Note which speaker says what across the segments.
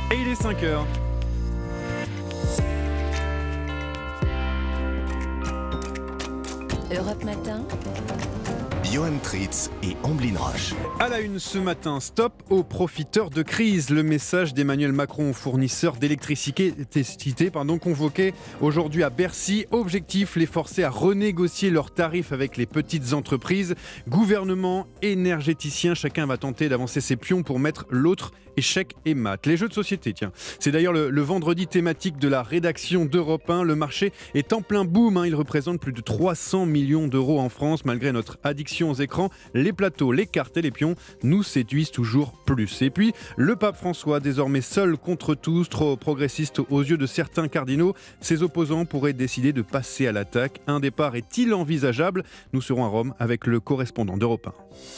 Speaker 1: Et il est 5h.
Speaker 2: Europe Matin.
Speaker 3: Johan Tritz et Amblin Roche.
Speaker 1: À la une ce matin, stop aux profiteurs de crise. Le message d'Emmanuel Macron aux fournisseurs d'électricité convoqué aujourd'hui à Bercy. Objectif, les forcer à renégocier leurs tarifs avec les petites entreprises. Gouvernement, énergéticiens, chacun va tenter d'avancer ses pions pour mettre l'autre échec et mat. Les jeux de société, tiens. C'est d'ailleurs le vendredi thématique de la rédaction d'Europe 1. Le marché est en plein boom. Il représente plus de 300 millions d'euros en France. Malgré notre addiction aux écrans, les plateaux, les cartes et les pions nous séduisent toujours plus. Et puis, le pape François, désormais seul contre tous, trop progressiste aux yeux de certains cardinaux, ses opposants pourraient décider de passer à l'attaque. Un départ est-il envisageable ? Nous serons à Rome avec le correspondant d'Europe 1.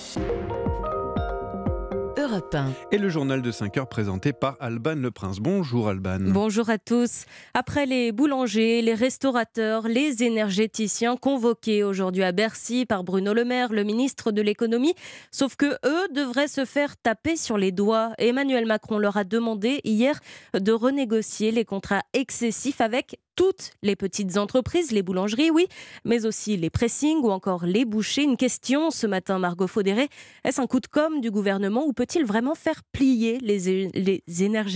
Speaker 2: Europe 1.
Speaker 1: Et le journal de 5 heures présenté par Alban Le Prince. Bonjour Alban.
Speaker 4: Bonjour à tous. Après les boulangers, les restaurateurs, les énergéticiens convoqués aujourd'hui à Bercy par Bruno Le Maire, le ministre de l'économie, sauf que eux devraient se faire taper sur les doigts. Emmanuel Macron leur a demandé hier de renégocier les contrats excessifs avec toutes les petites entreprises, les boulangeries, oui, mais aussi les pressings ou encore les bouchers. Une question ce matin, Margot Faudéré. Est-ce un coup de com' du gouvernement ou peut-il vraiment faire plier les énergéticiens ?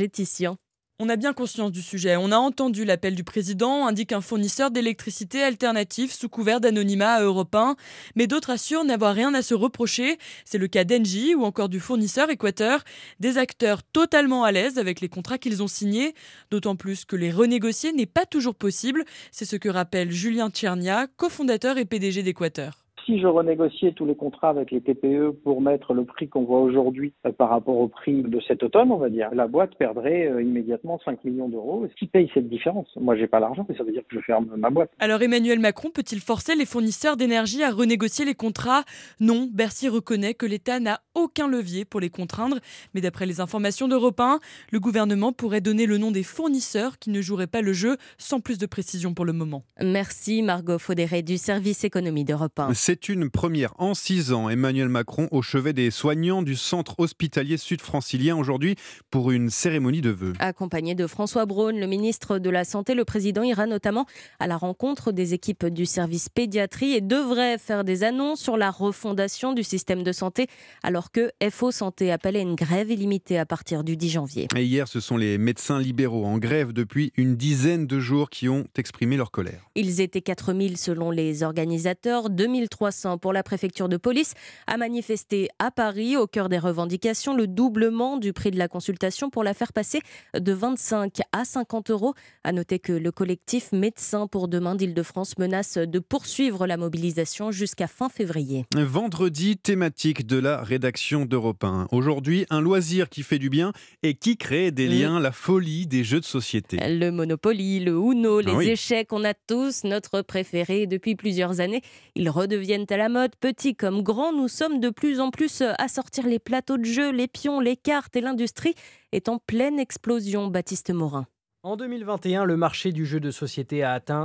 Speaker 5: On a bien conscience du sujet. On a entendu l'appel du président, indique un fournisseur d'électricité alternatif sous couvert d'anonymat à Europe 1. Mais d'autres assurent n'avoir rien à se reprocher. C'est le cas d'Engie ou encore du fournisseur Équateur. Des acteurs totalement à l'aise avec les contrats qu'ils ont signés. D'autant plus que les renégocier n'est pas toujours possible. C'est ce que rappelle Julien Tchernia, cofondateur et PDG d'Équateur.
Speaker 6: Si je renégociais tous les contrats avec les TPE pour mettre le prix qu'on voit aujourd'hui par rapport au prix de cet automne, on va dire, la boîte perdrait immédiatement 5 millions d'euros. Qui paye cette différence ? Moi, j'ai pas l'argent, mais ça veut dire que je ferme ma boîte.
Speaker 5: Alors Emmanuel Macron peut-il forcer les fournisseurs d'énergie à renégocier les contrats ? Non, Bercy reconnaît que l'État n'a aucun levier pour les contraindre. Mais d'après les informations d'Europe 1, le gouvernement pourrait donner le nom des fournisseurs qui ne joueraient pas le jeu, sans plus de précision pour le moment.
Speaker 4: Merci Margot Faudéré du service économie d'Europe 1.
Speaker 1: C'est une première en 6 ans. Emmanuel Macron au chevet des soignants du centre hospitalier sud-francilien aujourd'hui pour une cérémonie de vœux.
Speaker 4: Accompagné de François Braun, le ministre de la Santé, le président ira notamment à la rencontre des équipes du service pédiatrie et devrait faire des annonces sur la refondation du système de santé alors que FO Santé appelle à une grève illimitée à partir du 10 janvier.
Speaker 1: Et hier, ce sont les médecins libéraux en grève depuis une dizaine de jours qui ont exprimé leur colère.
Speaker 4: Ils étaient 4000 selon les organisateurs, 2300 pour la préfecture de police, a manifesté à Paris au cœur des revendications le doublement du prix de la consultation pour la faire passer de 25 à 50 euros. À noter que le collectif Médecins pour demain d'Île-de-France menace de poursuivre la mobilisation jusqu'à fin février.
Speaker 1: Vendredi, thématique de la rédaction d'Europe 1. Aujourd'hui, un loisir qui fait du bien et qui crée des liens, la folie des jeux de société.
Speaker 4: Le Monopoly, le Uno, les
Speaker 1: échecs,
Speaker 4: on a tous notre préféré depuis plusieurs années. Ils redeviennent à la mode, petits comme grands, nous sommes de plus en plus à sortir les plateaux de jeux, les pions, les cartes et l'industrie est en pleine explosion. Baptiste Morin.
Speaker 7: En 2021, le marché du jeu de société a atteint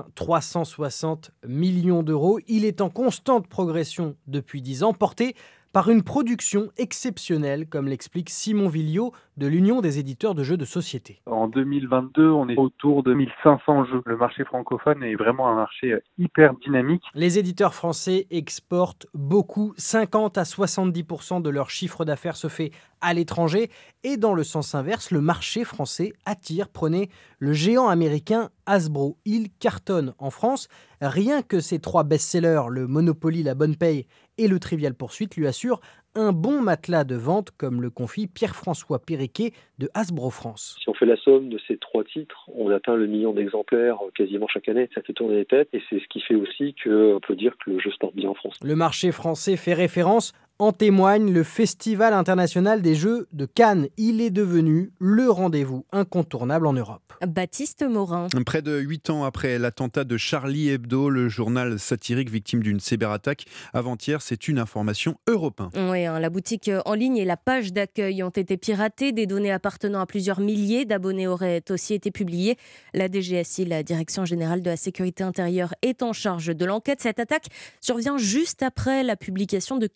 Speaker 7: 360 millions d'euros. Il est en constante progression depuis 10 ans, porté par une production exceptionnelle, comme l'explique Simon Villiot de l'Union des éditeurs de jeux de société.
Speaker 8: En 2022, on est autour de 1500 jeux. Le marché francophone est vraiment un marché hyper dynamique.
Speaker 7: Les éditeurs français exportent beaucoup. 50 à 70% de leur chiffre d'affaires se fait à l'étranger. Et dans le sens inverse, le marché français attire. Prenez le géant américain Hasbro. Il cartonne en France. Rien que ces 3 best-sellers, le Monopoly, la Bonne Paye et le Trivial Poursuite, lui assurent un bon matelas de vente, comme le confie Pierre-François Périquet de Hasbro France.
Speaker 9: Si on fait la somme de ces 3 titres, on atteint le million d'exemplaires quasiment chaque année. Ça fait tourner les têtes et c'est ce qui fait aussi qu'on peut dire que le jeu se porte bien en France.
Speaker 7: Le marché français fait référence. En témoigne le Festival international des jeux de Cannes. Il est devenu le rendez-vous incontournable en Europe.
Speaker 4: Baptiste Morin.
Speaker 1: Près de 8 ans après l'attentat de Charlie Hebdo, le journal satirique victime d'une cyberattaque avant-hier, c'est une information Europe 1.
Speaker 4: Oui, la boutique en ligne et la page d'accueil ont été piratées. Des données appartenant à plusieurs milliers d'abonnés auraient aussi été publiées. La DGSI, la Direction générale de la sécurité intérieure, est en charge de l'enquête. Cette attaque survient juste après la publication de caricatures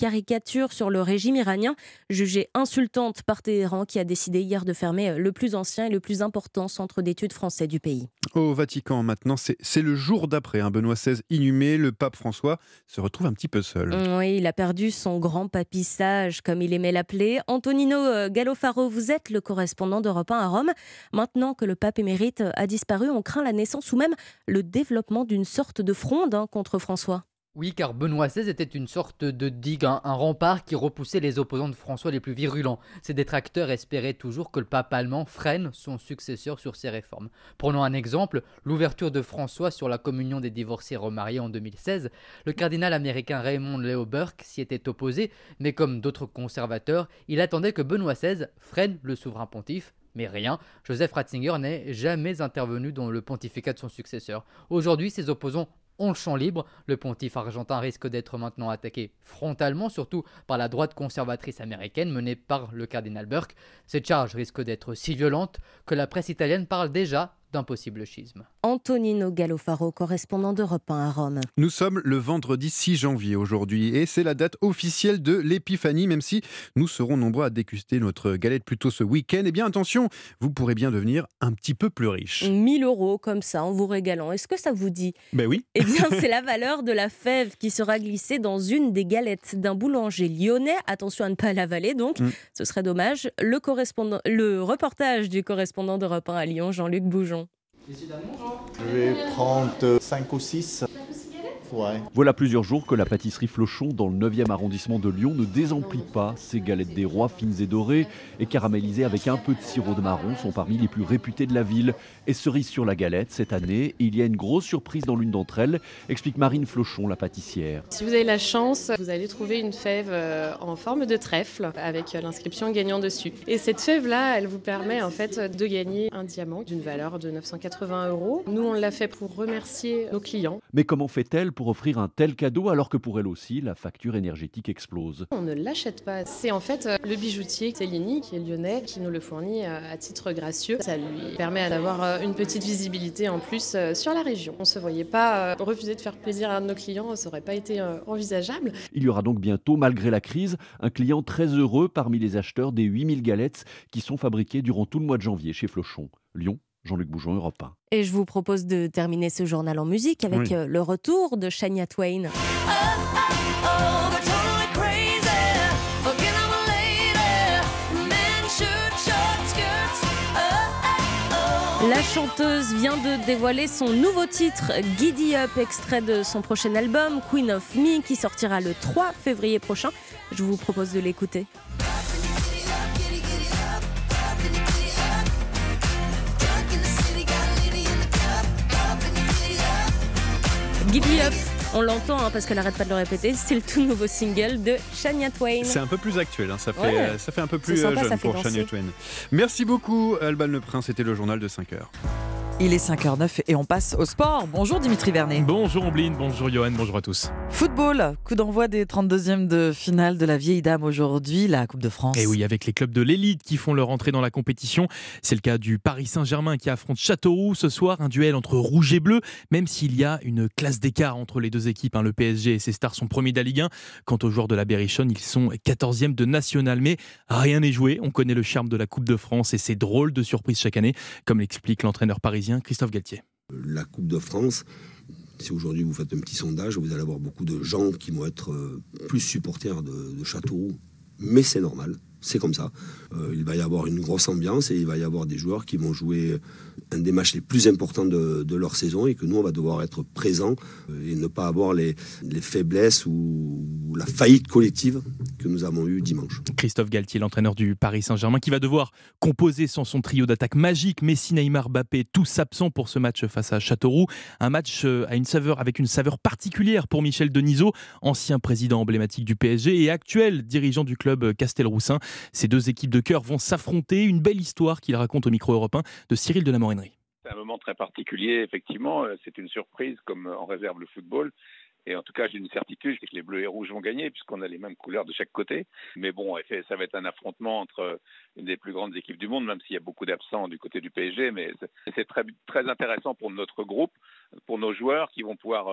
Speaker 4: ouverture sur le régime iranien, jugée insultante par Téhéran, qui a décidé hier de fermer le plus ancien et le plus important centre d'études français du pays.
Speaker 1: Au Vatican, maintenant, c'est le jour d'après. Benoît XVI inhumé, le pape François se retrouve un petit peu seul.
Speaker 4: Oui, il a perdu son grand papy sage, comme il aimait l'appeler. Antonino Gallofaro, vous êtes le correspondant d'Europe 1 à Rome. Maintenant que le pape émérite a disparu, on craint la naissance ou même le développement d'une sorte de fronde contre François.
Speaker 10: Oui, car Benoît XVI était une sorte de digue, un rempart qui repoussait les opposants de François les plus virulents. Ses détracteurs espéraient toujours que le pape allemand freine son successeur sur ses réformes. Prenons un exemple, l'ouverture de François sur la communion des divorcés remariés en 2016. Le cardinal américain Raymond Leo Burke s'y était opposé, mais comme d'autres conservateurs, il attendait que Benoît XVI freine le souverain pontife. Mais rien, Joseph Ratzinger n'est jamais intervenu dans le pontificat de son successeur. Aujourd'hui, ses opposants ont le champ libre. Le pontife argentin risque d'être maintenant attaqué frontalement, surtout par la droite conservatrice américaine menée par le cardinal Burke. Cette charge risque d'être si violente que la presse italienne parle déjà d'un possible schisme.
Speaker 4: Antonino Gallofaro, correspondant d'Europe 1 à Rome.
Speaker 1: Nous sommes le vendredi 6 janvier aujourd'hui et c'est la date officielle de l'épiphanie, même si nous serons nombreux à déguster notre galette plus tôt ce week-end. Eh bien attention, vous pourrez bien devenir un petit peu plus riche.
Speaker 4: 1 000 € comme ça, en vous régalant. Est-ce que ça vous dit ?
Speaker 1: Ben oui.
Speaker 4: Eh bien, c'est la valeur de la fève qui sera glissée dans une des galettes d'un boulanger lyonnais. Attention à ne pas l'avaler, donc. Ce serait dommage. Le reportage du correspondant d'Europe 1 à Lyon, Jean-Luc Boujon.
Speaker 11: Je vais prendre 5 ou 6. Ouais.
Speaker 12: Voilà plusieurs jours que la pâtisserie Flochon, dans le 9e arrondissement de Lyon, ne désemplit pas. Ses galettes des rois fines et dorées et caramélisées avec un peu de sirop de marron sont parmi les plus réputées de la ville. Et cerise sur la galette, cette année, il y a une grosse surprise dans l'une d'entre elles, explique Marine Flochon, la pâtissière.
Speaker 13: Si vous avez la chance, vous allez trouver une fève en forme de trèfle avec l'inscription gagnant dessus. Et cette fève-là, elle vous permet en fait de gagner un diamant d'une valeur de 980 €. Nous, on l'a fait pour remercier nos clients.
Speaker 12: Mais comment fait-elle pour offrir un tel cadeau alors que pour elle aussi, la facture énergétique explose?
Speaker 13: On ne l'achète pas. C'est en fait le bijoutier Cellini, qui est lyonnais, qui nous le fournit à titre gracieux. Ça lui permet d'avoir une petite visibilité en plus sur la région. On ne se voyait pas refuser de faire plaisir à un de nos clients, ça n'aurait pas été envisageable.
Speaker 12: Il y aura donc bientôt, malgré la crise, un client très heureux parmi les acheteurs des 8000 galettes qui sont fabriquées durant tout le mois de janvier chez Flochon. Lyon, Jean-Luc Boujon, Europe 1.
Speaker 4: Et je vous propose de terminer ce journal en musique avec le retour de Shania Twain. La chanteuse vient de dévoiler son nouveau titre, Giddy Up, extrait de son prochain album, Queen of Me, qui sortira le 3 février prochain. Je vous propose de l'écouter. Giddy Up, on l'entend parce qu'elle n'arrête pas de le répéter, c'est le tout nouveau single de Shania Twain.
Speaker 1: C'est un peu plus actuel, ça fait un peu plus
Speaker 4: sympa,
Speaker 1: jeune pour Shania Twain. Merci beaucoup Alban Leprin, c'était le journal de 5h.
Speaker 14: Il est 5h09 et on passe au sport. Bonjour Dimitri Vernet.
Speaker 15: Bonjour Ombline, bonjour Johan, bonjour à tous.
Speaker 14: Football, coup d'envoi des 32e de finale de la vieille dame aujourd'hui, la Coupe de France.
Speaker 15: Et oui, avec les clubs de l'élite qui font leur entrée dans la compétition. C'est le cas du Paris Saint-Germain qui affronte Châteauroux ce soir, un duel entre rouge et bleu, même s'il y a une classe d'écart entre les deux équipes. Le PSG et ses stars sont premiers de la Ligue 1. Quant aux joueurs de la Berrichonne, ils sont 14e de National, mais rien n'est joué. On connaît le charme de la Coupe de France et ses drôles de surprises chaque année, comme l'explique l'entraîneur parisien Christophe Galtier.
Speaker 16: La Coupe de France, si aujourd'hui vous faites un petit sondage, vous allez avoir beaucoup de gens qui vont être plus supporters de Châteauroux, mais c'est normal, c'est comme ça. Il va y avoir une grosse ambiance et il va y avoir des joueurs qui vont jouer un des matchs les plus importants de leur saison et que nous on va devoir être présents et ne pas avoir les faiblesses ou la faillite collective que nous avons eue dimanche.
Speaker 15: Christophe Galtier, l'entraîneur du Paris Saint-Germain, qui va devoir composer sans son trio d'attaque magique, Messi, Neymar, Mbappé, tous absents pour ce match face à Châteauroux. Un match avec une saveur particulière pour Michel Denisot, ancien président emblématique du PSG et actuel dirigeant du club Castelroussin. Ces deux équipes de cœur vont s'affronter. Une belle histoire qu'il raconte au micro européen de Cyril de la Morinerie.
Speaker 17: C'est un moment très particulier, effectivement. C'est une surprise, comme en réserve le football. Et en tout cas, j'ai une certitude, c'est que les bleus et rouges vont gagner, puisqu'on a les mêmes couleurs de chaque côté. Mais bon, ça va être un affrontement entre une des plus grandes équipes du monde, même s'il y a beaucoup d'absents du côté du PSG. Mais c'est très, très intéressant pour notre groupe, pour nos joueurs qui vont pouvoir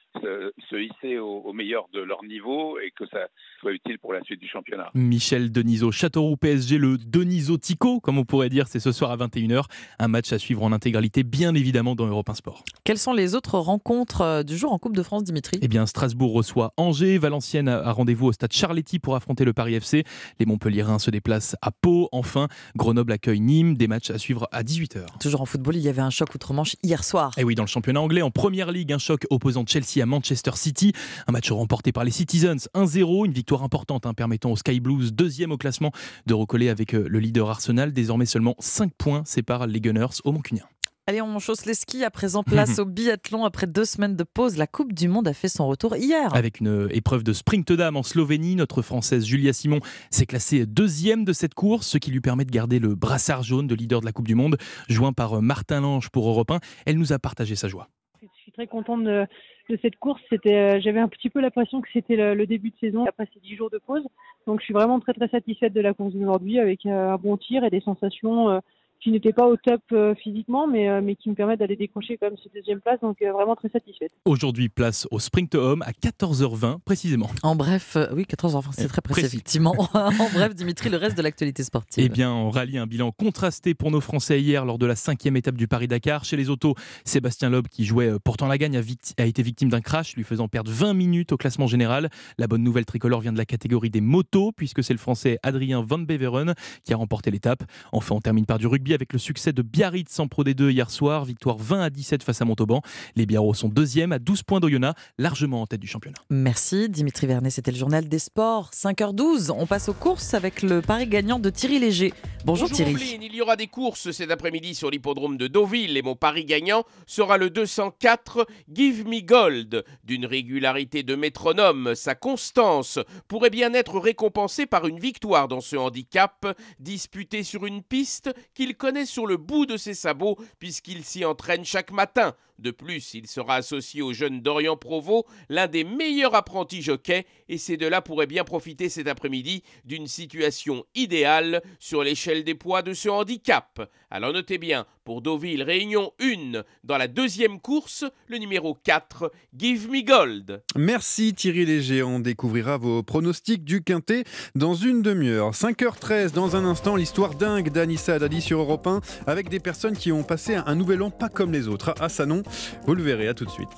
Speaker 17: se hisser au meilleur de leur niveau et que ça soit utile pour la suite du championnat.
Speaker 15: Michel Denisot, Châteauroux PSG, le Denisot-Tico, comme on pourrait dire, c'est ce soir à 21h. Un match à suivre en intégralité, bien évidemment, dans Europe 1 Sport.
Speaker 14: Quelles sont les autres rencontres du jour en Coupe de France, Dimitri ?
Speaker 15: Eh bien, Strasbourg reçoit Angers, Valenciennes a rendez-vous au stade Charletti pour affronter le Paris FC. Les Montpelliérains se déplacent à Pau. Enfin, Grenoble accueille Nîmes, des matchs à suivre à 18h.
Speaker 14: Toujours en football, il y avait un choc outre-Manche hier soir.
Speaker 15: Et oui, dans le championnat anglais, en Première Ligue, un choc opposant Chelsea à Manchester City. Un match remporté par les Citizens, 1-0, une victoire importante permettant aux Sky Blues, deuxième au classement, de recoller avec le leader Arsenal. Désormais, seulement 5 points séparent les Gunners au Mancunien.
Speaker 14: Allez, on chausse les skis. À présent, place au biathlon. Après 2 semaines de pause, la Coupe du Monde a fait son retour hier.
Speaker 15: Avec une épreuve de sprint dame en Slovénie, notre Française Julia Simon s'est classée 2e de cette course, ce qui lui permet de garder le brassard jaune de leader de la Coupe du Monde. Joint par Martin Lange pour Europe 1, elle nous a partagé sa joie.
Speaker 18: Je suis très contente de cette course. J'avais un petit peu l'impression que c'était le début de saison après ces 10 jours de pause. Donc je suis vraiment très très satisfaite de la course d'aujourd'hui avec un bon tir et des sensations qui n'étaient pas au top physiquement, mais qui me permettent d'aller décrocher quand même cette 2e place. Donc vraiment très satisfaite.
Speaker 15: Aujourd'hui, place au sprint homme à 14h20 précisément.
Speaker 14: En bref, oui, 14h20, c'est très précis, effectivement. En bref, Dimitri, le reste de l'actualité sportive.
Speaker 15: Eh bien, on rallie un bilan contrasté pour nos Français hier lors de la 5e étape du Paris-Dakar. Chez les autos, Sébastien Loeb, qui jouait pourtant la gagne, a été victime d'un crash, lui faisant perdre 20 minutes au classement général. La bonne nouvelle tricolore vient de la catégorie des motos, puisque c'est le Français Adrien Van Beveren qui a remporté l'étape. Enfin, on termine par du rugby avec le succès de Biarritz en Pro D2 hier soir, victoire 20-17 face à Montauban. Les Biarros sont 2e à 12 points d'Oyonnax, largement en tête du championnat.
Speaker 14: Merci Dimitri Vernet, c'était le journal des sports. 5h12, on passe aux courses avec le pari gagnant de Thierry Léger. Bonjour Thierry.
Speaker 19: Ombline, il y aura des courses cet après-midi sur l'hippodrome de Deauville et mon pari gagnant sera le 204 Give Me Gold. D'une régularité de métronome, sa constance pourrait bien être récompensée par une victoire dans ce handicap disputé sur une piste qu'il connaît sur le bout de ses sabots puisqu'il s'y entraîne chaque matin. De plus, il sera associé au jeune Dorian Provost, l'un des meilleurs apprentis jockeys, et ces deux-là pourraient bien profiter cet après-midi d'une situation idéale sur l'échelle des poids de ce handicap. Alors notez bien, pour Deauville, Réunion 1, dans la 2e course, le numéro 4, Give Me Gold.
Speaker 1: Merci Thierry Léger, on découvrira vos pronostics du Quintet dans une demi-heure. 5h13, dans un instant, l'histoire dingue d'Anissa Haddadi sur Europe 1, avec des personnes qui ont passé un nouvel an pas comme les autres. À Sanon, vous le verrez, à tout de suite.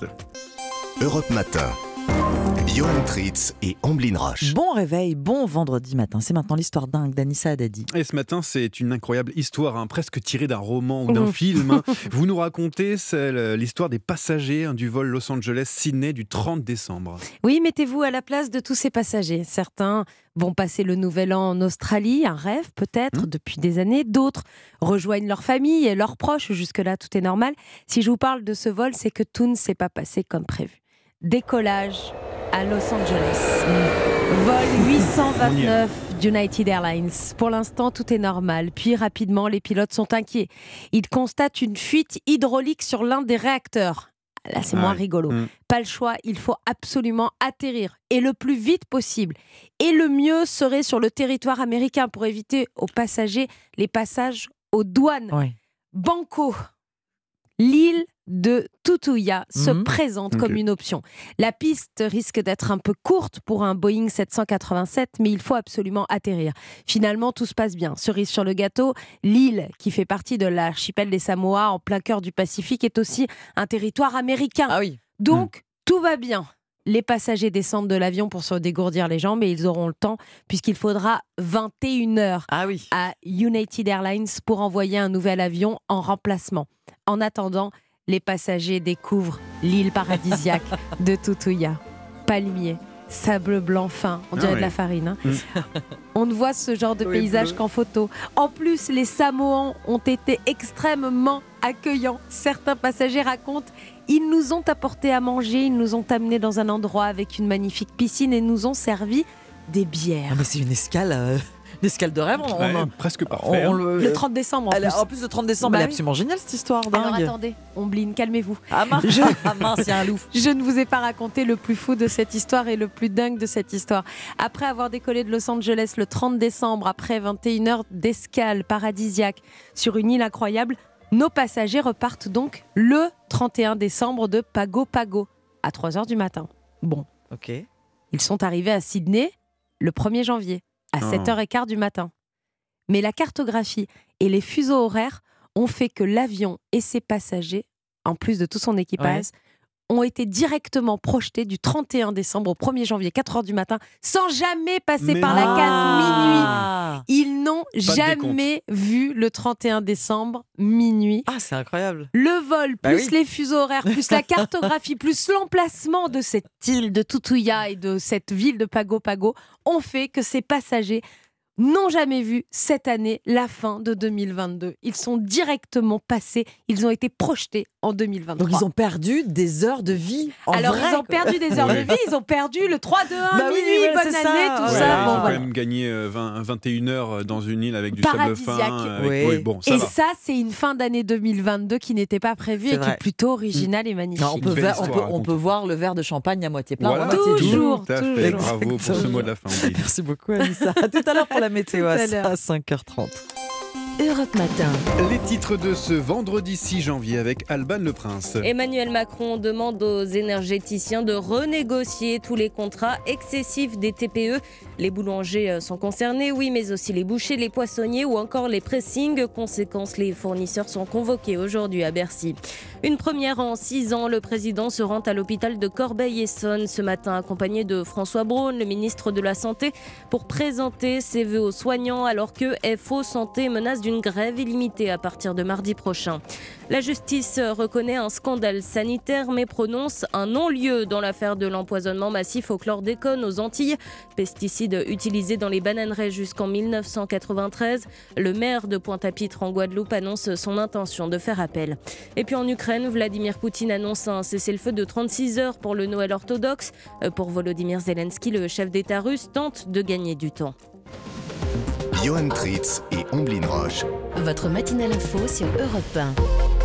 Speaker 3: Europe Matin. Johan Tritz et Amblin Roche.
Speaker 14: Bon réveil, bon vendredi matin. C'est maintenant l'histoire dingue d'Anissa Haddadi.
Speaker 1: Et ce matin, c'est une incroyable histoire, presque tirée d'un roman ou d'un film. Vous nous racontez l'histoire des passagers du vol Los Angeles-Sydney du 30 décembre.
Speaker 4: Oui, mettez-vous à la place de tous ces passagers. Certains vont passer le nouvel an en Australie, un rêve peut-être depuis des années. D'autres rejoignent leur famille et leurs proches. Jusque-là, tout est normal. Si je vous parle de ce vol, c'est que tout ne s'est pas passé comme prévu. Décollage à Los Angeles. Vol 829 d'United Airlines. Pour l'instant, tout est normal. Puis rapidement, les pilotes sont inquiets. Ils constatent une fuite hydraulique sur l'un des réacteurs. Là, c'est moins rigolo. Pas le choix, il faut absolument atterrir. Et le plus vite possible. Et le mieux serait sur le territoire américain pour éviter aux passagers les passages aux douanes. Banco, l'île de Tutuila se présente comme une option. La piste risque d'être un peu courte pour un Boeing 787, mais il faut absolument atterrir. Finalement, tout se passe bien. Cerise sur le gâteau, l'île qui fait partie de l'archipel des Samoa en plein cœur du Pacifique est aussi un territoire américain. Donc, tout va bien. Les passagers descendent de l'avion pour se dégourdir les jambes et ils auront le temps puisqu'il faudra 21 heures à United Airlines pour envoyer un nouvel avion en remplacement. En attendant, les passagers découvrent l'île paradisiaque de Tutuila. Palmiers, sable blanc fin, on dirait de la farine. On ne voit ce genre de paysage qu'en photo. En plus, les Samoans ont été extrêmement accueillants. Certains passagers racontent: ils nous ont apporté à manger, ils nous ont amenés dans un endroit avec une magnifique piscine et nous ont servi des bières.
Speaker 14: Mais c'est une escale de rêve.
Speaker 1: Presque parfait.
Speaker 4: Le 30 décembre
Speaker 14: en plus le 30 décembre, elle est absolument géniale cette histoire. Dingue.
Speaker 4: Alors attendez, Ombline, calmez-vous.
Speaker 14: Ah mince, il y a un loup.
Speaker 4: Je ne vous ai pas raconté le plus fou de cette histoire et le plus dingue de cette histoire. Après avoir décollé de Los Angeles le 30 décembre, après 21 heures d'escale paradisiaque sur une île incroyable, nos passagers repartent donc le 31 décembre de Pago Pago. à 3h du matin. Bon.
Speaker 14: Ok.
Speaker 4: Ils sont arrivés à Sydney le 1er janvier, à 7h15 du matin. Mais la cartographie et les fuseaux horaires ont fait que l'avion et ses passagers, en plus de tout son équipage, ont été directement projetés du 31 décembre au 1er janvier, 4h du matin, sans jamais passer par la case minuit. Ils n'ont jamais vu le 31 décembre minuit.
Speaker 14: Ah, c'est incroyable.
Speaker 4: Le vol, plus les fuseaux horaires, plus la cartographie, plus l'emplacement de cette île de Tutuya et de cette ville de Pago Pago ont fait que ces passagers n'ont jamais vu cette année la fin de 2022. Ils sont directement passés, ils ont été projetés en 2023.
Speaker 14: Donc ils ont perdu des heures de vie.
Speaker 4: Ils ont perdu des heures de vie, ils ont perdu le 3-2-1, minuit, bonne année, tout ça.
Speaker 1: Ils ont quand même gagné 21 heures dans une île avec du sable fin.
Speaker 4: Et ça, c'est une fin d'année 2022 qui n'était pas prévue et qui est plutôt originale et magnifique.
Speaker 14: On peut voir le verre de champagne à moitié plein.
Speaker 1: Voilà.
Speaker 4: Toujours.
Speaker 1: Bravo pour ce mot de la fin.
Speaker 14: Merci beaucoup, Anissa. À tout à l'heure pour la météo à 5h30.
Speaker 2: Europe Matin.
Speaker 1: Les titres de ce vendredi 6 janvier avec Alban Le Prince.
Speaker 4: Emmanuel Macron demande aux énergéticiens de renégocier tous les contrats excessifs des TPE. Les boulangers sont concernés, oui, mais aussi les bouchers, les poissonniers ou encore les pressings. Conséquence, les fournisseurs sont convoqués aujourd'hui à Bercy. Une première en 6 ans, le président se rend à l'hôpital de Corbeil-Essonnes ce matin, accompagné de François Braun, le ministre de la Santé, pour présenter ses vœux aux soignants alors que FO Santé menace d'une grève illimitée à partir de mardi prochain. La justice reconnaît un scandale sanitaire mais prononce un non-lieu dans l'affaire de l'empoisonnement massif au chlordécone aux Antilles, pesticide utilisé dans les bananeraies jusqu'en 1993. Le maire de Pointe-à-Pitre en Guadeloupe annonce son intention de faire appel. Et puis en Ukraine, Vladimir Poutine annonce un cessez-le-feu de 36 heures pour le Noël orthodoxe. Pour Volodymyr Zelensky, le chef d'État russe tente de gagner du temps.
Speaker 3: Johan Tritz et Omblin Roche.
Speaker 2: Votre matinale info sur Europe 1.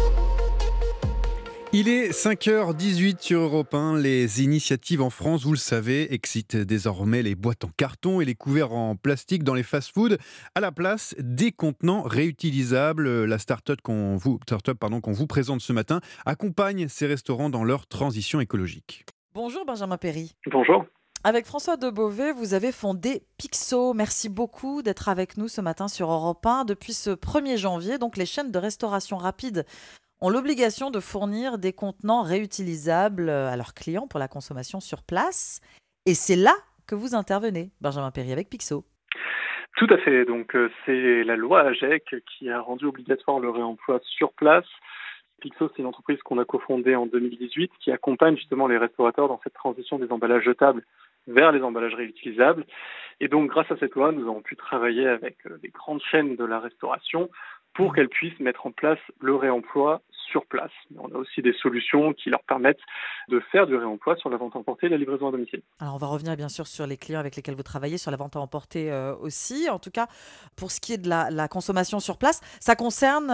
Speaker 1: Il est 5h18 sur Europe 1. Les initiatives en France, vous le savez, excitent désormais les boîtes en carton et les couverts en plastique dans les fast-foods à la place des contenants réutilisables. La start-up qu'on vous présente ce matin accompagne ces restaurants dans leur transition écologique.
Speaker 14: Bonjour Benjamin Perry.
Speaker 6: Bonjour.
Speaker 14: Avec François de Beauvais, vous avez fondé Pixo. Merci beaucoup d'être avec nous ce matin sur Europe 1. Depuis ce 1er janvier, donc les chaînes de restauration rapide ont l'obligation de fournir des contenants réutilisables à leurs clients pour la consommation sur place. Et c'est là que vous intervenez, Benjamin Perry, avec Pixo.
Speaker 8: Tout à fait. Donc, c'est la loi AGEC qui a rendu obligatoire le réemploi sur place. Pixo, c'est une entreprise qu'on a cofondée en 2018 qui accompagne justement les restaurateurs dans cette transition des emballages jetables vers les emballages réutilisables. Et donc, grâce à cette loi, nous avons pu travailler avec les grandes chaînes de la restauration pour qu'elles puissent mettre en place le réemploi sur place. Mais on a aussi des solutions qui leur permettent de faire du réemploi sur la vente à emporter et la livraison à domicile.
Speaker 14: Alors on va revenir bien sûr sur les clients avec lesquels vous travaillez, sur la vente à emporter aussi. En tout cas, pour ce qui est de la consommation sur place, ça concerne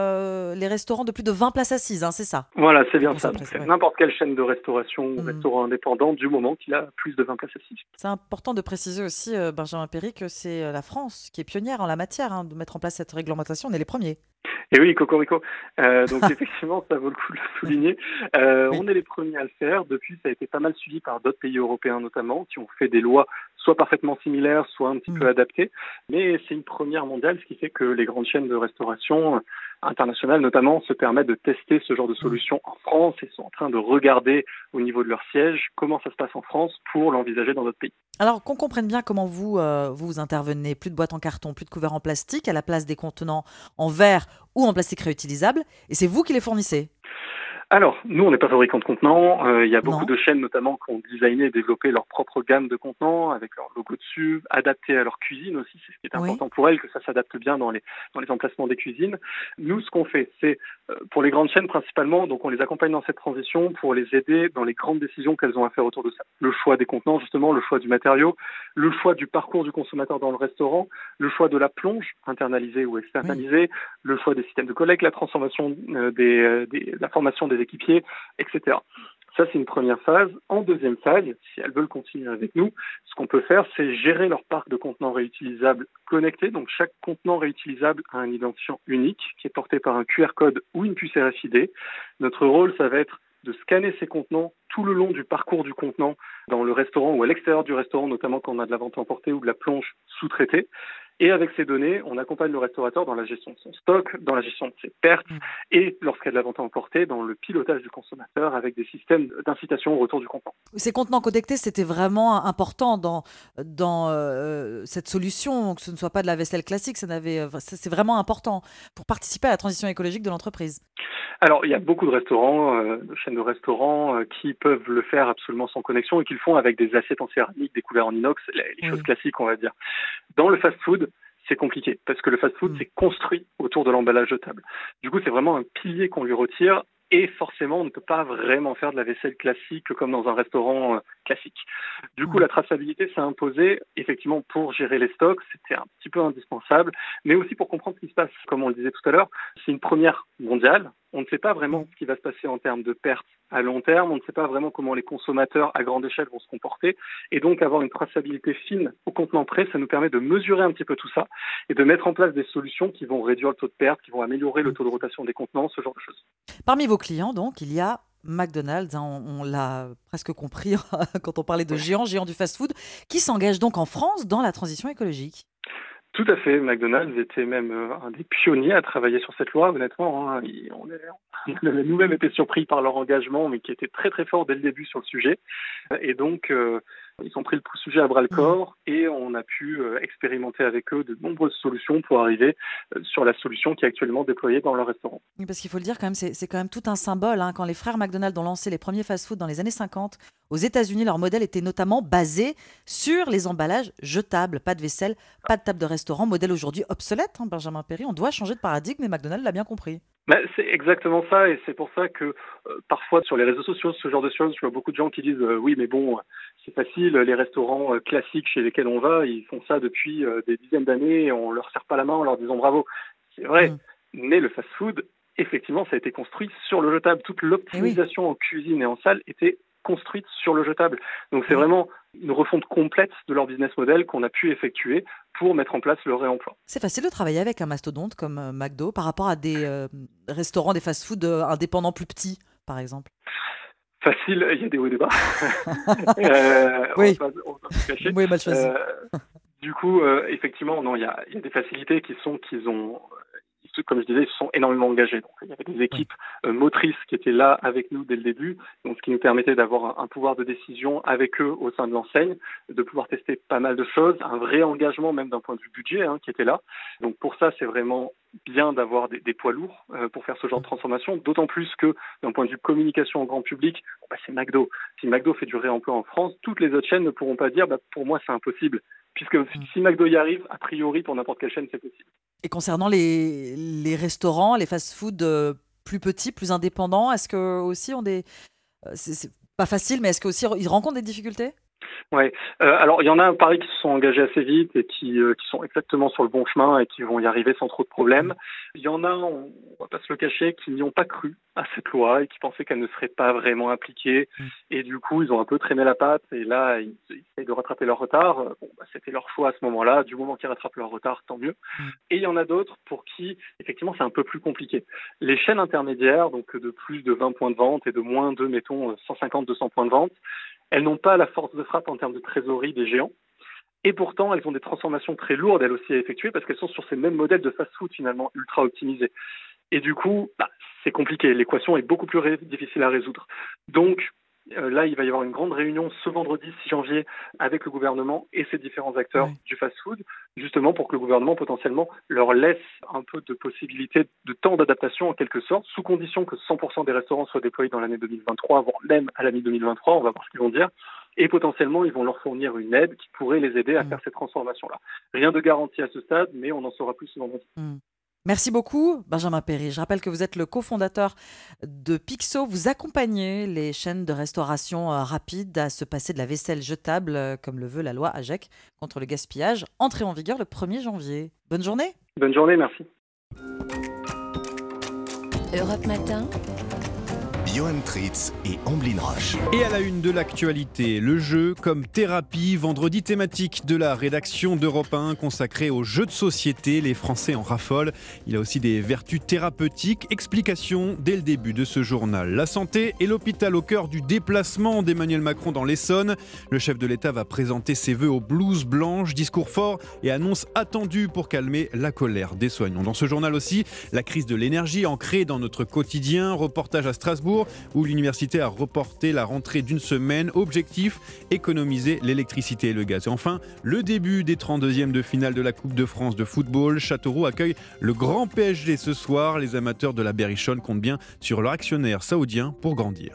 Speaker 14: les restaurants de plus de 20 places assises, c'est ça?
Speaker 8: Voilà, c'est bien ça. C'est n'importe quelle chaîne de restauration ou restaurant indépendant du moment qu'il a plus de 20 places assises.
Speaker 14: C'est important de préciser aussi, Benjamin Perry, que c'est la France qui est pionnière en la matière de mettre en place cette réglementation. On est les premiers.
Speaker 8: Et oui, cocorico. Donc effectivement, ça vaut le coup de le souligner. On est les premiers à le faire. Depuis, ça a été pas mal suivi par d'autres pays européens notamment, qui ont fait des lois soit parfaitement similaires, soit un petit peu adaptées. Mais c'est une première mondiale, ce qui fait que les grandes chaînes de restauration internationales notamment se permettent de tester ce genre de solution en France et sont en train de regarder au niveau de leur siège comment ça se passe en France pour l'envisager dans d'autres pays.
Speaker 14: Alors qu'on comprenne bien comment vous intervenez, plus de boîtes en carton, plus de couverts en plastique, à la place des contenants en verre ou en plastique réutilisable, et c'est vous qui les fournissez?
Speaker 8: Alors, nous, on n'est pas fabricant de contenants. Il y a beaucoup de chaînes, notamment, qui ont designé et développé leur propre gamme de contenants, avec leur logo dessus, adapté à leur cuisine aussi. C'est ce qui est important pour elles, que ça s'adapte bien dans les emplacements des cuisines. Nous, ce qu'on fait, c'est, pour les grandes chaînes principalement, donc on les accompagne dans cette transition pour les aider dans les grandes décisions qu'elles ont à faire autour de ça. Le choix des contenants, justement, le choix du matériau, le choix du parcours du consommateur dans le restaurant, le choix de la plonge, internalisée ou externalisée, le choix des systèmes de collecte, la transformation la formation des équipiers, etc. Ça, c'est une première phase. En deuxième phase, si elles veulent continuer avec nous, ce qu'on peut faire, c'est gérer leur parc de contenants réutilisables connectés. Donc, chaque contenant réutilisable a un identifiant unique qui est porté par un QR code ou une puce RFID. Notre rôle, ça va être de scanner ces contenants tout le long du parcours du contenant dans le restaurant ou à l'extérieur du restaurant, notamment quand on a de la vente emportée ou de la plonge sous-traitée. Et avec ces données, on accompagne le restaurateur dans la gestion de son stock, dans la gestion de ses pertes et, lorsqu'il y a de la vente emportée, dans le pilotage du consommateur avec des systèmes d'incitation au retour du contenant.
Speaker 14: Ces contenants connectés, c'était vraiment important dans cette solution, que ce ne soit pas de la vaisselle classique, c'est vraiment important pour participer à la transition écologique de l'entreprise.
Speaker 8: Alors, il y a beaucoup de restaurants, de chaînes de restaurants qui peuvent le faire absolument sans connexion et qui le font avec des assiettes en céramique, des couverts en inox, les choses classiques, on va dire. Dans le fast-food, c'est compliqué parce que le fast-food, c'est construit autour de l'emballage jetable. Du coup, c'est vraiment un pilier qu'on lui retire. Et forcément, on ne peut pas vraiment faire de la vaisselle classique comme dans un restaurant classique. Du coup, la traçabilité s'est imposée, effectivement, pour gérer les stocks. C'était un petit peu indispensable, mais aussi pour comprendre ce qui se passe. Comme on le disait tout à l'heure, c'est une première mondiale. On ne sait pas vraiment ce qui va se passer en termes de pertes à long terme. On ne sait pas vraiment comment les consommateurs à grande échelle vont se comporter. Et donc, avoir une traçabilité fine au contenant près, ça nous permet de mesurer un petit peu tout ça et de mettre en place des solutions qui vont réduire le taux de perte, qui vont améliorer le taux de rotation des contenants, ce genre de choses.
Speaker 14: Parmi vos clients, donc, il y a McDonald's, on l'a presque compris quand on parlait de géant du fast-food, qui s'engage donc en France dans la transition écologique.
Speaker 8: Tout à fait. McDonald's était même un des pionniers à travailler sur cette loi, honnêtement. On a nous-mêmes été surpris par leur engagement, mais qui était très très fort dès le début sur le sujet. Et donc, ils ont pris le sujet à bras-le-corps et on a pu expérimenter avec eux de nombreuses solutions pour arriver sur la solution qui est actuellement déployée dans leur restaurant.
Speaker 14: Oui, parce qu'il faut le dire quand même, c'est quand même tout un symbole. Quand les frères McDonald's ont lancé les premiers fast-food dans les années 50, aux États-Unis, leur modèle était notamment basé sur les emballages jetables. Pas de vaisselle, pas de table de restaurant, modèle aujourd'hui obsolète, Benjamin Perry. On doit changer de paradigme et McDonald's l'a bien compris.
Speaker 8: C'est exactement ça et c'est pour ça que parfois sur les réseaux sociaux, ce genre de choses, je vois beaucoup de gens qui disent oui mais bon c'est facile, les restaurants classiques chez lesquels on va, ils font ça depuis des dizaines d'années et on leur serre pas la main en leur disant bravo. C'est vrai, mais le fast-food, effectivement ça a été construit sur le jetable. Toute l'optimisation en cuisine et en salle était construite sur le jetable. Donc c'est vraiment une refonte complète de leur business model qu'on a pu effectuer pour mettre en place le réemploi.
Speaker 14: C'est facile de travailler avec un mastodonte comme McDo par rapport à des restaurants, des fast-food indépendants plus petits, par exemple.
Speaker 8: Facile, il y a des hauts et des bas.
Speaker 14: Oui,
Speaker 8: on va pas se cacher.
Speaker 14: Oui, mal choisi.
Speaker 8: Du coup, effectivement, non, il y a des facilités qui sont qu'ils ont... Comme je disais, ils se sont énormément engagés. Donc, il y avait des équipes motrices qui étaient là avec nous dès le début, donc ce qui nous permettait d'avoir un pouvoir de décision avec eux au sein de l'enseigne, de pouvoir tester pas mal de choses, un vrai engagement même d'un point de vue budget qui était là. Donc pour ça, c'est vraiment bien d'avoir des poids lourds pour faire ce genre de transformation, d'autant plus que d'un point de vue communication au grand public, c'est McDo. Si McDo fait du réemploi en France, toutes les autres chaînes ne pourront pas dire pour moi c'est impossible. Puisque si McDo y arrive, a priori pour n'importe quelle chaîne c'est possible.
Speaker 14: Et concernant les restaurants, les fast-food plus petits, plus indépendants, est-ce que aussi ont des... c'est pas facile, mais est-ce que aussi ils rencontrent des difficultés ?
Speaker 8: Ouais. Alors il y en a à Paris qui se sont engagés assez vite et qui sont exactement sur le bon chemin et qui vont y arriver sans trop de problèmes. Il y en a, on va pas se le cacher, qui n'y ont pas cru à cette loi et qui pensaient qu'elle ne serait pas vraiment appliquée. Et du coup, ils ont un peu traîné la patte et là, ils essayent de rattraper leur retard. C'était leur choix à ce moment-là. Du moment qu'ils rattrapent leur retard, tant mieux. Et il y en a d'autres pour qui, effectivement, c'est un peu plus compliqué. Les chaînes intermédiaires, donc de plus de 20 points de vente et de moins de, mettons, 150-200 points de vente, elles n'ont pas la force de frappe en termes de trésorerie des géants. Et pourtant, elles ont des transformations très lourdes, elles aussi, à effectuer, parce qu'elles sont sur ces mêmes modèles de fast-food, finalement, ultra optimisés. Et du coup, c'est compliqué. L'équation est beaucoup plus difficile à résoudre. Donc, là, il va y avoir une grande réunion ce vendredi 6 janvier avec le gouvernement et ses différents acteurs du fast-food, justement pour que le gouvernement, potentiellement, leur laisse un peu de possibilité de temps d'adaptation, en quelque sorte, sous condition que 100% des restaurants soient déployés dans l'année 2023, voire même à la mi-2023, on va voir ce qu'ils vont dire. Et potentiellement, ils vont leur fournir une aide qui pourrait les aider à faire cette transformation-là. Rien de garanti à ce stade, mais on en saura plus ce vendredi.
Speaker 14: Merci beaucoup, Benjamin Perry. Je rappelle que vous êtes le cofondateur de Pixo. Vous accompagnez les chaînes de restauration rapide à se passer de la vaisselle jetable, comme le veut la loi AGEC, contre le gaspillage, entrée en vigueur le 1er janvier. Bonne journée.
Speaker 8: Bonne journée, merci.
Speaker 2: Europe Matin.
Speaker 3: Johan Tritz et Amblin Roche.
Speaker 1: Et à la une de l'actualité, le jeu comme thérapie, vendredi thématique de la rédaction d'Europe 1 consacrée aux jeux de société. Les Français en raffolent. Il a aussi des vertus thérapeutiques. Explication dès le début de ce journal. La santé et l'hôpital au cœur du déplacement d'Emmanuel Macron dans l'Essonne. Le chef de l'État va présenter ses vœux aux blouses blanches. Discours fort et annonce attendue pour calmer la colère des soignants. Dans ce journal aussi, la crise de l'énergie ancrée dans notre quotidien. Reportage à Strasbourg où l'université a reporté la rentrée d'une semaine. Objectif, économiser l'électricité et le gaz. Et enfin, le début des 32e de finale de la Coupe de France de football. Châteauroux accueille le grand PSG ce soir. Les amateurs de la Berrichonne comptent bien sur leur actionnaire saoudien pour grandir.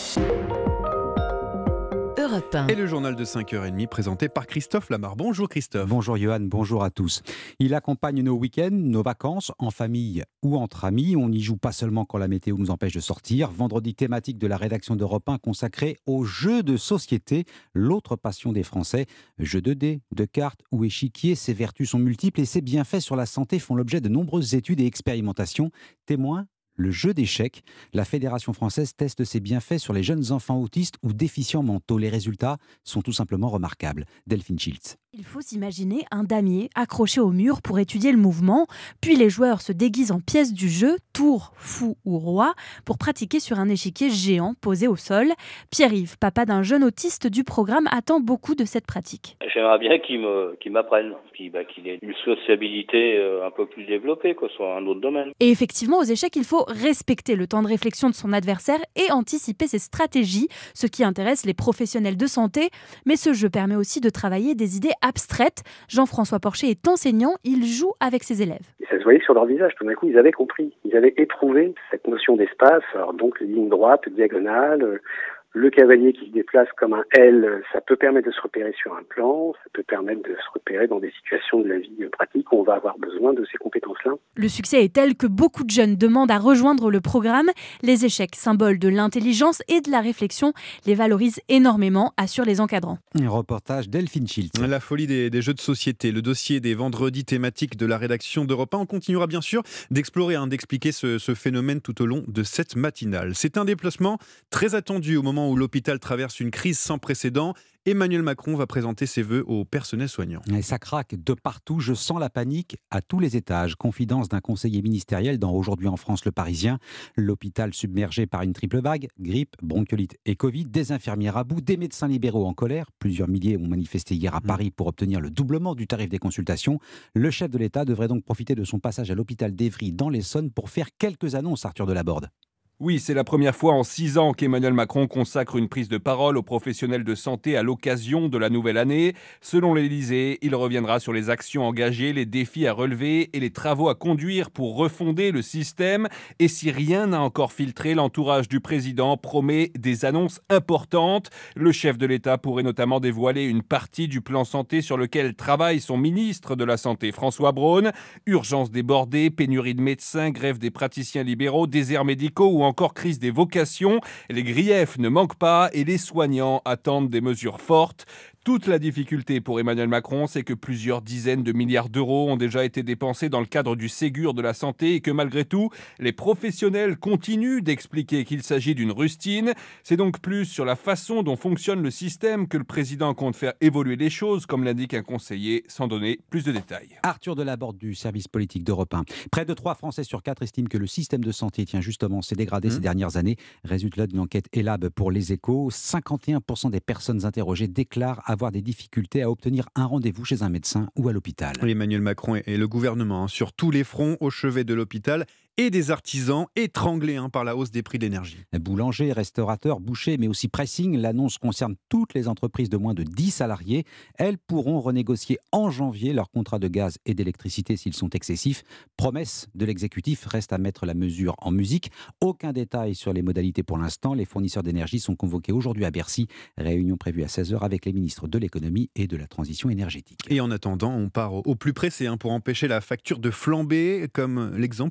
Speaker 1: Et le journal de 5h30 présenté par Christophe Lamar. Bonjour Christophe.
Speaker 20: Bonjour Johan, bonjour à tous. Il accompagne nos week-ends, nos vacances, en famille ou entre amis. On n'y joue pas seulement quand la météo nous empêche de sortir. Vendredi thématique de la rédaction d'Europe 1 consacré aux jeux de société, l'autre passion des Français. Jeux de dés, de cartes ou échiquiers, ses vertus sont multiples et ses bienfaits sur la santé font l'objet de nombreuses études et expérimentations. Témoin, le jeu d'échecs. La Fédération française teste ses bienfaits sur les jeunes enfants autistes ou déficients mentaux. Les résultats sont tout simplement remarquables. Delphine Schiltz.
Speaker 21: Il faut s'imaginer un damier accroché au mur pour étudier le mouvement, puis les joueurs se déguisent en pièces du jeu, tour, fou ou roi, pour pratiquer sur un échiquier géant posé au sol. Pierre-Yves, papa d'un jeune autiste du programme, attend beaucoup de cette pratique.
Speaker 22: J'aimerais bien qu'il m'apprenne, qu'il ait une sociabilité un peu plus développée, soit un autre domaine.
Speaker 21: Et effectivement, aux échecs, il faut respecter le temps de réflexion de son adversaire et anticiper ses stratégies, ce qui intéresse les professionnels de santé. Mais ce jeu permet aussi de travailler des idées abstraites. Jean-François Porcher est enseignant, il joue avec ses élèves.
Speaker 23: Et ça se voyait sur leur visage, tout d'un coup ils avaient compris, ils avaient éprouvé cette notion d'espace, alors donc les lignes droites, diagonales, le cavalier qui se déplace comme un L, ça peut permettre de se repérer sur un plan, ça peut permettre de se repérer dans des situations de la vie pratique où on va avoir besoin de ces compétences-là.
Speaker 21: Le succès est tel que beaucoup de jeunes demandent à rejoindre le programme. Les échecs, symbole de l'intelligence et de la réflexion, les valorisent énormément, assurent les encadrants.
Speaker 20: Un reportage Delphine Schiltz.
Speaker 1: La folie des jeux de société, le dossier des vendredis thématiques de la rédaction d'Europe 1. On continuera bien sûr d'explorer, d'expliquer ce phénomène tout au long de cette matinale. C'est un déplacement très attendu au moment où l'hôpital traverse une crise sans précédent. Emmanuel Macron va présenter ses vœux au personnel soignant.
Speaker 20: Et ça craque de partout, je sens la panique à tous les étages. Confidence d'un conseiller ministériel dans Aujourd'hui en France, Le Parisien. L'hôpital submergé par une triple vague, grippe, bronchiolite et Covid, des infirmières à bout, des médecins libéraux en colère. Plusieurs milliers ont manifesté hier à Paris pour obtenir le doublement du tarif des consultations. Le chef de l'État devrait donc profiter de son passage à l'hôpital d'Évry dans l'Essonne pour faire quelques annonces, Arthur Delaborde.
Speaker 24: Oui, c'est la première fois en 6 ans qu'Emmanuel Macron consacre une prise de parole aux professionnels de santé à l'occasion de la nouvelle année. Selon l'Élysée, il reviendra sur les actions engagées, les défis à relever et les travaux à conduire pour refonder le système. Et si rien n'a encore filtré, l'entourage du président promet des annonces importantes. Le chef de l'État pourrait notamment dévoiler une partie du plan santé sur lequel travaille son ministre de la Santé, François Braun. Urgences débordées, pénurie de médecins, grève des praticiens libéraux, déserts médicaux ou encore crise des vocations. Les griefs ne manquent pas et les soignants attendent des mesures fortes. Toute la difficulté pour Emmanuel Macron, c'est que plusieurs dizaines de milliards d'euros ont déjà été dépensés dans le cadre du Ségur de la santé et que malgré tout, les professionnels continuent d'expliquer qu'il s'agit d'une rustine. C'est donc plus sur la façon dont fonctionne le système que le président compte faire évoluer les choses, comme l'indique un conseiller, sans donner plus de détails.
Speaker 20: Arthur Delaborde du service politique d'Europe 1. Près de 3 Français sur 4 estiment que le système de santé s'est dégradé ces dernières années. Résultat d'une enquête ELAB pour Les Échos, 51% des personnes interrogées déclarent avoir des difficultés à obtenir un rendez-vous chez un médecin ou à l'hôpital.
Speaker 1: Emmanuel Macron et le gouvernement sur tous les fronts au chevet de l'hôpital et des artisans étranglés par la hausse des prix de l'énergie.
Speaker 20: Boulangers, restaurateurs, bouchers, mais aussi pressing. L'annonce concerne toutes les entreprises de moins de 10 salariés. Elles pourront renégocier en janvier leurs contrats de gaz et d'électricité s'ils sont excessifs. Promesse de l'exécutif, reste à mettre la mesure en musique. Aucun détail sur les modalités pour l'instant. Les fournisseurs d'énergie sont convoqués aujourd'hui à Bercy. Réunion prévue à 16h avec les ministres de l'économie et de la transition énergétique.
Speaker 1: Et en attendant, on part au plus pressé pour empêcher la facture de flamber, comme l'exemple à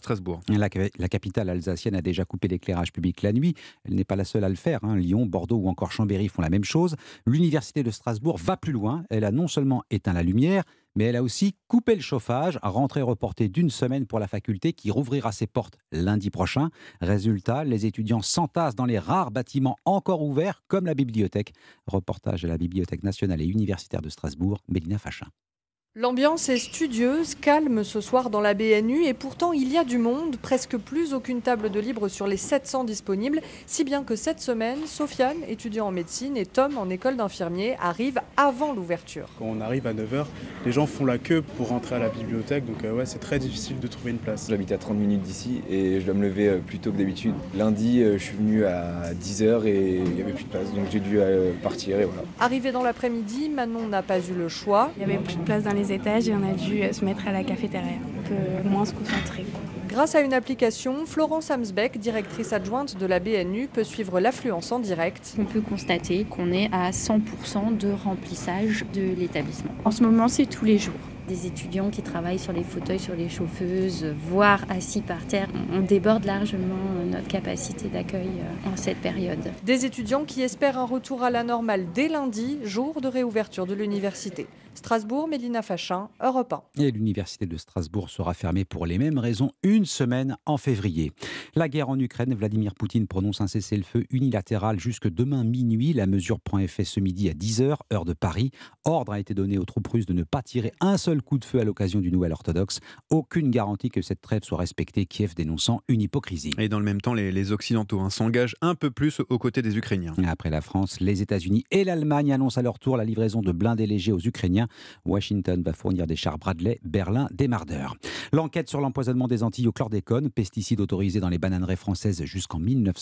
Speaker 1: Strasbourg.
Speaker 20: La capitale alsacienne a déjà coupé l'éclairage public la nuit. Elle n'est pas la seule à le faire. Lyon, Bordeaux ou encore Chambéry font la même chose. L'université de Strasbourg va plus loin. Elle a non seulement éteint la lumière, mais elle a aussi coupé le chauffage. Rentrée reportée d'une semaine pour la faculté qui rouvrira ses portes lundi prochain. Résultat, les étudiants s'entassent dans les rares bâtiments encore ouverts, comme la bibliothèque. Reportage à la Bibliothèque nationale et universitaire de Strasbourg, Mélina Fachin.
Speaker 5: L'ambiance est studieuse, calme ce soir dans la BNU et pourtant il y a du monde, presque plus aucune table de libre sur les 700 disponibles, si bien que cette semaine, Sofiane, étudiant en médecine, et Tom, en école d'infirmier, arrivent avant l'ouverture.
Speaker 7: Quand on arrive à 9h, les gens font la queue pour rentrer à la bibliothèque, donc c'est très difficile de trouver une place.
Speaker 9: J'habite à 30 minutes d'ici et je dois me lever plus tôt que d'habitude. Lundi, je suis venu à 10h et il n'y avait plus de place, donc j'ai dû partir et voilà.
Speaker 5: Arrivé dans l'après-midi, Manon n'a pas eu le choix.
Speaker 10: Il n'y avait plus de place dans les étages et on a dû se mettre à la cafétéria, un peu moins se concentrer.
Speaker 5: Grâce à une application, Florence Hamsbeck, directrice adjointe de la BNU, peut suivre l'affluence en direct.
Speaker 25: On peut constater qu'on est à 100% de remplissage de l'établissement. En ce moment, c'est tous les jours. Des étudiants qui travaillent sur les fauteuils, sur les chauffeuses, voire assis par terre. On déborde largement notre capacité d'accueil en cette période.
Speaker 5: Des étudiants qui espèrent un retour à la normale dès lundi, jour de réouverture de l'université. Strasbourg, Mélina Fachin, Europe 1.
Speaker 20: Et l'université de Strasbourg sera fermée pour les mêmes raisons une semaine en février. La guerre en Ukraine, Vladimir Poutine prononce un cessez-le-feu unilatéral jusque demain minuit. La mesure prend effet ce midi à 10h, heure de Paris. Ordre a été donné aux troupes russes de ne pas tirer un seul coup de feu à l'occasion du Nouvel Orthodoxe. Aucune garantie que cette trêve soit respectée, Kiev dénonçant une hypocrisie.
Speaker 1: Et dans le même temps, les Occidentaux s'engagent un peu plus aux côtés des Ukrainiens.
Speaker 20: Après la France, les États-Unis et l'Allemagne annoncent à leur tour la livraison de blindés légers aux Ukrainiens. Washington va fournir des chars Bradley, Berlin des Marder. L'enquête sur l'empoisonnement des Antilles au chlordécone, pesticide autorisé dans les bananeraies françaises jusqu'en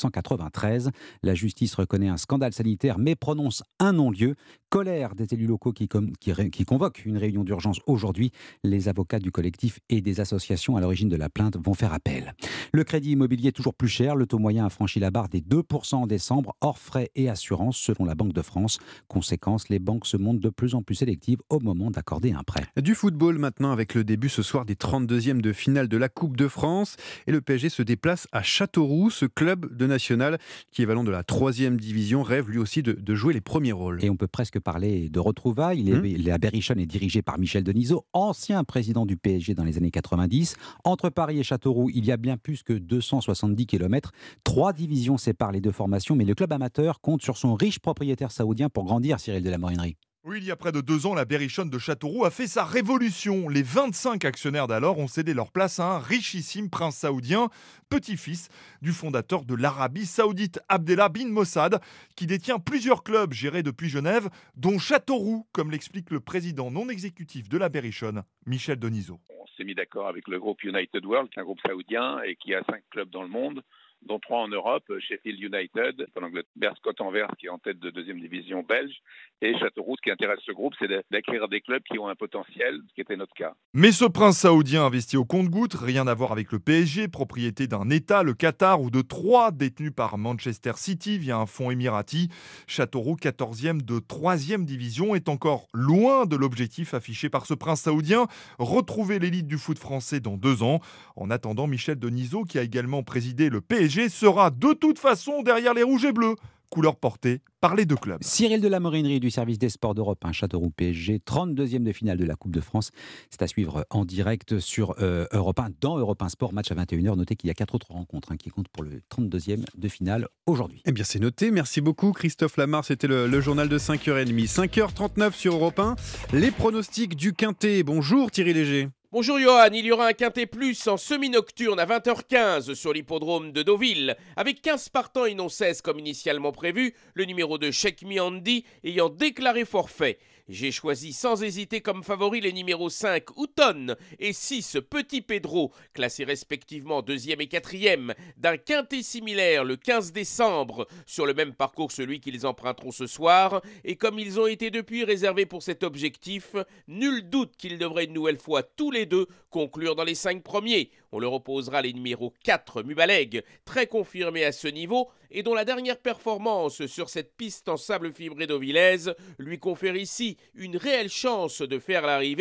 Speaker 20: 1993. La justice reconnaît un scandale sanitaire mais prononce un non-lieu. Colère des élus locaux qui convoquent une réunion d'urgence aujourd'hui. Les avocats du collectif et des associations à l'origine de la plainte vont faire appel. Le crédit immobilier toujours plus cher. Le taux moyen a franchi la barre des 2% en décembre, hors frais et assurances, selon la Banque de France. Conséquence, les banques se montrent de plus en plus sélectives au moment d'accorder un prêt.
Speaker 1: Du football maintenant avec le début ce soir des 32e de finale de la Coupe de France. Et le PSG se déplace à Châteauroux. Ce club de national, qui est valant de la 3e division, rêve lui aussi de jouer les premiers rôles.
Speaker 20: Et on peut presque parler de retrouvailles. La Berrichonne est dirigée par Michel Denisot, ancien président du PSG dans les années 90. Entre Paris et Châteauroux, il y a bien plus que 270 km. 3 divisions séparent les deux formations, mais le club amateur compte sur son riche propriétaire saoudien pour grandir, Cyril de la Morinerie.
Speaker 26: Oui, il y a près de 2 ans, la Berrichonne de Châteauroux a fait sa révolution. Les 25 actionnaires d'alors ont cédé leur place à un richissime prince saoudien, petit-fils du fondateur de l'Arabie saoudite, Abdellah bin Mossad, qui détient plusieurs clubs gérés depuis Genève, dont Châteauroux, comme l'explique le président non exécutif de la Berrichonne, Michel Denisot.
Speaker 17: On s'est mis d'accord avec le groupe United World, qui est un groupe saoudien et qui a 5 clubs dans le monde, dont 3 en Europe, Sheffield United, en Angleterre, Scott Anvers qui est en tête de 2e division belge, et Châteauroux. Ce qui intéresse ce groupe, c'est d'acquérir des clubs qui ont un potentiel, ce qui était notre cas.
Speaker 26: Mais ce prince saoudien investit au compte-gouttes, rien à voir avec le PSG, propriété d'un État, le Qatar, ou de 3 détenus par Manchester City via un fonds émirati. Châteauroux, 14e de 3e division, est encore loin de l'objectif affiché par ce prince saoudien, retrouver l'élite du foot français dans 2 ans. En attendant, Michel Denisot, qui a également présidé le PSG, sera de toute façon derrière les rouges et bleus, couleur portée par les 2 clubs.
Speaker 20: Cyril de la Morinerie du service des sports d'Europe 1, Châteauroux PSG, 32e de finale de la Coupe de France. C'est à suivre en direct sur Europe 1, dans Europe 1 Sport, match à 21h. Notez qu'il y a 4 autres rencontres qui comptent pour le 32e de finale aujourd'hui.
Speaker 1: Eh bien c'est noté, merci beaucoup Christophe Lamar, c'était le journal de 5h30. 5h39 sur Europe 1, les pronostics du Quintet. Bonjour Thierry Léger.
Speaker 19: Bonjour Johan, il y aura un Quintet Plus en semi-nocturne à 20h15 sur l'hippodrome de Deauville. Avec 15 partants et non 16 comme initialement prévu, le numéro 2 Cheikh Me Andy ayant déclaré forfait. J'ai choisi sans hésiter comme favori les numéros 5 Houton et 6 Petit Pedro, classés respectivement 2e et 4e, d'un quintet similaire le 15 décembre, sur le même parcours celui qu'ils emprunteront ce soir, et comme ils ont été depuis réservés pour cet objectif, nul doute qu'ils devraient une nouvelle fois tous les deux conclure dans les 5 premiers. On leur opposera les numéros 4 Mubaleg, très confirmé à ce niveau, et dont la dernière performance sur cette piste en sable fibré d'Auvillaise lui confère ici une réelle chance de faire l'arrivée,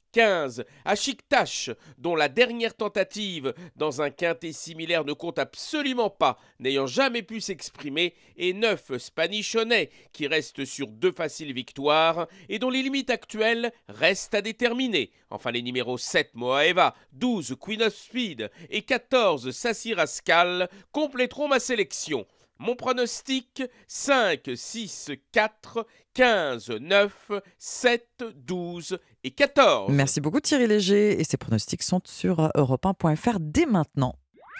Speaker 19: 15. Achiktash, dont la dernière tentative dans un quintet similaire ne compte absolument pas, n'ayant jamais pu s'exprimer. Et 9. Spanichonnet, qui reste sur 2 faciles victoires et dont les limites actuelles restent à déterminer. Enfin, les numéros 7. Moaeva, 12. Queen of Speed et 14. Sassy Rascal compléteront ma sélection. Mon pronostic, 5, 6, 4, 15, 9, 7, 12 et 14.
Speaker 14: Merci beaucoup Thierry Léger et ses pronostics sont sur europe1.fr dès maintenant.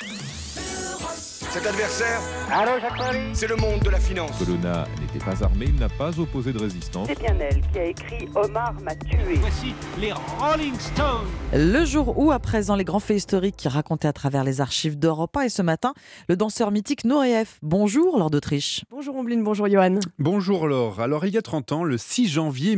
Speaker 11: Cet adversaire, c'est le monde de la finance.
Speaker 12: Colonna n'était pas armé, il n'a pas opposé de résistance.
Speaker 13: C'est bien elle qui a écrit « Omar m'a tué ».
Speaker 15: Voici les Rolling Stones.
Speaker 14: Le jour où, à présent, les grands faits historiques qui racontaient à travers les archives d'Europe 1 et ce matin, le danseur mythique Nureyev. Bonjour Laure d'Autriche.
Speaker 16: Bonjour Ombline, bonjour Johan.
Speaker 1: Bonjour Laure. Alors il y a 30 ans, le 6 janvier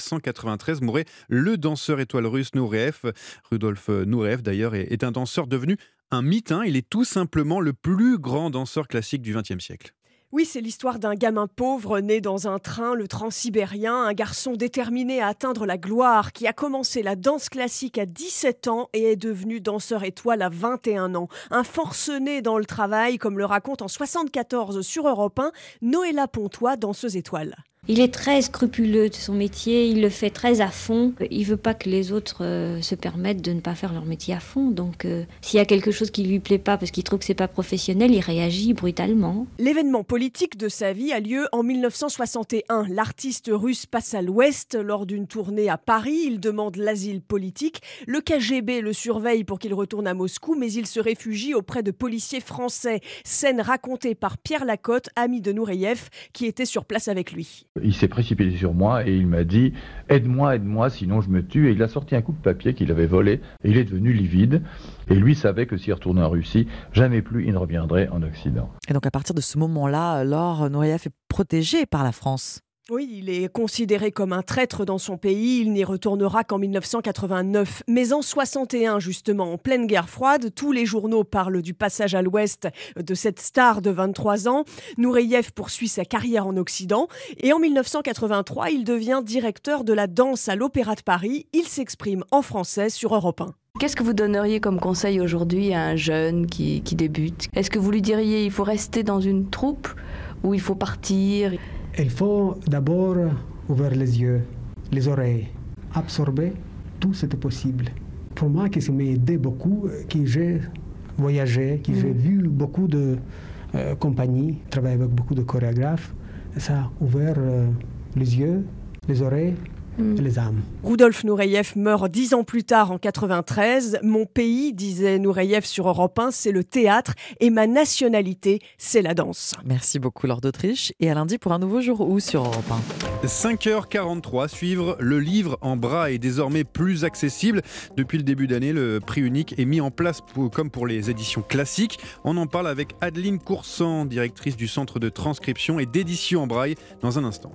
Speaker 1: 1993, mourait le danseur étoile russe Nureyev. Rudolf Nureyev d'ailleurs est un danseur devenu un mythe, il est tout simplement le plus grand danseur classique du XXe siècle.
Speaker 16: Oui, c'est l'histoire d'un gamin pauvre né dans un train, le transsibérien, un garçon déterminé à atteindre la gloire qui a commencé la danse classique à 17 ans et est devenu danseur étoile à 21 ans. Un forcené dans le travail, comme le raconte en 1974 sur Europe 1, Noëlla Pontois, danseuse étoile.
Speaker 18: Il est très scrupuleux de son métier, il le fait très à fond. Il ne veut pas que les autres se permettent de ne pas faire leur métier à fond. Donc s'il y a quelque chose qui ne lui plaît pas parce qu'il trouve que ce n'est pas professionnel, il réagit brutalement.
Speaker 16: L'événement politique de sa vie a lieu en 1961. L'artiste russe passe à l'ouest lors d'une tournée à Paris. Il demande l'asile politique. Le KGB le surveille pour qu'il retourne à Moscou, mais il se réfugie auprès de policiers français. Scène racontée par Pierre Lacotte, ami de Nureyev, qui était sur place avec lui.
Speaker 27: Il s'est précipité sur moi et il m'a dit « Aide-moi, sinon je me tue ». Et il a sorti un coup de papier qu'il avait volé et il est devenu livide. Et lui savait que s'il retournait en Russie, jamais plus il ne reviendrait en Occident.
Speaker 14: Et donc à partir de ce moment-là, Laure, Nureyev est protégé par la France.
Speaker 16: Oui, il est considéré comme un traître dans son pays. Il n'y retournera qu'en 1989. Mais en 61, justement, en pleine guerre froide, tous les journaux parlent du passage à l'Ouest de cette star de 23 ans. Nureyev poursuit sa carrière en Occident. Et en 1983, il devient directeur de la danse à l'Opéra de Paris. Il s'exprime en français sur Europe 1.
Speaker 28: Qu'est-ce que vous donneriez comme conseil aujourd'hui à un jeune qui débute ? Est-ce que vous lui diriez il faut rester dans une troupe ou il faut partir ?
Speaker 29: Il faut d'abord ouvrir les yeux, les oreilles, absorber tout ce qui est possible. Pour moi, qui m'a aidé beaucoup, que j'ai voyagé, que j'ai vu beaucoup de compagnies, travaillé avec beaucoup de chorégraphes, ça a ouvert les yeux, les oreilles et les âmes.
Speaker 16: Rudolf Nureyev meurt 10 ans plus tard en 93. Mon pays, disait Nureyev sur Europe 1, c'est le théâtre et ma nationalité, c'est la danse.
Speaker 14: Merci beaucoup Laure d'Autriche et à lundi pour un nouveau jour où sur Europe
Speaker 1: 1. 5h43, suivre le livre en braille est désormais plus accessible. Depuis le début d'année, le prix unique est mis en place comme pour les éditions classiques. On en parle avec Adeline Coursan, directrice du Centre de transcription et d'édition en braille, dans un instant.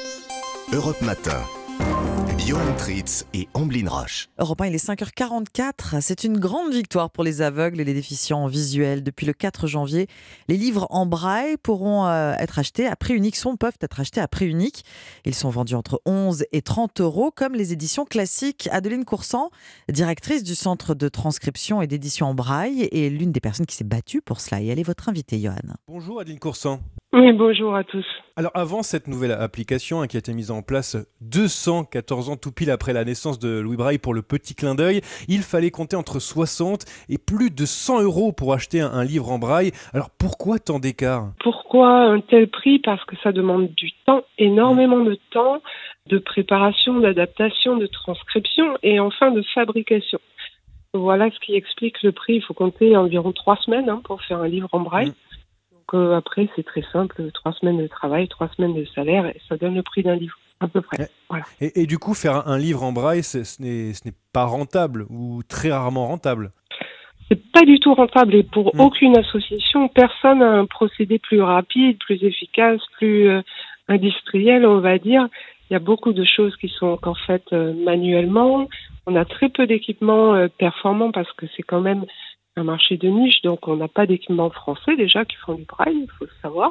Speaker 3: Europe Matin. Johan Tritz et Ombline Roche.
Speaker 14: Europe 1, il est 5h44. C'est une grande victoire pour les aveugles et les déficients visuels. Depuis le 4 janvier, les livres en braille pourront être achetés à prix unique, peuvent être achetés à prix unique. Ils sont vendus entre 11 et 30 euros, comme les éditions classiques. Adeline Coursan, directrice du Centre de transcription et d'édition en braille, est l'une des personnes qui s'est battue pour cela. Et elle est votre invitée, Johan.
Speaker 1: Bonjour Adeline Coursan.
Speaker 30: Oui, bonjour à tous.
Speaker 1: Alors avant cette nouvelle application qui a été mise en place 214 ans tout pile après la naissance de Louis Braille pour le petit clin d'œil, il fallait compter entre 60 et plus de 100 euros pour acheter un livre en braille. Alors pourquoi tant d'écart ?
Speaker 30: Pourquoi un tel prix ? Parce que ça demande du temps, énormément de temps, de préparation, d'adaptation, de transcription et enfin de fabrication. Voilà ce qui explique le prix. Il faut compter environ 3 semaines pour faire un livre en braille. Après, c'est très simple, 3 semaines de travail, 3 semaines de salaire, et ça donne le prix d'un livre, à peu près. Voilà.
Speaker 1: Et du coup, faire un livre en braille, ce n'est pas rentable, ou très rarement rentable.
Speaker 30: C'est pas du tout rentable, et pour aucune association, personne n'a un procédé plus rapide, plus efficace, plus industriel, on va dire. Il y a beaucoup de choses qui sont encore faites manuellement. On a très peu d'équipements performants, parce que c'est quand même un marché de niche, donc on n'a pas d'équipements français déjà qui font du braille, il faut le savoir.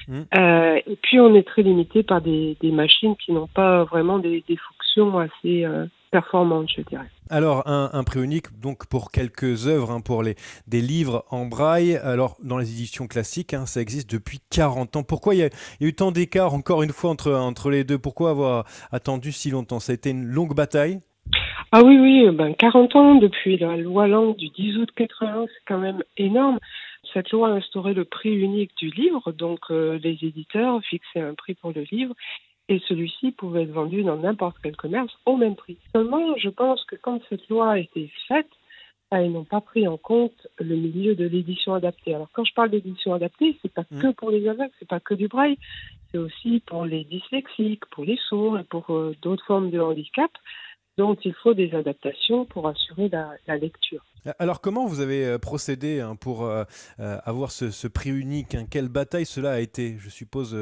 Speaker 30: Et puis on est très limité par des machines qui n'ont pas vraiment des fonctions assez performante, je dirais.
Speaker 1: Alors, un prix unique donc pour quelques œuvres, pour des livres en braille. Alors, dans les éditions classiques, ça existe depuis 40 ans. Pourquoi il y a eu tant d'écart, encore une fois, entre les deux? Pourquoi avoir attendu si longtemps? Ça a été une longue bataille?
Speaker 30: Ah oui, 40 ans depuis la loi Lang du 10 août 81, c'est quand même énorme. Cette loi a instauré le prix unique du livre, donc les éditeurs fixaient un prix pour le livre et celui-ci pouvait être vendu dans n'importe quel commerce au même prix. Seulement, je pense que quand cette loi a été faite, ils n'ont pas pris en compte le milieu de l'édition adaptée. Alors quand je parle d'édition adaptée, c'est pas que pour les aveugles, c'est pas que du braille, c'est aussi pour les dyslexiques, pour les sourds et pour d'autres formes de handicap. Donc il faut des adaptations pour assurer la lecture.
Speaker 1: Alors comment vous avez procédé pour avoir ce prix unique? Quelle bataille cela a été? Je suppose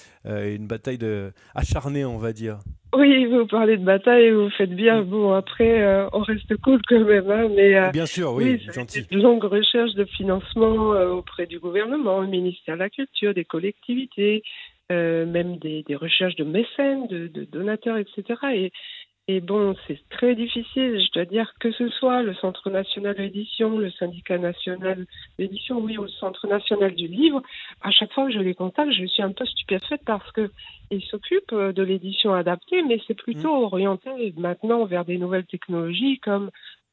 Speaker 1: une bataille acharnée, on va dire.
Speaker 30: Oui, vous parlez de bataille, vous faites bien. Bon, après, on reste cool quand même. Mais,
Speaker 1: bien sûr, oui,
Speaker 30: gentil. De longues recherches de financement auprès du gouvernement, le ministère de la Culture, des collectivités, même des recherches de mécènes, de donateurs, etc. Et bon, c'est très difficile, je dois dire, que ce soit le Centre national d'édition, le syndicat national d'édition, oui, ou le Centre national du livre. À chaque fois que je les contacte, je suis un peu stupéfaite parce qu'ils s'occupent de l'édition adaptée, mais c'est plutôt orienté maintenant vers des nouvelles technologies comme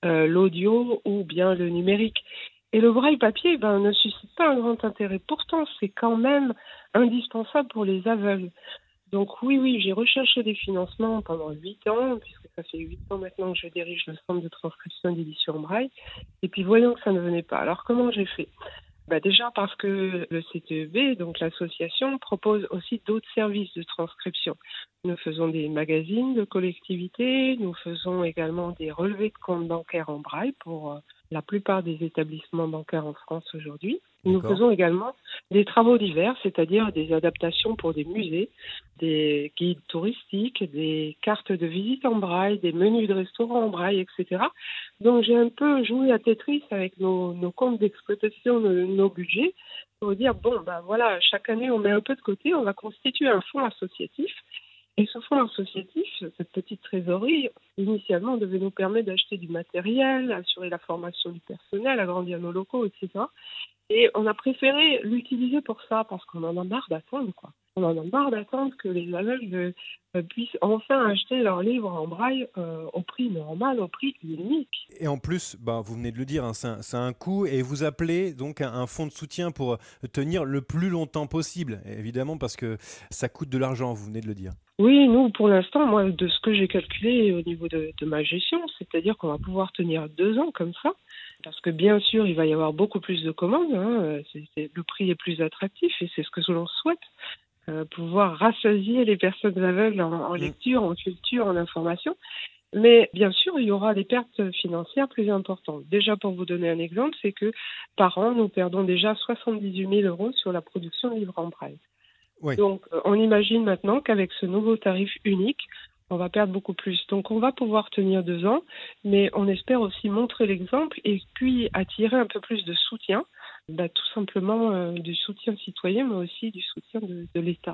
Speaker 30: l'audio ou bien le numérique. Et le braille papier ne suscite pas un grand intérêt. Pourtant, c'est quand même indispensable pour les aveugles. Donc oui, j'ai recherché des financements pendant 8 ans, puisque ça fait 8 ans maintenant que je dirige le centre de transcription d'édition braille. Et puis voyons que ça ne venait pas. Alors comment j'ai fait? Déjà parce que le CTEB, donc l'association, propose aussi d'autres services de transcription. Nous faisons des magazines de collectivité, nous faisons également des relevés de comptes bancaires en braille pour la plupart des établissements bancaires en France aujourd'hui. Nous faisons également des travaux divers, c'est-à-dire des adaptations pour des musées, des guides touristiques, des cartes de visite en braille, des menus de restaurants en braille, etc. Donc j'ai un peu joué à Tetris avec nos comptes d'exploitation, nos budgets, pour dire, voilà, chaque année on met un peu de côté, on va constituer un fonds associatif. Et ce fonds associatif, cette petite trésorerie, initialement devait nous permettre d'acheter du matériel, assurer la formation du personnel, agrandir nos locaux, etc. Et on a préféré l'utiliser pour ça, parce qu'on en a marre d'attendre, quoi. On en a marre d'attendre que les aveugles puissent enfin acheter leurs livres en braille au prix normal, au prix unique.
Speaker 1: Et en plus, vous venez de le dire, c'est un coût, et vous appelez donc un fonds de soutien pour tenir le plus longtemps possible, évidemment, parce que ça coûte de l'argent, vous venez de le dire.
Speaker 30: Oui, nous, pour l'instant, moi, de ce que j'ai calculé au niveau de ma gestion, c'est-à-dire qu'on va pouvoir tenir 2 ans comme ça, parce que bien sûr, il va y avoir beaucoup plus de commandes, le prix est plus attractif et c'est ce que l'on souhaite, pouvoir rassasier les personnes aveugles en lecture, en culture, en information. Mais bien sûr, il y aura des pertes financières plus importantes. Déjà, pour vous donner un exemple, c'est que par an, nous perdons déjà 78 000 € sur la production de livres en braille. Oui. Donc, on imagine maintenant qu'avec ce nouveau tarif unique, on va perdre beaucoup plus. Donc, on va pouvoir tenir 2 ans, mais on espère aussi montrer l'exemple et puis attirer un peu plus de soutien, tout simplement du soutien citoyen, mais aussi du soutien de l'État.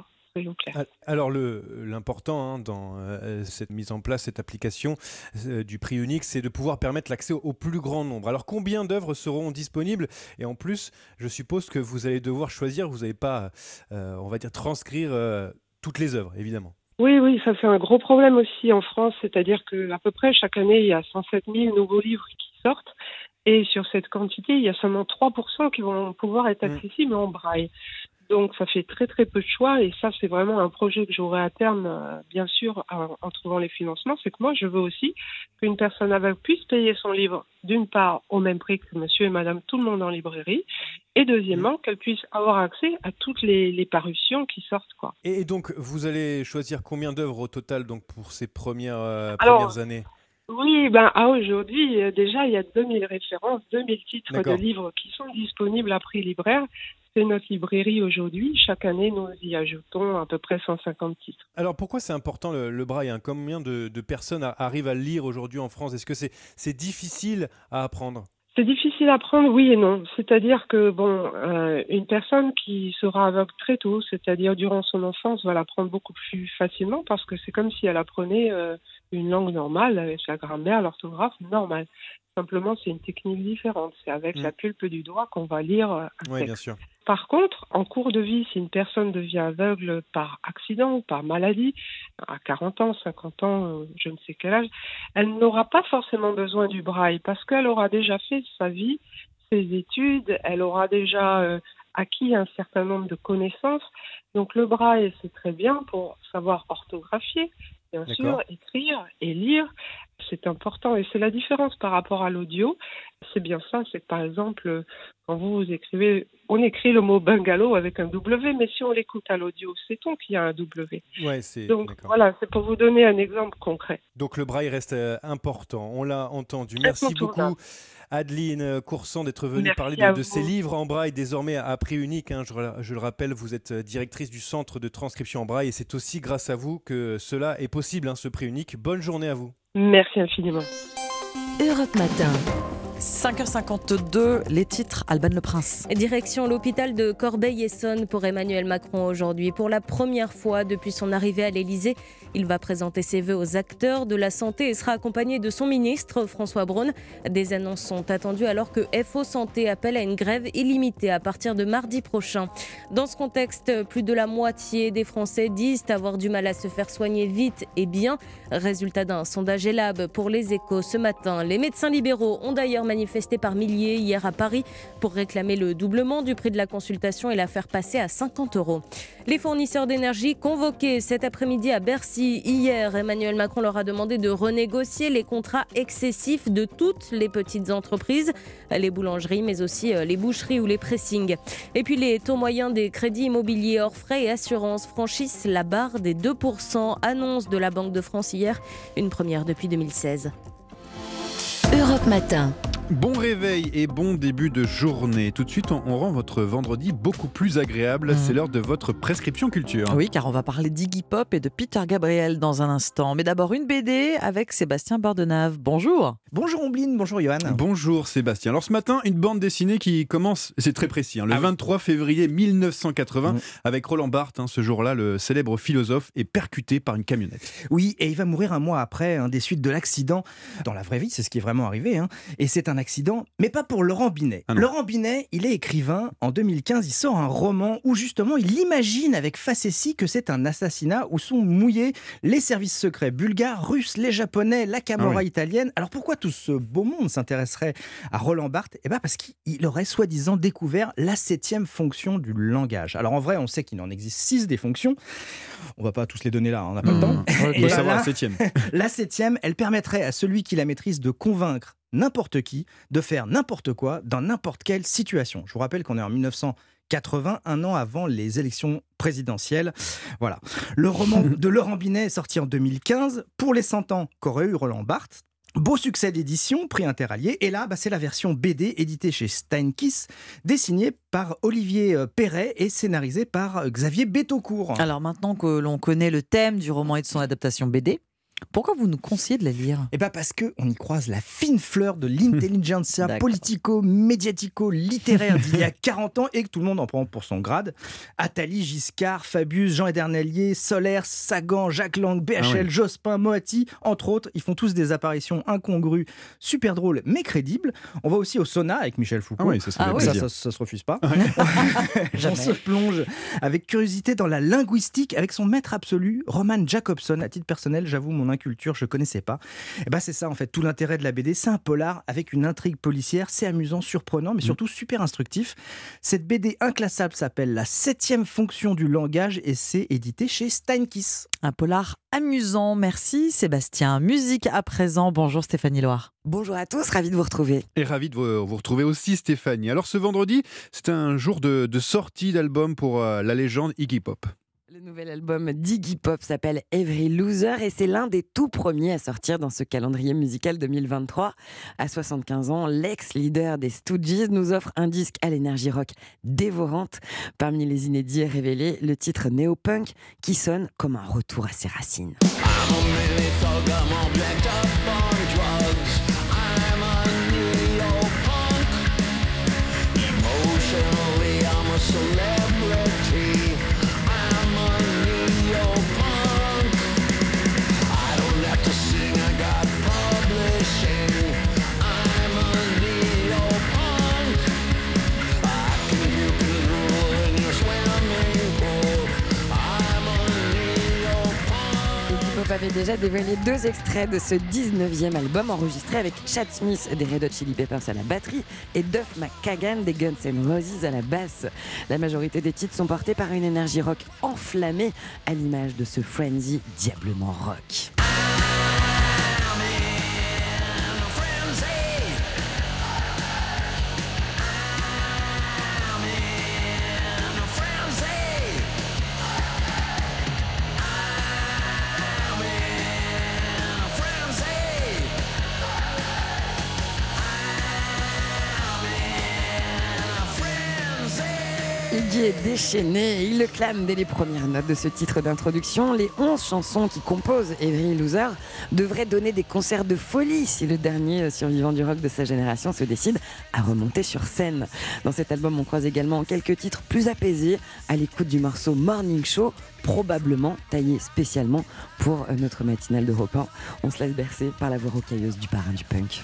Speaker 1: Alors l'important dans cette mise en place, cette application du prix unique, c'est de pouvoir permettre l'accès au plus grand nombre. Alors combien d'œuvres seront disponibles? Et en plus, je suppose que vous allez devoir choisir, vous n'allez pas, on va dire, transcrire toutes les œuvres, évidemment.
Speaker 30: Oui, ça c'est un gros problème aussi en France, c'est-à-dire qu'à peu près chaque année, il y a 107 000 nouveaux livres qui sortent. Et sur cette quantité, il y a seulement 3% qui vont pouvoir être accessibles en braille. Donc, ça fait très, très peu de choix. Et ça, c'est vraiment un projet que j'aurai à terme, bien sûr, en trouvant les financements. C'est que moi, je veux aussi qu'une personne aveugle puisse payer son livre, d'une part, au même prix que monsieur et madame, tout le monde en librairie. Et deuxièmement, qu'elle puisse avoir accès à toutes les parutions qui sortent, quoi.
Speaker 1: Et donc, vous allez choisir combien d'œuvres au total donc, pour ces premières années?
Speaker 30: Oui, à aujourd'hui, déjà, il y a 2000 références, 2000 titres de livres qui sont disponibles à prix libraire. C'est notre librairie aujourd'hui. Chaque année, nous y ajoutons à peu près 150 titres.
Speaker 1: Alors, pourquoi c'est important le braille? Combien de personnes arrivent à le lire aujourd'hui en France? Est-ce que c'est difficile à apprendre?
Speaker 30: C'est difficile à apprendre, oui et non. C'est-à-dire que, une personne qui sera aveugle très tôt, c'est-à-dire durant son enfance, va l'apprendre beaucoup plus facilement parce que c'est comme si elle apprenait une langue normale, avec la grammaire, l'orthographe normale. Simplement, c'est une technique différente. C'est avec la pulpe du doigt qu'on va lire un texte.
Speaker 1: Bien sûr.
Speaker 30: Par contre, en cours de vie, si une personne devient aveugle par accident ou par maladie, à 40 ans, 50 ans, je ne sais quel âge, elle n'aura pas forcément besoin du braille parce qu'elle aura déjà fait sa vie, ses études, elle aura déjà acquis un certain nombre de connaissances. Donc le braille, c'est très bien pour savoir orthographier, bien sûr, écrire et lire. C'est important et c'est la différence par rapport à l'audio. C'est bien ça, c'est que par exemple, quand vous écrivez, on écrit le mot bungalow avec un W, mais si on l'écoute à l'audio, sait-on qu'il y a un W. Donc voilà, c'est pour vous donner un exemple concret.
Speaker 1: Donc le braille reste important, on l'a entendu. Merci beaucoup Adeline Coursan d'être venue parler de ces livres en braille, désormais à prix unique. Je le rappelle, vous êtes directrice du Centre de transcription en braille et c'est aussi grâce à vous que cela est possible, ce prix unique. Bonne journée à vous.
Speaker 30: Merci infiniment.
Speaker 2: Europe Matin.
Speaker 14: 5h52, les titres, Alban Le Prince.
Speaker 2: Direction l'hôpital de Corbeil-Essonnes pour Emmanuel Macron aujourd'hui. Pour la première fois depuis son arrivée à l'Elysée, il va présenter ses vœux aux acteurs de la santé et sera accompagné de son ministre François Braun. Des annonces sont attendues alors que FO Santé appelle à une grève illimitée à partir de mardi prochain. Dans ce contexte, plus de la moitié des Français disent avoir du mal à se faire soigner vite et bien. Résultat d'un sondage Elab pour Les Échos ce matin. Les médecins libéraux ont d'ailleurs manifesté par milliers hier à Paris pour réclamer le doublement du prix de la consultation et la faire passer à 50 €. Les fournisseurs d'énergie convoqués cet après-midi à Bercy. Hier, Emmanuel Macron leur a demandé de renégocier les contrats excessifs de toutes les petites entreprises, les boulangeries, mais aussi les boucheries ou les pressings. Et puis les taux moyens des crédits immobiliers hors frais et assurances franchissent la barre des 2%, annonce de la Banque de France hier, une première depuis 2016. Europe Matin.
Speaker 1: Bon réveil et bon début de journée. Tout de suite, on rend votre vendredi beaucoup plus agréable. C'est l'heure de votre prescription culture.
Speaker 14: Oui, car on va parler d'Iggy Pop et de Peter Gabriel dans un instant. Mais d'abord, une BD avec Sébastien Bordenave. Bonjour.
Speaker 4: Bonjour Ombline, bonjour Johan.
Speaker 1: Bonjour Sébastien. Alors ce matin, une bande dessinée qui commence, c'est très précis, le 23 février 1980, avec Roland Barthes. Ce jour-là, le célèbre philosophe est percuté par une camionnette.
Speaker 4: Oui, et il va mourir un mois après des suites de l'accident. Dans la vraie vie, c'est ce qui est vraiment arrivé. Et c'est un accident, mais pas pour Laurent Binet. Laurent Binet, il est écrivain. En 2015, il sort un roman où justement il imagine avec facétie que c'est un assassinat où sont mouillés les services secrets bulgares, russes, les japonais, la Camorra italienne. Alors pourquoi tout ce beau monde s'intéresserait à Roland Barthes ? Parce qu'il aurait soi-disant découvert la 7e fonction du langage. Alors en vrai, on sait qu'il en existe 6 des fonctions. On va pas tous les donner là, on n'a pas le temps.
Speaker 1: Il faut savoir la 7e.
Speaker 4: La 7e, elle permettrait à celui qui la maîtrise de convaincre n'importe qui de faire n'importe quoi dans n'importe quelle situation. Je vous rappelle qu'on est en 1980, un an avant les élections présidentielles. Voilà. Le roman de Laurent Binet est sorti en 2015 pour les 100 ans qu'aurait eu Roland Barthes. Beau succès d'édition, prix Interallié. Et là, c'est la version BD éditée chez Steinkiss, dessinée par Olivier Perret et scénarisée par Xavier Betaucourt.
Speaker 14: Alors maintenant que l'on connaît le thème du roman et de son adaptation BD, pourquoi vous nous conseillez de la lire ?
Speaker 4: Parce qu'on y croise la fine fleur de l'intelligentsia politico-médiatico-littéraire d'il y a 40 ans et que tout le monde en prend pour son grade. Attali, Giscard, Fabius, Jean Edernalier, Solers, Sagan, Jacques Lang, BHL, Jospin, Moatti, entre autres, ils font tous des apparitions incongrues, super drôles mais crédibles. On va aussi au sauna avec Michel Foucault.
Speaker 1: Ça
Speaker 4: se refuse pas. On se plonge avec curiosité dans la linguistique avec son maître absolu, Roman Jacobson. À titre personnel, j'avoue, mon inculture, je connaissais pas. C'est ça en fait, tout l'intérêt de la BD, c'est un polar avec une intrigue policière, c'est amusant, surprenant, mais surtout super instructif. Cette BD inclassable s'appelle La 7e fonction du langage et c'est édité chez Steinkiss.
Speaker 14: Un polar amusant, merci Sébastien. Musique à présent, bonjour Stéphanie Loire.
Speaker 6: Bonjour à tous, ravi de vous retrouver.
Speaker 1: Et ravi de vous retrouver aussi Stéphanie. Alors ce vendredi, c'est un jour de sortie d'album pour la légende Iggy Pop.
Speaker 6: Le nouvel album d'Iggy Pop s'appelle Every Loser et c'est l'un des tout premiers à sortir dans ce calendrier musical 2023. À 75 ans, l'ex-leader des Stooges nous offre un disque à l'énergie rock dévorante. Parmi les inédits révélés, le titre néo-punk qui sonne comme un retour à ses racines.
Speaker 7: To see
Speaker 6: avait déjà dévoilé 2 extraits de ce 19e album enregistré avec Chad Smith des Red Hot Chili Peppers à la batterie et Duff McKagan des Guns N' Roses à la basse. La majorité des titres sont portés par une énergie rock enflammée à l'image de ce Frenzy diablement rock. Iggy est déchaîné et il le clame dès les premières notes de ce titre d'introduction. Les 11 chansons qui composent Every Loser devraient donner des concerts de folie si le dernier survivant du rock de sa génération se décide à remonter sur scène. Dans cet album, on croise également quelques titres plus apaisés à l'écoute du morceau Morning Show, probablement taillé spécialement pour notre matinale d'Europe 1. On se laisse bercer par la voix rocailleuse du parrain du punk.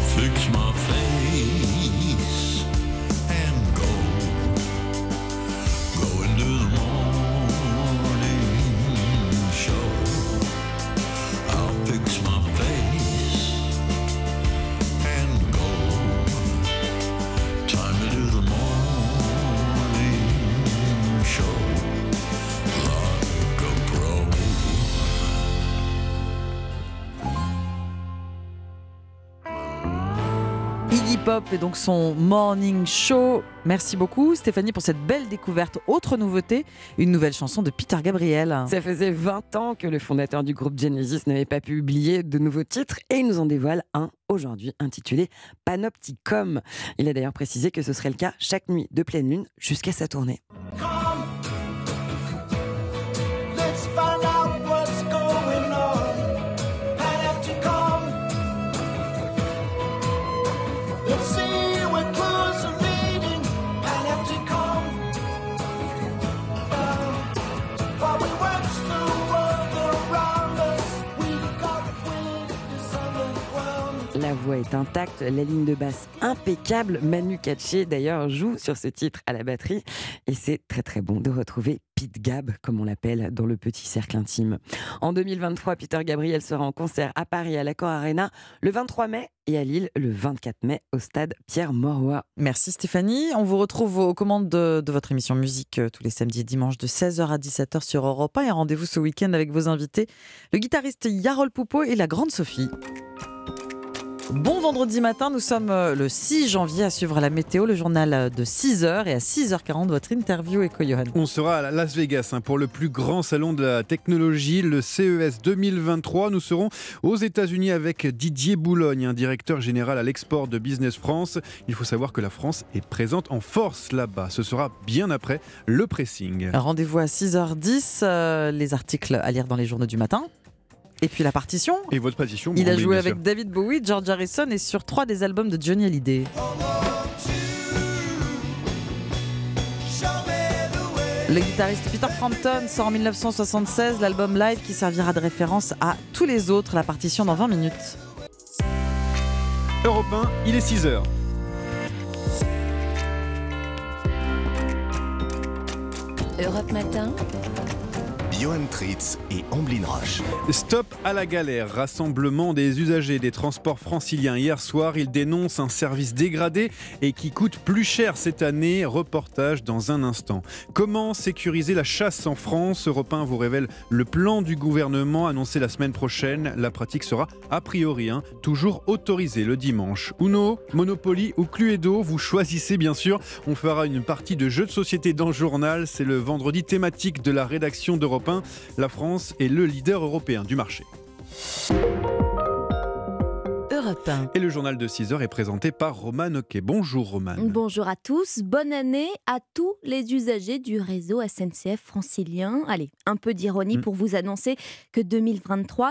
Speaker 14: Iggy Pop et donc son Morning Show. Merci beaucoup Stéphanie pour cette belle découverte. Autre nouveauté, une nouvelle chanson de Peter Gabriel.
Speaker 6: Ça faisait 20 ans que le fondateur du groupe Genesis n'avait pas publié de nouveaux titres et il nous en dévoile un aujourd'hui intitulé Panopticon. Il a d'ailleurs précisé que ce serait le cas chaque nuit de pleine lune jusqu'à sa tournée. La voix est intacte, la ligne de basse impeccable. Manu Katché d'ailleurs joue sur ce titre à la batterie et c'est très très bon de retrouver Pete Gab, comme on l'appelle dans le petit cercle intime. En 2023, Peter Gabriel sera en concert à Paris à l'Accor Arena le 23 mai et à Lille le 24 mai au stade Pierre-Mauroy.
Speaker 14: Merci Stéphanie. On vous retrouve aux commandes de votre émission musique tous les samedis et dimanches de 16h à 17h sur Europe 1 et rendez-vous ce week-end avec vos invités, le guitariste Yarol Poupeau et la grande Sophie. Bon vendredi matin, nous sommes le 6 janvier à suivre la météo, le journal de 6h et à 6h40 votre interview Éco-Johan.
Speaker 1: On sera à Las Vegas pour le plus grand salon de la technologie, le CES 2023. Nous serons aux États-Unis avec Didier Boulogne, directeur général à l'export de Business France. Il faut savoir que la France est présente en force là-bas. Ce sera bien après le pressing.
Speaker 14: Rendez-vous à 6h10, les articles à lire dans les journaux du matin. Et puis la partition.
Speaker 1: Et votre partition.
Speaker 14: Il a joué avec David Bowie, George Harrison et sur 3 des albums de Johnny Hallyday. Le guitariste Peter Frampton sort en 1976 l'album Live qui servira de référence à tous les autres. La partition dans 20 minutes.
Speaker 1: Europe 1, il est 6h.
Speaker 2: Europe Matin.
Speaker 3: Johan Tritz et Amblin Roche.
Speaker 1: Stop à la galère. Rassemblement des usagers des transports franciliens hier soir. Ils dénoncent un service dégradé et qui coûte plus cher cette année. Reportage dans un instant. Comment sécuriser la chasse en France ? Europe 1 vous révèle le plan du gouvernement annoncé la semaine prochaine. La pratique sera a priori toujours autorisée le dimanche. Uno, Monopoly ou Cluedo, vous choisissez bien sûr. On fera une partie de jeux de société dans le journal. C'est le vendredi thématique de la rédaction d'Europe 1. La France est le leader européen du marché.
Speaker 2: Europe 1.
Speaker 1: Et le journal de 6h est présenté par Romane Oquet. Bonjour Romane.
Speaker 5: Bonjour à tous, bonne année à tous les usagers du réseau SNCF francilien. Allez, un peu d'ironie pour vous annoncer que 2023 sera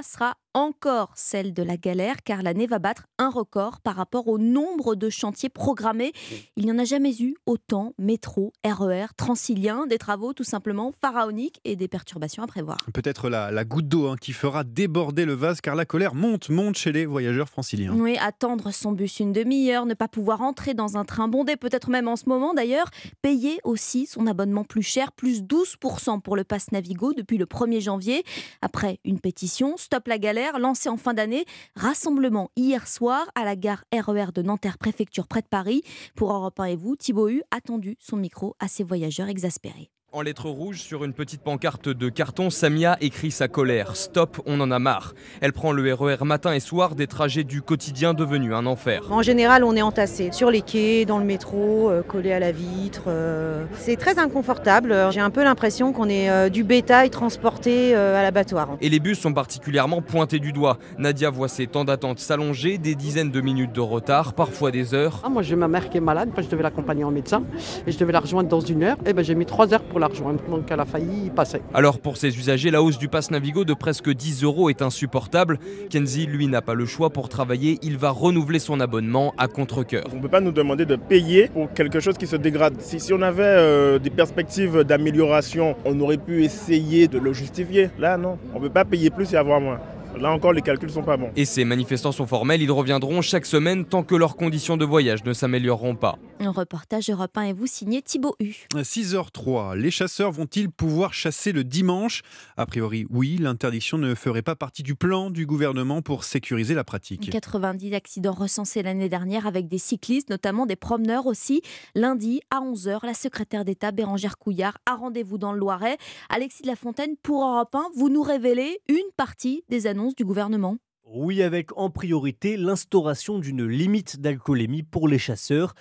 Speaker 5: encore celle de la galère, car l'année va battre un record par rapport au nombre de chantiers programmés. Il n'y en a jamais eu autant. Métro, RER, Transilien, des travaux tout simplement pharaoniques et des perturbations à prévoir.
Speaker 1: Peut-être la goutte d'eau qui fera déborder le vase, car la colère monte chez les voyageurs franciliens.
Speaker 5: Oui, attendre son bus une demi-heure, ne pas pouvoir entrer dans un train bondé, peut-être même en ce moment d'ailleurs, payer aussi son abonnement plus cher, plus 12% pour le pass Navigo depuis le 1er janvier. Après une pétition, Stop la galère, lancée en fin d'année, rassemblement hier soir à la gare RER de Nanterre Préfecture près de Paris. Pour Europe 1 et vous, Thibaut Hu a tendu son micro à ces voyageurs exaspérés.
Speaker 7: En lettres rouges, sur une petite pancarte de carton, Samia écrit sa colère. Stop, on en a marre. Elle prend le RER matin et soir, des trajets du quotidien devenus un enfer.
Speaker 8: En général, on est entassé sur les quais, dans le métro, collé à la vitre. C'est très inconfortable. J'ai un peu l'impression qu'on est du bétail transporté à l'abattoir.
Speaker 7: Et les bus sont particulièrement pointés du doigt. Nadia voit ses temps d'attente s'allonger, des dizaines de minutes de retard, parfois des heures.
Speaker 9: Moi, j'ai ma mère qui est malade, je devais l'accompagner en médecin et je devais la rejoindre dans 1 heure. Et j'ai mis 3 heures pour la rejoindre, donc elle a failli y passer.
Speaker 7: Alors pour ces usagers, la hausse du pass Navigo de presque 10 € est insupportable. Kenzie, lui, n'a pas le choix pour travailler. Il va renouveler son abonnement à contre-cœur.
Speaker 10: On ne peut pas nous demander de payer pour quelque chose qui se dégrade. Si on avait des perspectives d'amélioration, on aurait pu essayer de le justifier. Là, non. On ne peut pas payer plus et avoir moins. Là encore, les calculs sont pas bons.
Speaker 7: Et ces manifestants sont formels, ils reviendront chaque semaine tant que leurs conditions de voyage ne s'amélioreront pas.
Speaker 5: Un reportage Europe 1 et vous, signé Thibaut Hu.
Speaker 1: 6h03, les chasseurs vont-ils pouvoir chasser le dimanche ? A priori, oui, l'interdiction ne ferait pas partie du plan du gouvernement pour sécuriser la pratique.
Speaker 5: 90 accidents recensés l'année dernière avec des cyclistes, notamment des promeneurs aussi. Lundi, à 11h, la secrétaire d'État Bérangère Couillard a rendez-vous dans le Loiret. Alexis de la Fontaine, pour Europe 1, vous nous révélez une partie des annonces du gouvernement.
Speaker 17: Oui, avec en priorité l'instauration d'une limite d'alcoolémie pour les chasseurs,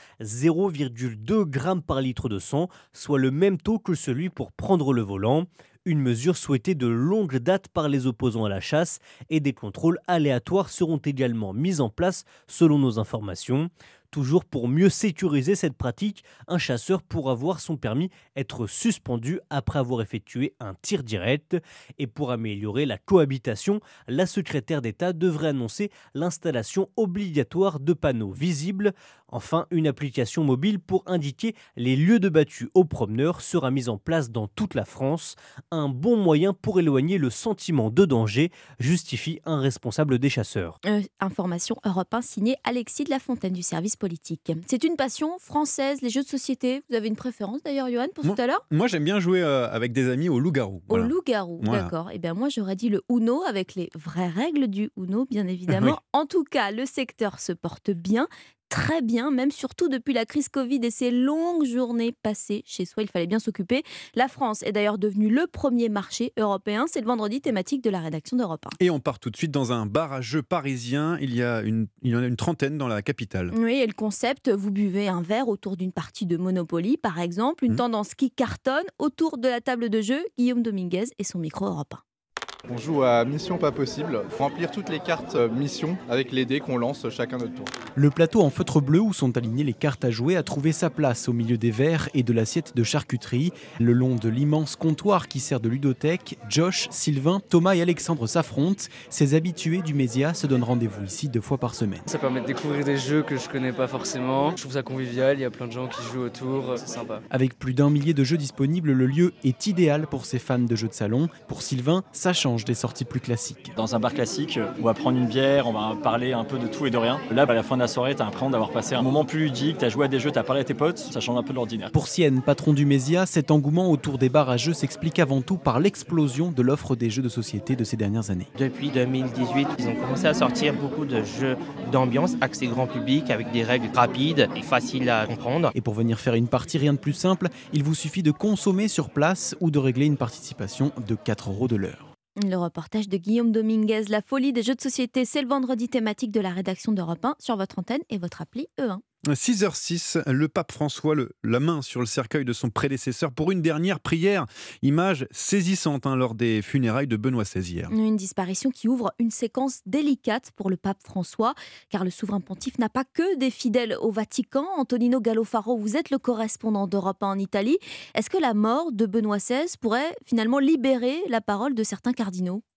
Speaker 17: 0,2 g par litre de sang, soit le même taux que celui pour prendre le volant. Une mesure souhaitée de longue date par les opposants à la chasse, et des contrôles aléatoires seront également mis en place selon nos informations. Toujours pour mieux sécuriser cette pratique, un chasseur pourra voir son permis être suspendu après avoir effectué un tir direct. Et pour améliorer la cohabitation, la secrétaire d'État devrait annoncer l'installation obligatoire de panneaux visibles. Enfin, une application mobile pour indiquer les lieux de battu aux promeneurs sera mise en place dans toute la France. Un bon moyen pour éloigner le sentiment de danger, justifie un responsable des chasseurs.
Speaker 5: Information Europe 1 signée Alexis de la Fontaine du service politique. C'est une passion française, les jeux de société. Vous avez une préférence d'ailleurs, Johan, pour tout à l'heure ?
Speaker 1: Moi, j'aime bien jouer avec des amis au loup-garou.
Speaker 5: Au loup-garou, voilà. D'accord. Eh bien, moi, j'aurais dit le Uno avec les vraies règles du Uno, bien évidemment. Oui. En tout cas, le secteur se porte bien. Très bien, même surtout depuis la crise Covid et ces longues journées passées chez soi, il fallait bien s'occuper. La France est d'ailleurs devenue le premier marché européen. C'est le vendredi thématique de la rédaction d'Europe 1.
Speaker 1: Et on part tout de suite dans un bar à jeux parisien. Il y en a une trentaine dans la capitale.
Speaker 5: Oui, et le concept, vous buvez un verre autour d'une partie de Monopoly, par exemple. Une tendance qui cartonne autour de la table de jeu. Guillaume Dominguez et son micro Europe 1.
Speaker 21: On joue à Mission Pas Possible. Il faut remplir toutes les cartes Mission avec les dés qu'on lance chacun notre tour.
Speaker 17: Le plateau en feutre bleu où sont alignées les cartes à jouer a trouvé sa place au milieu des verres et de l'assiette de charcuterie. Le long de l'immense comptoir qui sert de ludothèque, Josh, Sylvain, Thomas et Alexandre s'affrontent. Ces habitués du Mésia se donnent rendez-vous ici 2 fois par semaine.
Speaker 22: Ça permet de découvrir des jeux que je connais pas forcément. Je trouve ça convivial, il y a plein de gens qui jouent autour, c'est sympa.
Speaker 17: Avec plus d'1 millier de jeux disponibles, le lieu est idéal pour ces fans de jeux de salon. Pour Sylvain, ça change des sorties plus classiques.
Speaker 23: Dans un bar classique, on va prendre une bière, on va parler un peu de tout et de rien. Là, à la fin de la soirée, t'as l'impression d'avoir passé un moment plus ludique, t'as joué à des jeux, t'as parlé à tes potes, ça change un peu de l'ordinaire.
Speaker 17: Pour Sienne, patron du Mésia, cet engouement autour des bars à jeux s'explique avant tout par l'explosion de l'offre des jeux de société de ces dernières années.
Speaker 24: Depuis 2018, ils ont commencé à sortir beaucoup de jeux d'ambiance axés grand public avec des règles rapides et faciles à comprendre.
Speaker 17: Et pour venir faire une partie, rien de plus simple, il vous suffit de consommer sur place ou de régler une participation de 4 € de l'heure.
Speaker 5: Le reportage de Guillaume Dominguez, la folie des jeux de société, c'est le vendredi thématique de la rédaction d'Europe 1 sur votre antenne et votre appli E1.
Speaker 1: 6h06, le pape François, la main sur le cercueil de son prédécesseur pour une dernière prière. Image saisissante lors des funérailles de Benoît XVI hier.
Speaker 5: Une disparition qui ouvre une séquence délicate pour le pape François, car le souverain pontife n'a pas que des fidèles au Vatican. Antonino Gallofaro, vous êtes le correspondant d'Europe 1 en Italie. Est-ce que la mort de Benoît XVI pourrait finalement libérer la parole de certains cardinaux ?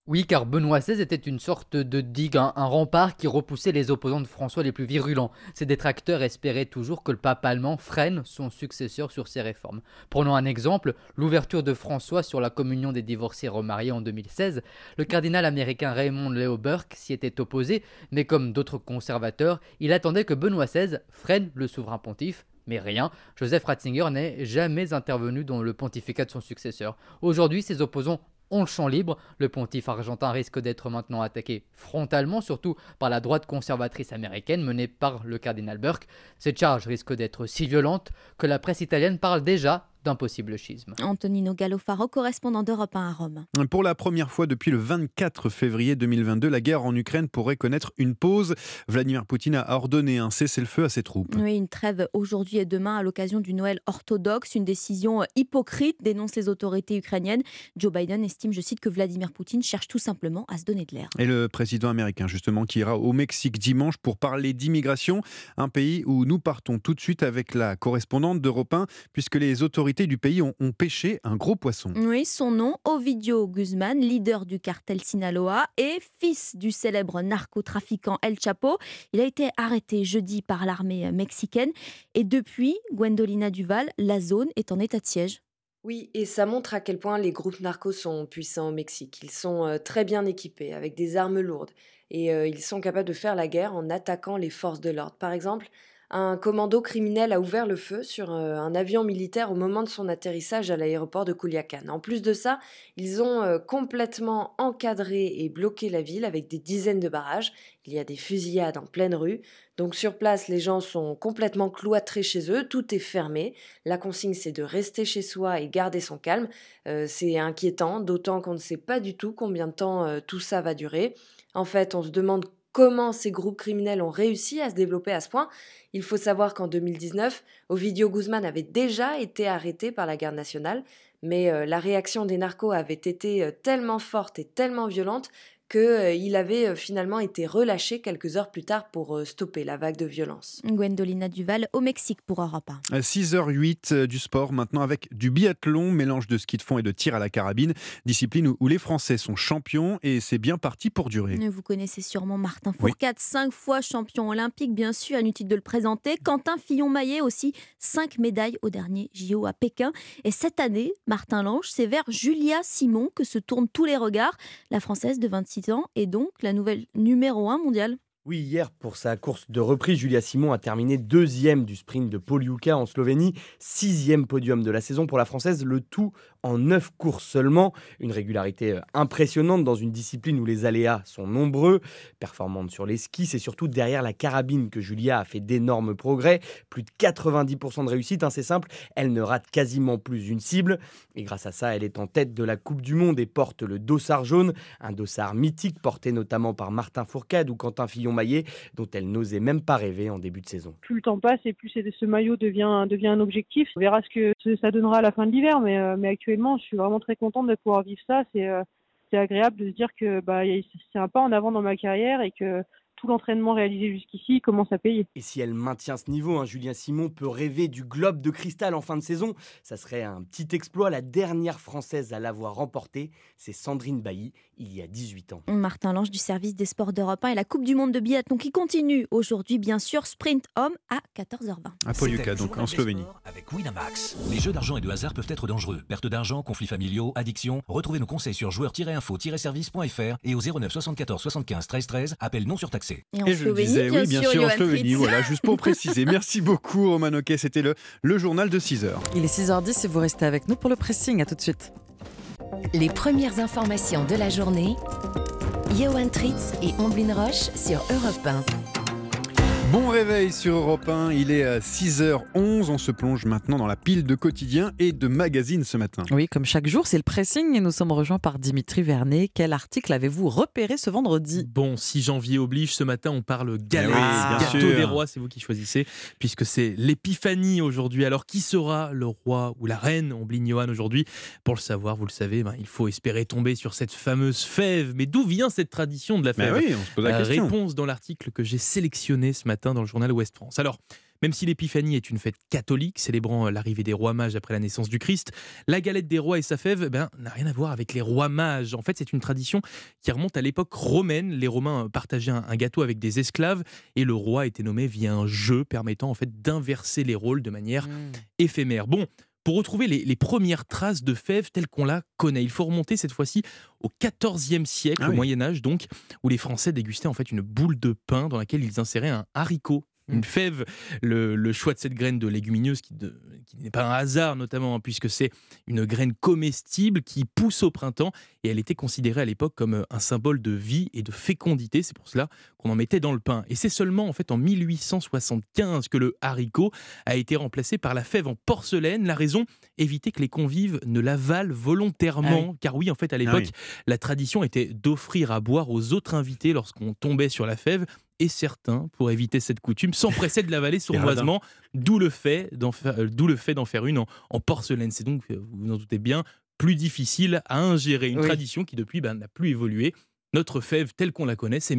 Speaker 11: Oui, car Benoît XVI était une sorte de digue, un rempart qui repoussait les opposants de François les plus virulents. Ses détracteurs espéraient toujours que le pape allemand freine son successeur sur ses réformes. Prenons un exemple, l'ouverture de François sur la communion des divorcés remariés en 2016. Le cardinal américain Raymond Leo Burke s'y était opposé, mais comme d'autres conservateurs, il attendait que Benoît XVI freine le souverain pontife. Mais rien, Joseph Ratzinger n'est jamais intervenu dans le pontificat de son successeur. Aujourd'hui, ses opposants ont le champ libre. Le pontife argentin risque d'être maintenant attaqué frontalement, surtout par la droite conservatrice américaine menée par le cardinal Burke. Cette charge risque d'être si violente que la presse italienne parle déjà d'un possible schisme.
Speaker 5: Antonino Gallofaro, correspondant d'Europe 1 à Rome.
Speaker 1: Pour la première fois depuis le 24 février 2022, la guerre en Ukraine pourrait connaître une pause. Vladimir Poutine a ordonné un cessez-le-feu à ses troupes.
Speaker 5: Oui, une trêve aujourd'hui et demain à l'occasion du Noël orthodoxe. Une décision hypocrite, dénoncent les autorités ukrainiennes. Joe Biden estime, je cite, que Vladimir Poutine cherche tout simplement à se donner de l'air.
Speaker 1: Et le président américain, justement, qui ira au Mexique dimanche pour parler d'immigration, un pays où nous partons tout de suite avec la correspondante d'Europe 1, puisque les autorités du pays ont pêché un gros poisson.
Speaker 5: Oui, son nom, Ovidio Guzman, leader du cartel Sinaloa et fils du célèbre narcotrafiquant El Chapo. Il a été arrêté jeudi par l'armée mexicaine et depuis, Gwendolina Duval, la zone est en état de siège.
Speaker 12: Oui, et ça montre à quel point les groupes narcos sont puissants au Mexique. Ils sont très bien équipés, avec des armes lourdes. Et ils sont capables de faire la guerre en attaquant les forces de l'ordre. Par exemple, un commando criminel a ouvert le feu sur un avion militaire au moment de son atterrissage à l'aéroport de Culiacán. En plus de ça, ils ont complètement encadré et bloqué la ville avec des dizaines de barrages. Il y a des fusillades en pleine rue. Donc sur place, les gens sont complètement cloîtrés chez eux, tout est fermé. La consigne, c'est de rester chez soi et garder son calme. C'est inquiétant, d'autant qu'on ne sait pas du tout combien de temps tout ça va durer. En fait, on se demande comment ces groupes criminels ont réussi à se développer à ce point. Il faut savoir qu'en 2019, Ovidio Guzman avait déjà été arrêté par la garde nationale, mais la réaction des narcos avait été tellement forte et tellement violente qu'il avait finalement été relâché quelques heures plus tard pour stopper la vague de violence.
Speaker 5: Gwendolina Duval au Mexique pour Europe 1.
Speaker 1: 6h08 du sport maintenant avec du biathlon, mélange de ski de fond et de tir à la carabine, discipline où les Français sont champions et c'est bien parti pour durer.
Speaker 5: Vous connaissez sûrement Martin Fourcade, 5 fois champion olympique, bien sûr, inutile de le présenter. Quentin Fillon-Maillet aussi, 5 médailles au dernier JO à Pékin. Et cette année, Martin Lange, c'est vers Julia Simon que se tournent tous les regards. La Française de 26 ans est donc la nouvelle numéro 1 mondiale.
Speaker 13: Oui, hier, pour sa course de reprise, Julia Simon a terminé 2e du sprint de Poliuka en Slovénie, 6e podium de la saison pour la Française, le tout en 9 courses seulement. Une régularité impressionnante dans une discipline où les aléas sont nombreux. Performante sur les skis, c'est surtout derrière la carabine que Julia a fait d'énormes progrès. Plus de 90% de réussite, c'est simple, elle ne rate quasiment plus une cible. Et grâce à ça, elle est en tête de la Coupe du Monde et porte le dossard jaune, un dossard mythique porté notamment par Martin Fourcade ou Quentin Fillon-Maillet, dont elle n'osait même pas rêver en début de saison.
Speaker 15: Plus le temps passe et plus ce maillot devient un objectif. On verra ce que ça donnera à la fin de l'hiver, mais actuellement, je suis vraiment très contente de pouvoir vivre ça. C'est agréable de se dire que c'est un pas en avant dans ma carrière et que tout l'entraînement réalisé jusqu'ici commence à payer.
Speaker 13: Et si elle maintient ce niveau, Julia Simon peut rêver du globe de cristal en fin de saison. Ça serait un petit exploit. La dernière Française à l'avoir remporté, c'est Sandrine Bailly, il y a 18 ans.
Speaker 5: Martin Lange du service des sports d'Europe 1 et la Coupe du Monde de biathlon qui continue aujourd'hui, bien sûr, sprint homme à 14h20.
Speaker 1: À Poliuka, donc en Slovénie.
Speaker 18: Avec Winamax. Les jeux d'argent et de hasard peuvent être dangereux. Perte d'argent, conflits familiaux, addiction. Retrouvez nos conseils sur joueurs-info-service.fr et au 09 74 75 13 13. Appel non surtaxé.
Speaker 5: Et
Speaker 1: je disais, oui, bien sûr, en Slovénie, voilà, juste pour préciser. Merci beaucoup, Roman Oquet. C'était le journal de 6h.
Speaker 14: Il est 6h10 et vous restez avec nous pour le pressing. À tout de suite.
Speaker 19: Les premières informations de la journée, Johan Tritz et Omblin Roche sur Europe 1.
Speaker 1: Bon réveil sur Europe 1, il est à 6h11, on se plonge maintenant dans la pile de quotidiens et de magazines ce matin.
Speaker 14: Oui, comme chaque jour, c'est le pressing et nous sommes rejoints par Dimitri Vernet. Quel article avez-vous repéré ce vendredi ?
Speaker 20: Bon, 6 janvier oblige, ce matin on parle galette, gâteau des rois, c'est vous qui choisissez, puisque c'est l'épiphanie aujourd'hui. Alors qui sera le roi ou la reine Omblin Johan aujourd'hui ? Pour le savoir, vous le savez, il faut espérer tomber sur cette fameuse fève. Mais d'où vient cette tradition de la fève ?
Speaker 1: Oui, on se pose la question.
Speaker 20: Réponse dans l'article que j'ai sélectionné ce matin. matin dans le journal Ouest France. Alors, même si l'Épiphanie est une fête catholique célébrant l'arrivée des rois mages après la naissance du Christ, la galette des rois et sa fève n'a rien à voir avec les rois mages. En fait, c'est une tradition qui remonte à l'époque romaine. Les Romains partageaient un gâteau avec des esclaves et le roi était nommé via un jeu permettant en fait d'inverser les rôles de manière éphémère. Bon, pour retrouver les premières traces de fèves telles qu'on la connaît, il faut remonter cette fois-ci au XIVe siècle, au Moyen-Âge donc, où les Français dégustaient en fait une boule de pain dans laquelle ils inséraient un haricot. Une fève, le choix de cette graine de légumineuse qui n'est pas un hasard notamment, puisque c'est une graine comestible qui pousse au printemps et elle était considérée à l'époque comme un symbole de vie et de fécondité. C'est pour cela qu'on en mettait dans le pain. Et c'est seulement en fait en 1875 que le haricot a été remplacé par la fève en porcelaine. La raison, éviter que les convives ne l'avalent volontairement. Car oui, en fait, à l'époque, la tradition était d'offrir à boire aux autres invités lorsqu'on tombait sur la fève. Et certains, pour éviter cette coutume, s'empressaient de l'avaler sournoisement, d'où le fait d'en faire une en porcelaine. C'est donc, vous vous en doutez bien, plus difficile à ingérer. Une tradition qui depuis n'a plus évolué. Notre fève telle qu'on la connaît, c'est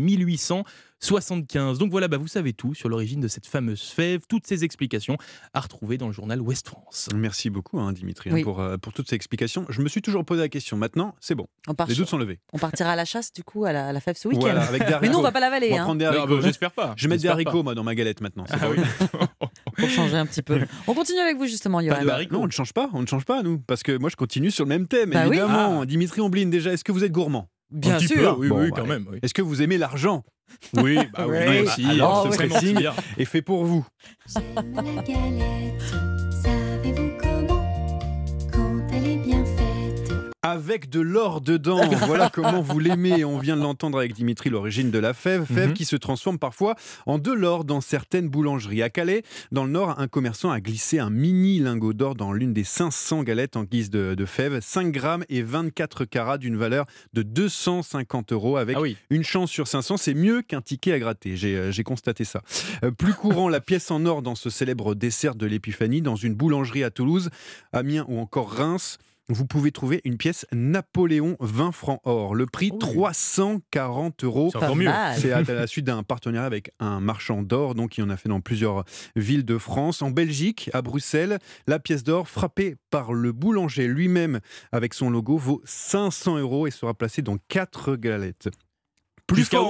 Speaker 20: 1875. Donc voilà, vous savez tout sur l'origine de cette fameuse fève, toutes ces explications à retrouver dans le journal Ouest France.
Speaker 1: Merci beaucoup Dimitri pour toutes ces explications. Je me suis toujours posé la question, maintenant c'est bon, les doutes sont levés.
Speaker 14: On partira à la chasse du coup à la fève ce week-end.
Speaker 1: Voilà, avec des haricots.
Speaker 14: Mais nous on va pas l'avaler.
Speaker 1: On va prendre des haricots.
Speaker 20: J'espère pas.
Speaker 1: Je vais mettre des haricots moi dans ma galette maintenant.
Speaker 14: Pour changer un petit peu. On continue avec vous justement, Johan.
Speaker 1: Non, on ne change pas nous, parce que moi je continue sur le même thème évidemment. Dimitri Omblin, déjà, est-ce que vous êtes gourmand?
Speaker 14: Bien sûr.
Speaker 20: Oui, quand même. Oui.
Speaker 1: Est-ce que vous aimez l'argent?
Speaker 20: Oui, oui aussi.
Speaker 1: Alors, ce pressing est fait pour vous.
Speaker 3: J'aime la galette, savez-vous comment? Quand elle est bien faite.
Speaker 1: Avec de l'or dedans, voilà comment vous l'aimez. On vient de l'entendre avec Dimitri, l'origine de la fève. Fève qui se transforme parfois en de l'or dans certaines boulangeries. À Calais, dans le Nord, un commerçant a glissé un mini lingot d'or dans l'une des 500 galettes en guise de fève. 5 grammes et 24 carats d'une valeur de 250 € avec une chance sur 500. C'est mieux qu'un ticket à gratter, j'ai constaté ça. Plus courant, la pièce en or dans ce célèbre dessert de l'Épiphanie, dans une boulangerie à Toulouse, Amiens ou encore Reims. Vous pouvez trouver une pièce Napoléon 20 francs or. Le prix 340 €.
Speaker 20: C'est encore mieux.
Speaker 1: C'est à la suite d'un partenariat avec un marchand d'or, donc il en a fait dans plusieurs villes de France. En Belgique, à Bruxelles, la pièce d'or frappée par le boulanger lui-même avec son logo vaut 500 € et sera placée dans 4 galettes. Plus fort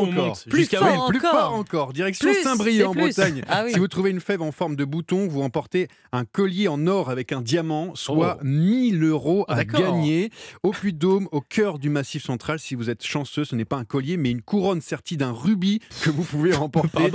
Speaker 1: encore. Direction Saint-Brieuc en Bretagne. Si vous trouvez une fève en forme de bouton, vous emportez un collier en or avec un diamant, soit 1000 € à gagner. Au Puy-de-Dôme, au cœur du Massif central, si vous êtes chanceux, ce n'est pas un collier, mais une couronne sertie d'un rubis que vous pouvez remporter.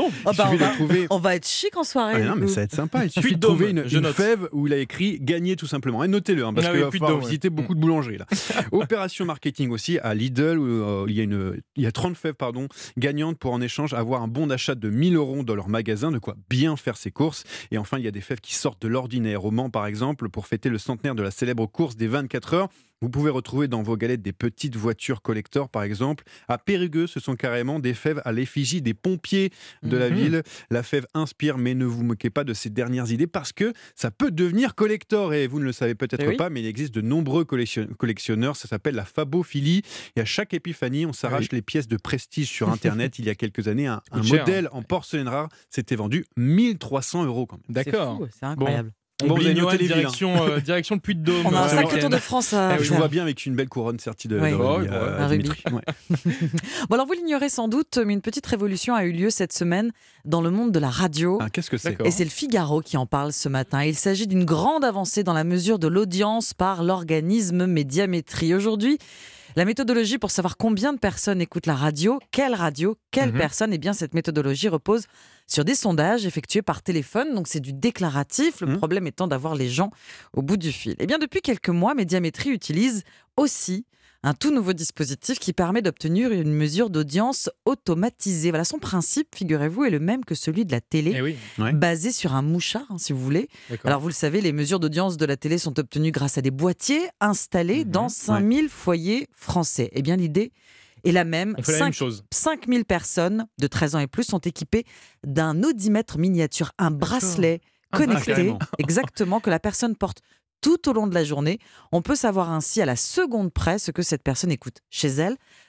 Speaker 14: On va être chic en soirée.
Speaker 1: Non, mais ça va être sympa. Il suffit de trouver une fève où il a écrit gagner tout simplement. Et notez-le, parce qu'il va falloir visiter beaucoup de boulangeries. Là. Opération marketing aussi à Lidl, où il y a 30 fèves gagnantes pour en échange avoir un bon d'achat de 1000 € dans leur magasin, de quoi bien faire ses courses. Et enfin, il y a des fèves qui sortent de l'ordinaire. Au Mans, par exemple, pour fêter le centenaire de la célèbre course des 24 heures, vous pouvez retrouver dans vos galettes des petites voitures collector, par exemple. À Périgueux, ce sont carrément des fèves à l'effigie des pompiers de la ville. La fève inspire, mais ne vous moquez pas de ces dernières idées parce que ça peut devenir collector. Et vous ne le savez peut-être pas, mais il existe de nombreux collectionneurs. Ça s'appelle la fabophilie. Et à chaque épiphanie, on s'arrache les pièces de prestige sur Internet. Il y a quelques années, un modèle en porcelaine rare s'était vendu 1300 € quand même.
Speaker 20: D'accord.
Speaker 14: C'est incroyable.
Speaker 20: Bon, vous avez noté les direction le Puy-de-Dôme.
Speaker 14: On a un sacré tour de France à
Speaker 1: Je vous vois bien avec une belle couronne sertie de Dimitri.
Speaker 14: Bon, alors vous l'ignorez sans doute, mais une petite révolution a eu lieu cette semaine dans le monde de la radio.
Speaker 1: Qu'est-ce que c'est?
Speaker 14: Et c'est le Figaro qui en parle ce matin. Il s'agit d'une grande avancée dans la mesure de l'audience par l'organisme Médiamétrie. Aujourd'hui, la méthodologie pour savoir combien de personnes écoutent la radio, quelle personne, eh bien cette méthodologie repose sur des sondages effectués par téléphone, donc c'est du déclaratif, le problème étant d'avoir les gens au bout du fil. Eh bien depuis quelques mois, Médiamétrie utilise aussi un tout nouveau dispositif qui permet d'obtenir une mesure d'audience automatisée. Voilà, son principe, figurez-vous, est le même que celui de la télé, basé sur un mouchard, si vous voulez. Alors, vous le savez, les mesures d'audience de la télé sont obtenues grâce à des boîtiers installés dans 5000 foyers français. Eh bien, l'idée est la même.
Speaker 20: On fait la même chose.
Speaker 14: 5000 personnes de 13 ans et plus sont équipées d'un audimètre miniature, un bracelet connecté, exactement, que la personne porte tout au long de la journée. On peut savoir ainsi à la seconde près ce que cette personne écoute chez elle,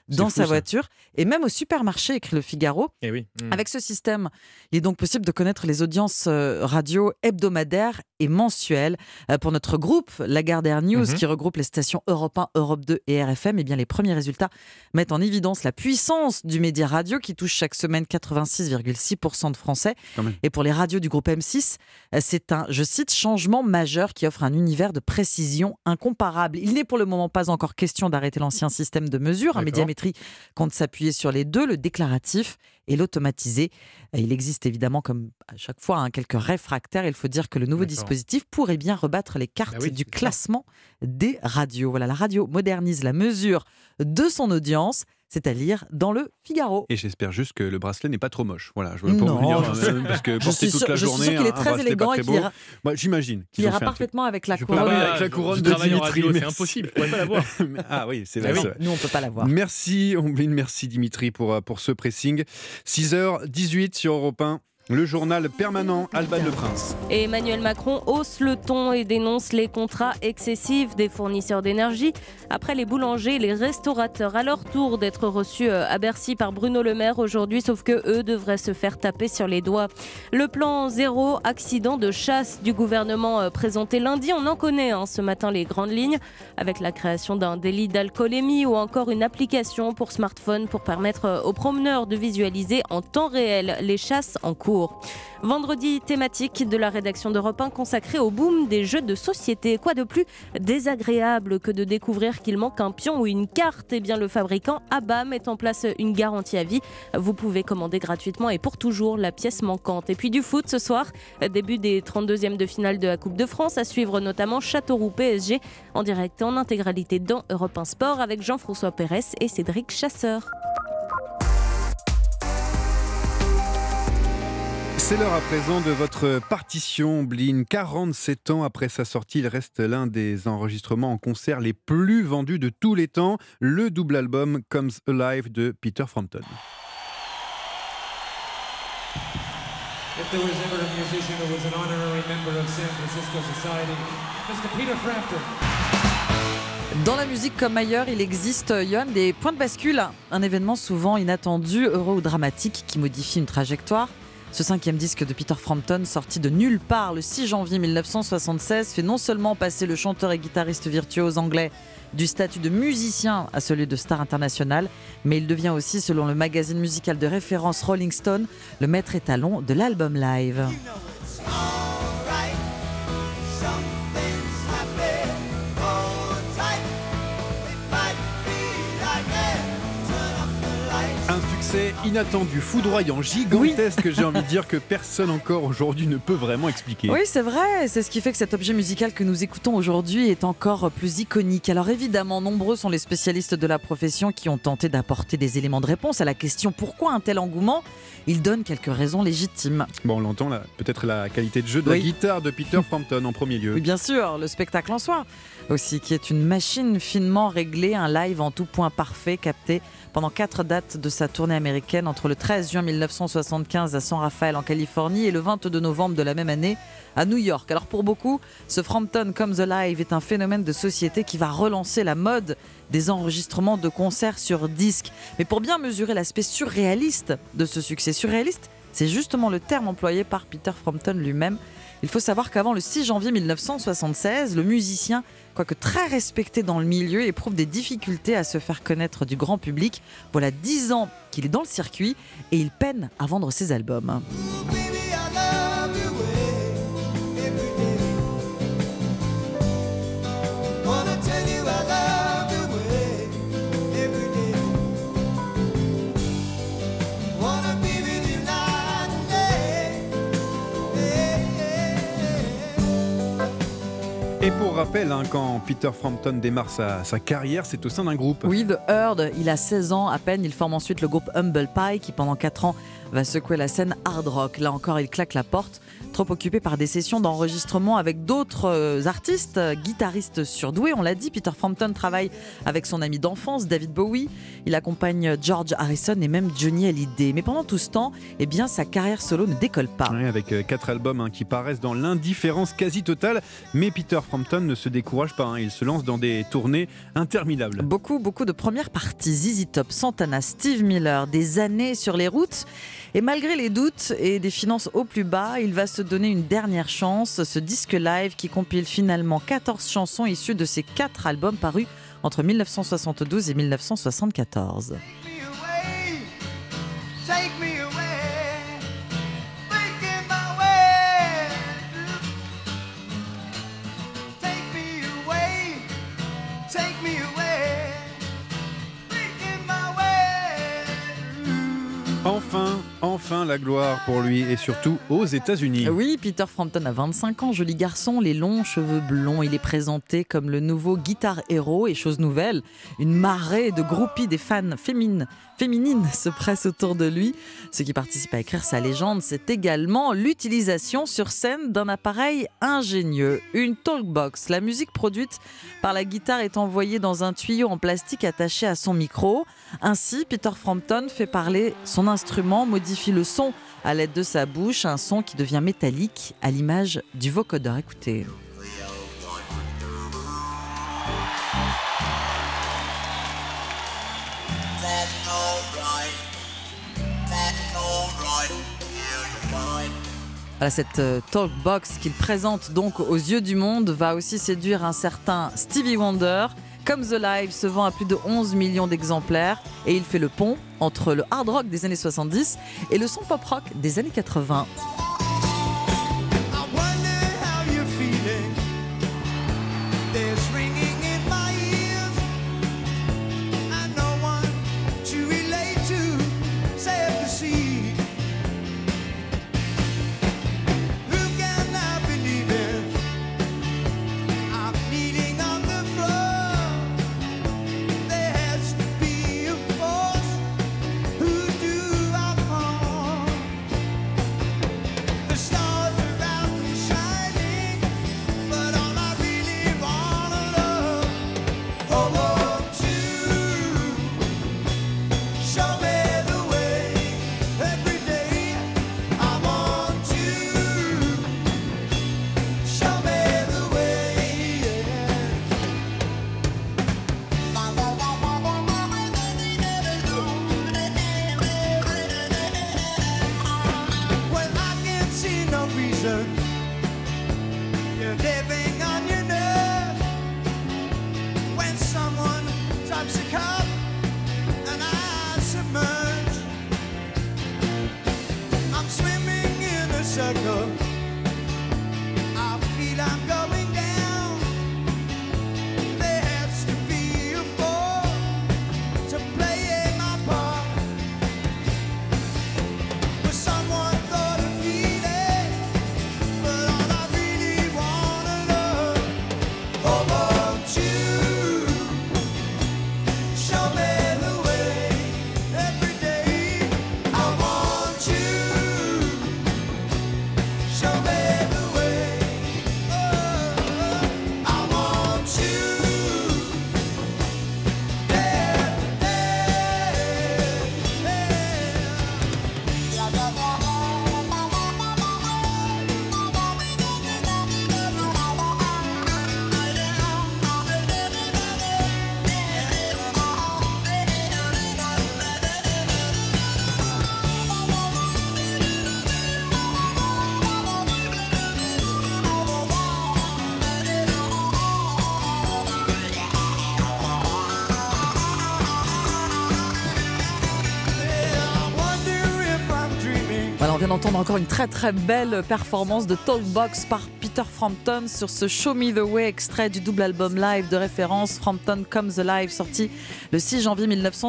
Speaker 14: dans
Speaker 1: fou,
Speaker 14: sa
Speaker 1: ça.
Speaker 14: voiture et même au supermarché, écrit Le Figaro.
Speaker 20: Eh oui.
Speaker 14: Avec ce système, il est donc possible de connaître les audiences radio hebdomadaires et mensuelles. Pour notre groupe, Lagardère News, qui regroupe les stations Europe 1, Europe 2 et RFM, eh bien, les premiers résultats mettent en évidence la puissance du média radio qui touche chaque semaine 86,6% de Français. Et pour les radios du groupe M6, c'est un, je cite, changement majeur qui offre un univers de précision incomparable. Il n'est pour le moment pas encore question d'arrêter l'ancien système de mesure. Un médiamétrie compte s'appuyer sur les deux, le déclaratif et l'automatisé. Il existe évidemment, comme à chaque fois, quelques réfractaires. Il faut dire que le nouveau dispositif pourrait bien rebattre les cartes du classement des radios. Voilà, la radio modernise la mesure de son audience, c'est-à-dire dans le Figaro.
Speaker 1: Et j'espère juste que le bracelet n'est pas trop moche. Voilà, je veux pas vous dire, parce que porter toute la journée,
Speaker 14: je suis sûr qu'il est
Speaker 1: un
Speaker 14: très
Speaker 1: bracelet
Speaker 14: élégant
Speaker 1: pas
Speaker 14: et
Speaker 1: très
Speaker 14: qu'il
Speaker 1: beau.
Speaker 14: ira,
Speaker 1: J'imagine
Speaker 14: qu'il ira parfaitement avec la couronne.
Speaker 1: Avec la couronne
Speaker 20: je
Speaker 1: de
Speaker 20: travaille en
Speaker 1: Dimitri.
Speaker 20: radio, c'est
Speaker 1: Merci.
Speaker 20: impossible, je pourrais pas l'avoir.
Speaker 1: Ah oui, c'est
Speaker 14: Ah
Speaker 1: vrai.
Speaker 14: oui,
Speaker 1: c'est vrai.
Speaker 14: nous, on peut pas l'avoir.
Speaker 1: Merci Ombline, merci Dimitri pour ce pressing. 6h18 sur Europe 1. Le journal permanent, Alban Le Prince.
Speaker 2: Et Emmanuel Macron hausse le ton et dénonce les contrats excessifs des fournisseurs d'énergie. Après les boulangers, les restaurateurs à leur tour d'être reçus à Bercy par Bruno Le Maire aujourd'hui, sauf que eux devraient se faire taper sur les doigts. Le plan zéro accident de chasse du gouvernement présenté lundi, on en connaît ce matin les grandes lignes, avec la création d'un délit d'alcoolémie ou encore une application pour smartphone pour permettre aux promeneurs de visualiser en temps réel les chasses en cours. Vendredi thématique de la rédaction d'Europe 1 consacrée au boom des jeux de société. Quoi de plus désagréable que de découvrir qu'il manque un pion ou une carte ? Eh bien, le fabricant ABBA met en place une garantie à vie. Vous pouvez commander gratuitement et pour toujours la pièce manquante. Et puis du foot ce soir, début des 32e de finale de la Coupe de France, à suivre notamment Châteauroux PSG en direct et en intégralité dans Europe 1 Sport avec Jean-François Pérez et Cédric Chasseur.
Speaker 1: C'est l'heure à présent de votre partition, Blin. 47 ans après sa sortie, il reste l'un des enregistrements en concert les plus vendus de tous les temps, le double album Comes Alive de Peter Frampton.
Speaker 4: If there was ever a musician who was an honorary member of San Francisco Society, Mr. Peter Frampton.
Speaker 14: Dans la musique comme ailleurs, il existe, Yon, des points de bascule. Un événement souvent inattendu, heureux ou dramatique, qui modifie une trajectoire. Ce 5e disque de Peter Frampton, sorti de nulle part le 6 janvier 1976, fait non seulement passer le chanteur et guitariste virtuose anglais du statut de musicien à celui de star international, mais il devient aussi, selon le magazine musical de référence Rolling Stone, le maître étalon de l'album live.
Speaker 1: Un succès inattendu, foudroyant, gigantesque, j'ai envie de dire que personne encore aujourd'hui ne peut vraiment expliquer.
Speaker 14: Oui, c'est vrai, c'est ce qui fait que cet objet musical que nous écoutons aujourd'hui est encore plus iconique. Alors évidemment, nombreux sont les spécialistes de la profession qui ont tenté d'apporter des éléments de réponse à la question pourquoi un tel engouement. Ils donnent quelques raisons légitimes.
Speaker 1: Bon, on l'entend là, peut-être la qualité de jeu de la guitare de Peter Frampton en premier lieu.
Speaker 14: Oui, bien sûr, le spectacle en soi aussi, qui est une machine finement réglée, un live en tout point parfait, capté pendant 4 dates de sa tournée américaine entre le 13 juin 1975 à San Rafael en Californie et le 22 novembre de la même année à New York. Alors pour beaucoup, ce Frampton Comes Alive est un phénomène de société qui va relancer la mode des enregistrements de concerts sur disque. Mais pour bien mesurer l'aspect surréaliste de ce succès, surréaliste, c'est justement le terme employé par Peter Frampton lui-même. Il faut savoir qu'avant le 6 janvier 1976, le musicien, quoique très respecté dans le milieu, éprouve des difficultés à se faire connaître du grand public. Voilà 10 ans qu'il est dans le circuit et il peine à vendre ses albums.
Speaker 1: Et pour rappel, quand Peter Frampton démarre sa carrière, c'est au sein d'un groupe.
Speaker 14: Oui, The Herd. Il a 16 ans à peine. Il forme ensuite le groupe Humble Pie qui, pendant 4 ans, va secouer la scène hard rock. Là encore, il claque la porte, trop occupé par des sessions d'enregistrement avec d'autres artistes, guitaristes surdoués. On l'a dit, Peter Frampton travaille avec son ami d'enfance, David Bowie. Il accompagne George Harrison et même Johnny Hallyday. Mais pendant tout ce temps, eh bien, sa carrière solo ne décolle pas.
Speaker 1: Oui, avec 4 albums qui paraissent dans l'indifférence quasi totale. Mais Peter Frampton ne se décourage pas. Il se lance dans des tournées interminables.
Speaker 14: Beaucoup de premières parties. ZZ Top, Santana, Steve Miller, des années sur les routes. Et malgré les doutes et des finances au plus bas, il va se donner une dernière chance. Ce disque live qui compile finalement 14 chansons issues de ses 4 albums parus entre 1972 et 1974.
Speaker 6: Take me away, making my way. Take me away, making my way.
Speaker 1: Enfin la gloire pour lui et surtout aux États-Unis.
Speaker 14: Oui, Peter Frampton a 25 ans, joli garçon, les longs cheveux blonds. Il est présenté comme le nouveau guitar héros et chose nouvelle, une marée de groupies des fans féminines se pressent autour de lui. Ce qui participe à écrire sa légende, c'est également l'utilisation sur scène d'un appareil ingénieux, une talkbox. La musique produite par la guitare est envoyée dans un tuyau en plastique attaché à son micro. Ainsi, Peter Frampton fait parler son instrument, modifie le son à l'aide de sa bouche, un son qui devient métallique à l'image du vocodeur. Écoutez. Voilà, cette talkbox qu'il présente donc aux yeux du monde va aussi séduire un certain Stevie Wonder. Come the Live se vend à plus de 11 millions d'exemplaires et il fait le pont entre le hard rock des années 70 et le son pop rock des années 80. Voilà, on vient d'entendre encore une très très belle performance de Talkbox par Peter Frampton sur ce Show Me The Way, extrait du double album live de référence Frampton Comes Alive, sorti le 6 janvier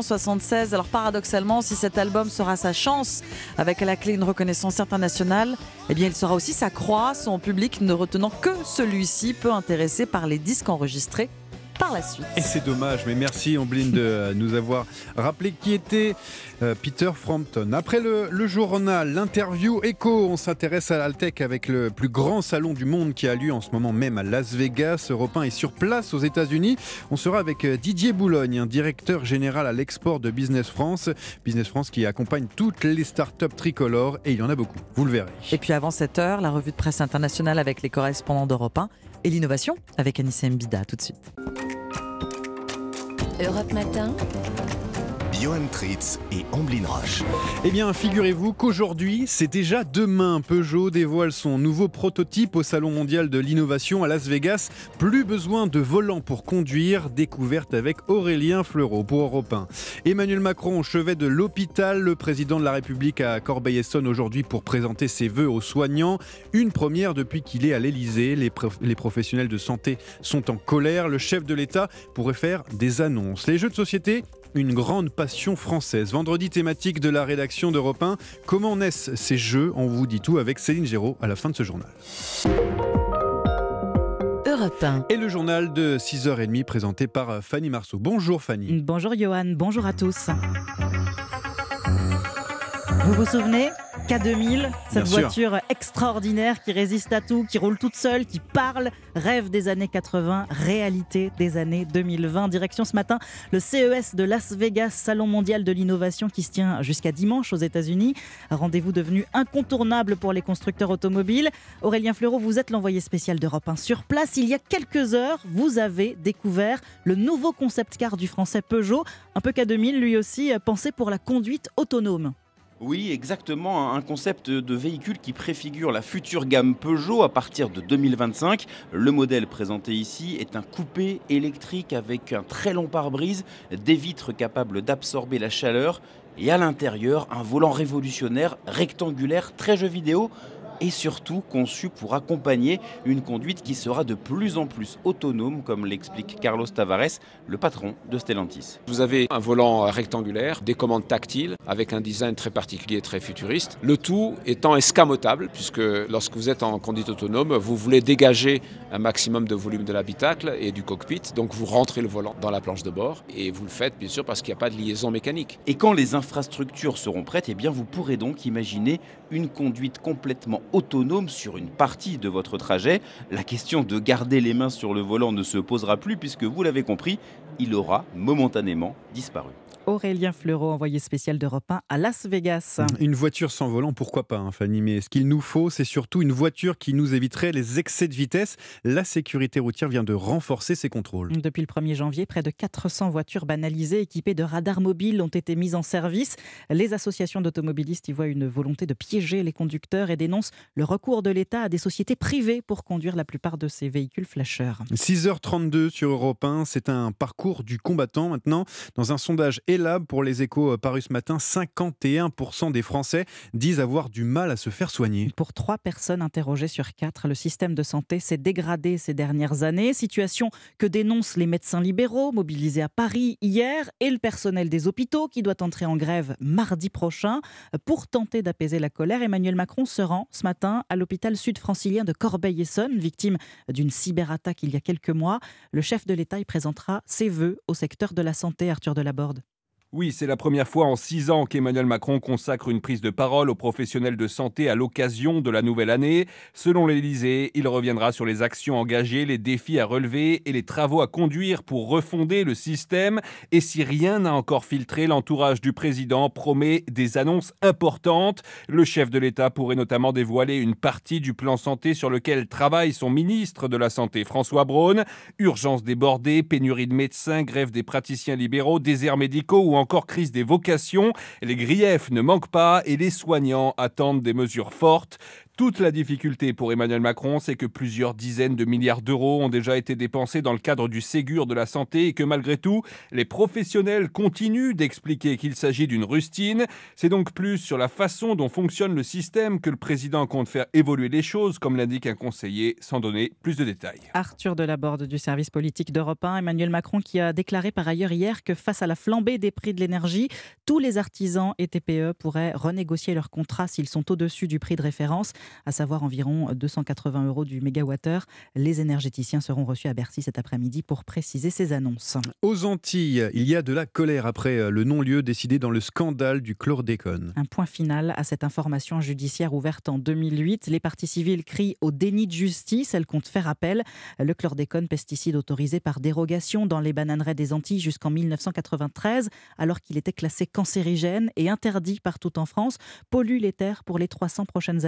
Speaker 14: 1976. Alors paradoxalement, si cet album sera sa chance avec à la clé une reconnaissance internationale, eh bien il sera aussi sa croix, son public ne retenant que celui-ci, peu intéressé par les disques enregistrés par la suite.
Speaker 1: Et c'est dommage, mais merci Ombline de nous avoir rappelé qui était Peter Frampton. Après le journal, l'interview Echo, on s'intéresse à l'Altech avec le plus grand salon du monde qui a lieu en ce moment même à Las Vegas. Europe 1 est sur place aux États-Unis. On sera avec Didier Boulogne, un directeur général à l'export de Business France. Business France qui accompagne toutes les startups tricolores et il y en a beaucoup, vous le verrez.
Speaker 14: Et puis avant 7h, la revue de presse internationale avec les correspondants d'Europe 1.
Speaker 8: et l'innovation avec Anissa Mbida. Tout de suite.
Speaker 19: Europe Matin.
Speaker 9: Johan Tritz et Amblin Roche.
Speaker 1: Eh bien, figurez-vous qu'aujourd'hui, c'est déjà demain. Peugeot dévoile son nouveau prototype au Salon mondial de l'innovation à Las Vegas. Plus besoin de volant pour conduire. Découverte avec Aurélien Fleureau pour Europe 1. Emmanuel Macron au chevet de l'hôpital. Le président de la République à Corbeil-Essonnes aujourd'hui pour présenter ses vœux aux soignants. Une première depuis qu'il est à l'Elysée. Les professionnels de santé sont en colère. Le chef de l'État pourrait faire des annonces. Les jeux de société, une grande passion française. Vendredi thématique de la rédaction d'Europe 1. Comment naissent ces jeux ? On vous dit tout avec Céline Géraud à la fin de ce journal.
Speaker 19: Europe 1.
Speaker 1: Et le journal de 6h30 présenté par Fanny Marceau. Bonjour Fanny.
Speaker 10: Bonjour Johan, bonjour à tous. Vous vous souvenez ? K2000, cette voiture extraordinaire qui résiste à tout, qui roule toute seule, qui parle, rêve des années 80, réalité des années 2020. Direction ce matin le CES de Las Vegas, Salon mondial de l'innovation qui se tient jusqu'à dimanche aux États-Unis. Rendez-vous devenu incontournable pour les constructeurs automobiles. Aurélien Fleureau, vous êtes l'envoyé spécial d'Europe 1 sur place. Il y a quelques heures, vous avez découvert le nouveau concept car du français Peugeot, un peu K2000 lui aussi, pensé pour la conduite autonome.
Speaker 16: Oui, exactement, un concept de véhicule qui préfigure la future gamme Peugeot à partir de 2025. Le modèle présenté ici est un coupé électrique avec un très long pare-brise, des vitres capables d'absorber la chaleur et à l'intérieur un volant révolutionnaire rectangulaire très jeu vidéo et surtout conçu pour accompagner une conduite qui sera de plus en plus autonome, comme l'explique Carlos Tavares, le patron de Stellantis.
Speaker 25: Vous avez un volant rectangulaire, des commandes tactiles, avec un design très particulier, très futuriste. Le tout étant escamotable, puisque lorsque vous êtes en conduite autonome, vous voulez dégager un maximum de volume de l'habitacle et du cockpit, donc vous rentrez le volant dans la planche de bord, et vous le faites bien sûr parce qu'il n'y a pas de liaison mécanique.
Speaker 16: Et quand les infrastructures seront prêtes, eh bien vous pourrez donc imaginer une conduite complètement autonome sur une partie de votre trajet. La question de garder les mains sur le volant ne se posera plus puisque vous l'avez compris, il aura momentanément disparu.
Speaker 10: Aurélien Fleureau, envoyé spécial d'Europe 1 à Las Vegas.
Speaker 1: Une voiture sans volant, pourquoi pas, Fanny ? Mais ce qu'il nous faut, c'est surtout une voiture qui nous éviterait les excès de vitesse. La sécurité routière vient de renforcer ses contrôles.
Speaker 10: Depuis le 1er janvier, près de 400 voitures banalisées équipées de radars mobiles ont été mises en service. Les associations d'automobilistes y voient une volonté de piéger les conducteurs et dénoncent le recours de l'État à des sociétés privées pour conduire la plupart de ces véhicules flasheurs.
Speaker 1: 6h32 sur Europe 1, c'est un parcours du combattant maintenant. Dans un sondage Elab pour les Échos paru ce matin, 51% des Français disent avoir du mal à se faire soigner.
Speaker 10: Pour 3 personnes interrogées sur 4, le système de santé s'est dégradé ces dernières années. Situation que dénoncent les médecins libéraux mobilisés à Paris hier et le personnel des hôpitaux qui doit entrer en grève mardi prochain. Pour tenter d'apaiser la colère, Emmanuel Macron se rend ce matin à l'hôpital sud-francilien de Corbeil-Essonnes, victime d'une cyberattaque il y a quelques mois. Le chef de l'État y présentera ses vœux au secteur de la santé, Arthur Delaborde.
Speaker 26: Oui, c'est la première fois en 6 ans qu'Emmanuel Macron consacre une prise de parole aux professionnels de santé à l'occasion de la nouvelle année. Selon l'Élysée, il reviendra sur les actions engagées, les défis à relever et les travaux à conduire pour refonder le système. Et si rien n'a encore filtré, l'entourage du président promet des annonces importantes. Le chef de l'État pourrait notamment dévoiler une partie du plan santé sur lequel travaille son ministre de la Santé, François Braun. Urgences débordées, pénurie de médecins, grève des praticiens libéraux, déserts médicaux ou encore crise des vocations. Les griefs ne manquent pas et les soignants attendent des mesures fortes. Toute la difficulté pour Emmanuel Macron, c'est que plusieurs dizaines de milliards d'euros ont déjà été dépensés dans le cadre du Ségur de la santé et que malgré tout, les professionnels continuent d'expliquer qu'il s'agit d'une rustine. C'est donc plus sur la façon dont fonctionne le système que le président compte faire évoluer les choses, comme l'indique un conseiller, sans donner plus de détails.
Speaker 10: Arthur Delaborde du service politique d'Europe 1, Emmanuel Macron qui a déclaré par ailleurs hier que face à la flambée des prix de l'énergie, tous les artisans et TPE pourraient renégocier leurs contrats s'ils sont au-dessus du prix de référence, à savoir environ 280 € du mégawattheure. Les énergéticiens seront reçus à Bercy cet après-midi pour préciser ces annonces.
Speaker 1: Aux Antilles, il y a de la colère après le non-lieu décidé dans le scandale du chlordécone.
Speaker 10: Un point final à cette information judiciaire ouverte en 2008. Les parties civiles crient au déni de justice. Elles comptent faire appel. Le chlordécone, pesticide autorisé par dérogation dans les bananeraies des Antilles jusqu'en 1993, alors qu'il était classé cancérigène et interdit partout en France, pollue les terres pour les 300 prochaines années et compte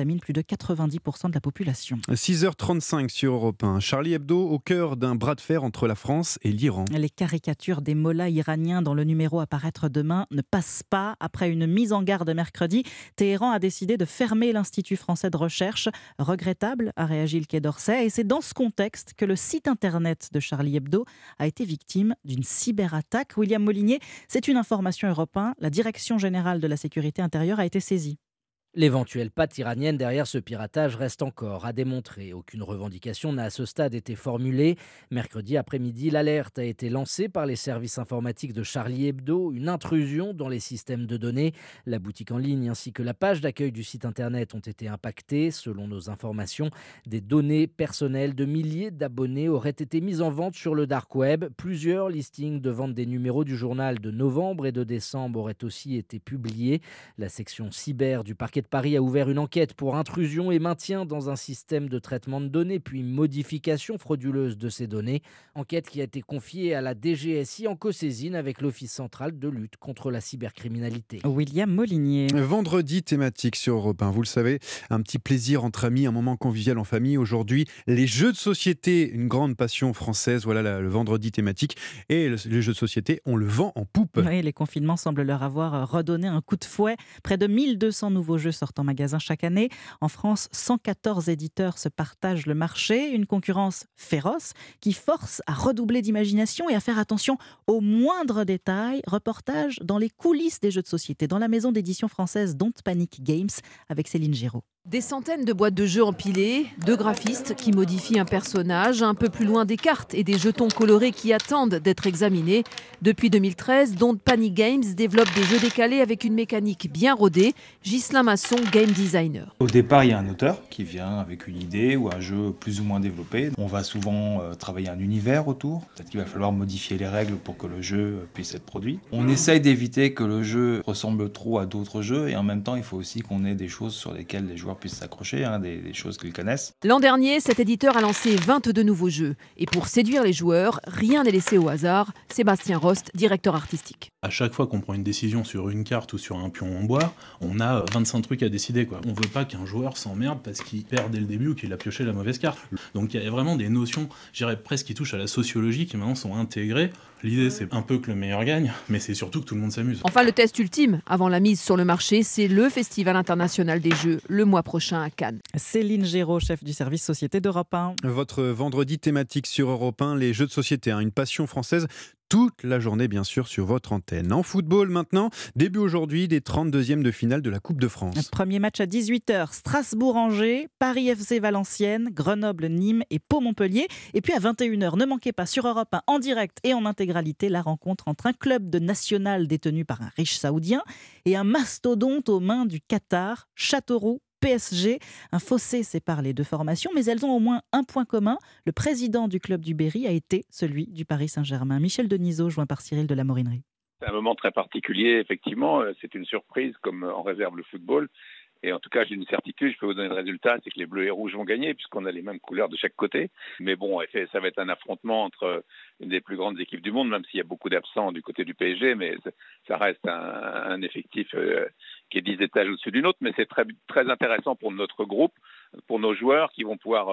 Speaker 10: contamine plus de 90% de la population.
Speaker 1: 6h35 sur Europe 1. Charlie Hebdo au cœur d'un bras de fer entre la France et l'Iran.
Speaker 10: Les caricatures des mollahs iraniens dans le numéro à paraître demain ne passent pas. Après une mise en garde mercredi, Téhéran a décidé de fermer l'Institut français de recherche. Regrettable, a réagi le Quai d'Orsay. Et c'est dans ce contexte que le site internet de Charlie Hebdo a été victime d'une cyberattaque. William Molinier, c'est une information Europe 1. La Direction générale de la sécurité intérieure a été saisie.
Speaker 7: L'éventuelle patte iranienne derrière ce piratage reste encore à démontrer. Aucune revendication n'a à ce stade été formulée. Mercredi après-midi, l'alerte a été lancée par les services informatiques de Charlie Hebdo. Une intrusion dans les systèmes de données. La boutique en ligne ainsi que la page d'accueil du site internet ont été impactées. Selon nos informations, des données personnelles de milliers d'abonnés auraient été mises en vente sur le dark web. Plusieurs listings de vente des numéros du journal de novembre et de décembre auraient aussi été publiés. La section cyber du parquet de Paris a ouvert une enquête pour intrusion et maintien dans un système de traitement de données, puis modification frauduleuse de ces données. Enquête qui a été confiée à la DGSI en co-saisine avec l'Office central de lutte contre la cybercriminalité.
Speaker 10: William Molinier.
Speaker 1: Vendredi thématique sur Europe 1. Vous le savez, un petit plaisir entre amis, un moment convivial en famille. Aujourd'hui, les jeux de société, une grande passion française. Voilà le vendredi thématique. Et les jeux de société, on le vend en poupe.
Speaker 10: Oui, les confinements semblent leur avoir redonné un coup de fouet. Près de 1200 nouveaux jeux sortent en magasin chaque année. En France, 114 éditeurs se partagent le marché. Une concurrence féroce qui force à redoubler d'imagination et à faire attention aux moindres détails. Reportage dans les coulisses des jeux de société, dans la maison d'édition française Don't Panic Games, avec Céline Géraud.
Speaker 17: Des centaines de boîtes de jeux empilées, deux graphistes qui modifient un personnage, un peu plus loin des cartes et des jetons colorés qui attendent d'être examinés. Depuis 2013, Don't Panic Games développe des jeux décalés avec une mécanique bien rodée. Ghislain Masson, game designer.
Speaker 21: Au départ, il y a un auteur qui vient avec une idée ou un jeu plus ou moins développé. On va souvent travailler un univers autour. Peut-être qu'il va falloir modifier les règles pour que le jeu puisse être produit. On essaye d'éviter que le jeu ressemble trop à d'autres jeux et en même temps, il faut aussi qu'on ait des choses sur lesquelles les joueurs puissent s'accrocher, des choses qu'ils connaissent.
Speaker 17: L'an dernier, cet éditeur a lancé 22 nouveaux jeux. Et pour séduire les joueurs, rien n'est laissé au hasard. Sébastien Rost, directeur artistique.
Speaker 22: À chaque fois qu'on prend une décision sur une carte ou sur un pion en bois, on a 25 trucs à décider, quoi. On veut pas qu'un joueur s'emmerde parce qu'il perd dès le début ou qu'il a pioché la mauvaise carte. Donc il y a vraiment des notions, je dirais presque qui touchent à la sociologie, qui maintenant sont intégrées. L'idée, c'est un peu que le meilleur gagne, mais c'est surtout que tout le monde s'amuse.
Speaker 17: Enfin, le test ultime avant la mise sur le marché, c'est le Festival international des jeux, le mois prochain à Cannes.
Speaker 10: Céline Géraud, chef du service société d'Europe 1.
Speaker 1: Votre vendredi thématique sur Europe 1, les jeux de société, une passion française. Toute la journée, bien sûr, sur votre antenne. En football, maintenant, début aujourd'hui des 32e de finale de la Coupe de France.
Speaker 10: Premier match à 18h, Strasbourg-Angers, Paris FC Valenciennes, Grenoble-Nîmes et Pau-Montpellier. Et puis à 21h, ne manquez pas sur Europe 1 en direct et en intégralité la rencontre entre un club de national détenu par un riche saoudien et un mastodonte aux mains du Qatar, Châteauroux. PSG, un fossé sépare les deux formations, mais elles ont au moins un point commun. Le président du club du Berry a été celui du Paris Saint-Germain. Michel Denisot, joint par Cyril de la Morinerie.
Speaker 23: C'est un moment très particulier, effectivement. C'est une surprise, comme en réserve le football. Et en tout cas, j'ai une certitude, je peux vous donner le résultat, c'est que les bleus et rouges vont gagner, puisqu'on a les mêmes couleurs de chaque côté. Mais bon, ça va être un affrontement entre une des plus grandes équipes du monde, même s'il y a beaucoup d'absents du côté du PSG, mais ça reste un effectif qui est 10 étages au-dessus d'une autre. Mais c'est très, très intéressant pour notre groupe, pour nos joueurs qui vont pouvoir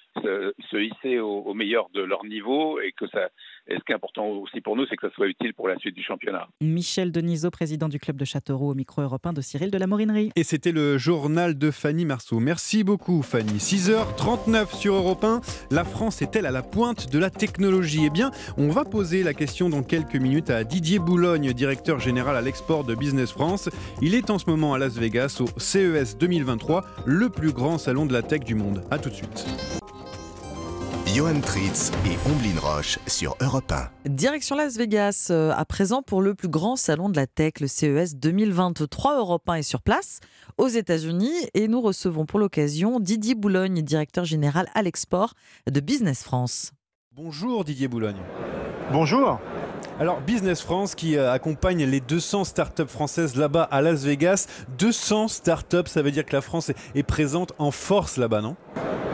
Speaker 23: se hisser au meilleur de leur niveau et ce qui est important aussi pour nous, c'est que ça soit utile pour la suite du championnat.
Speaker 10: Michel Denisot, président du club de Châteauroux, au micro européen de Cyril de la Morinerie.
Speaker 1: Et c'était le journal de Fanny Marceau. Merci beaucoup Fanny. 6h39 sur Europe 1. La France est-elle à la pointe de la technologie ? Eh bien, on va poser la question dans quelques minutes à Didier Boulogne, directeur général à l'export de Business France. Il est en ce moment à Las Vegas au CES 2023, le plus grand salon de la tech du monde. A tout de suite.
Speaker 9: Johan Tritz et Omblin Roche sur Europe 1.
Speaker 8: Direction Las Vegas, à présent pour le plus grand salon de la tech, le CES 2023. Europe 1 est sur place aux États-Unis et nous recevons pour l'occasion Didier Boulogne, directeur général à l'export de Business France.
Speaker 1: Bonjour Didier Boulogne.
Speaker 24: Bonjour.
Speaker 1: Alors Business France qui accompagne les 200 startups françaises là-bas à Las Vegas. 200 startups, ça veut dire que la France est présente en force là-bas, non ?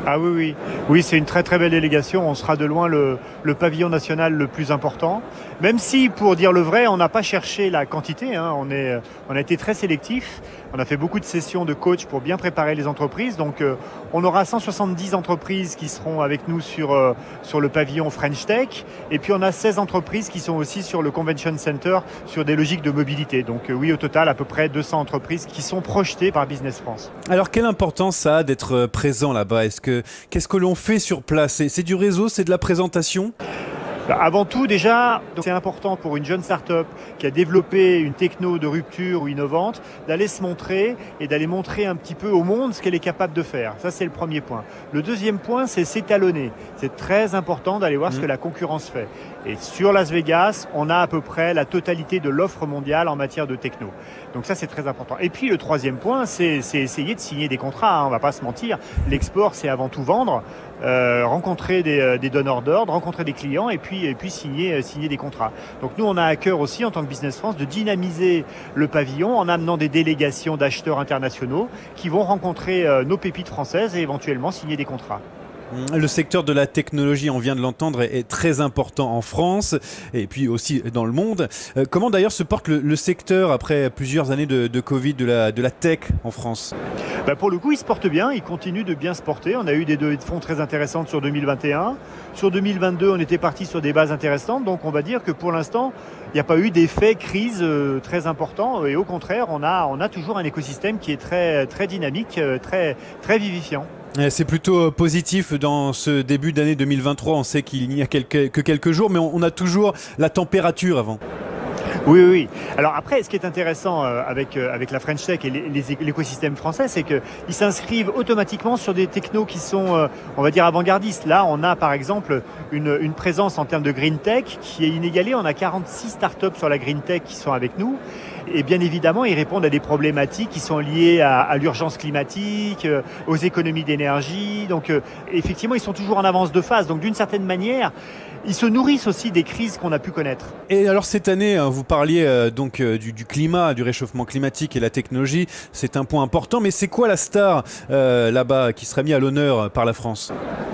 Speaker 11: Ah oui, oui. Oui, c'est une très très belle délégation. On sera de loin le pavillon national le plus important. Même si, pour dire le vrai, on n'a pas cherché la quantité. Hein. On a été très sélectif. On a fait beaucoup de sessions de coach pour bien préparer les entreprises. Donc, on aura 170 entreprises qui seront avec nous sur le pavillon French Tech. Et puis, on a 16 entreprises qui sont aussi sur le Convention Center sur des logiques de mobilité. Donc, oui, au total, à peu près 200 entreprises qui sont projetées par Business France.
Speaker 1: Alors, quelle importance ça a d'être présent là-bas? Qu'est-ce que l'on fait sur place? C'est du réseau, c'est de la présentation?
Speaker 11: Avant tout, déjà, c'est important pour une jeune start-up qui a développé une techno de rupture ou innovante d'aller se montrer et d'aller montrer un petit peu au monde ce qu'elle est capable de faire. Ça, c'est le premier point. Le deuxième point, c'est s'étalonner. C'est très important d'aller voir ce que la concurrence fait. Et sur Las Vegas, on a à peu près la totalité de l'offre mondiale en matière de techno. Donc ça, c'est très important. Et puis, le troisième point, c'est essayer de signer des contrats. Hein, on ne va pas se mentir. L'export, c'est avant tout vendre. Rencontrer des donneurs d'ordre, rencontrer des clients et puis signer des contrats. Donc nous, on a à cœur aussi, en tant que Business France, de dynamiser le pavillon en amenant des délégations d'acheteurs internationaux qui vont rencontrer nos pépites françaises et éventuellement signer des contrats.
Speaker 1: Le secteur de la technologie, on vient de l'entendre, est très important en France et puis aussi dans le monde. Comment d'ailleurs se porte le secteur après plusieurs années de Covid, de la tech en France?
Speaker 11: Pour le coup, il se porte bien, il continue de bien se porter. On a eu des levées de fonds très intéressantes sur 2021. Sur 2022, on était parti sur des bases intéressantes. Donc on va dire que pour l'instant, il n'y a pas eu d'effet crise très important. Et au contraire, on a toujours un écosystème qui est très, très dynamique, très, très vivifiant.
Speaker 1: C'est plutôt positif dans ce début d'année 2023. On sait qu'il n'y a que quelques jours, mais on a toujours la température avant.
Speaker 11: Oui, oui. Alors après, ce qui est intéressant avec la French Tech et l'écosystème français, c'est qu'ils s'inscrivent automatiquement sur des technos qui sont, on va dire, avant-gardistes. Là, on a par exemple une présence en termes de Green Tech qui est inégalée. On a 46 startups sur la Green Tech qui sont avec nous. Et bien évidemment, ils répondent à des problématiques qui sont liées à l'urgence climatique, aux économies d'énergie. Donc effectivement, ils sont toujours en avance de phase. Donc d'une certaine manière, ils se nourrissent aussi des crises qu'on a pu connaître.
Speaker 1: Et alors cette année, vous parliez donc du climat, du réchauffement climatique et la technologie. C'est un point important. Mais c'est quoi la star là-bas qui sera mise à l'honneur par la France?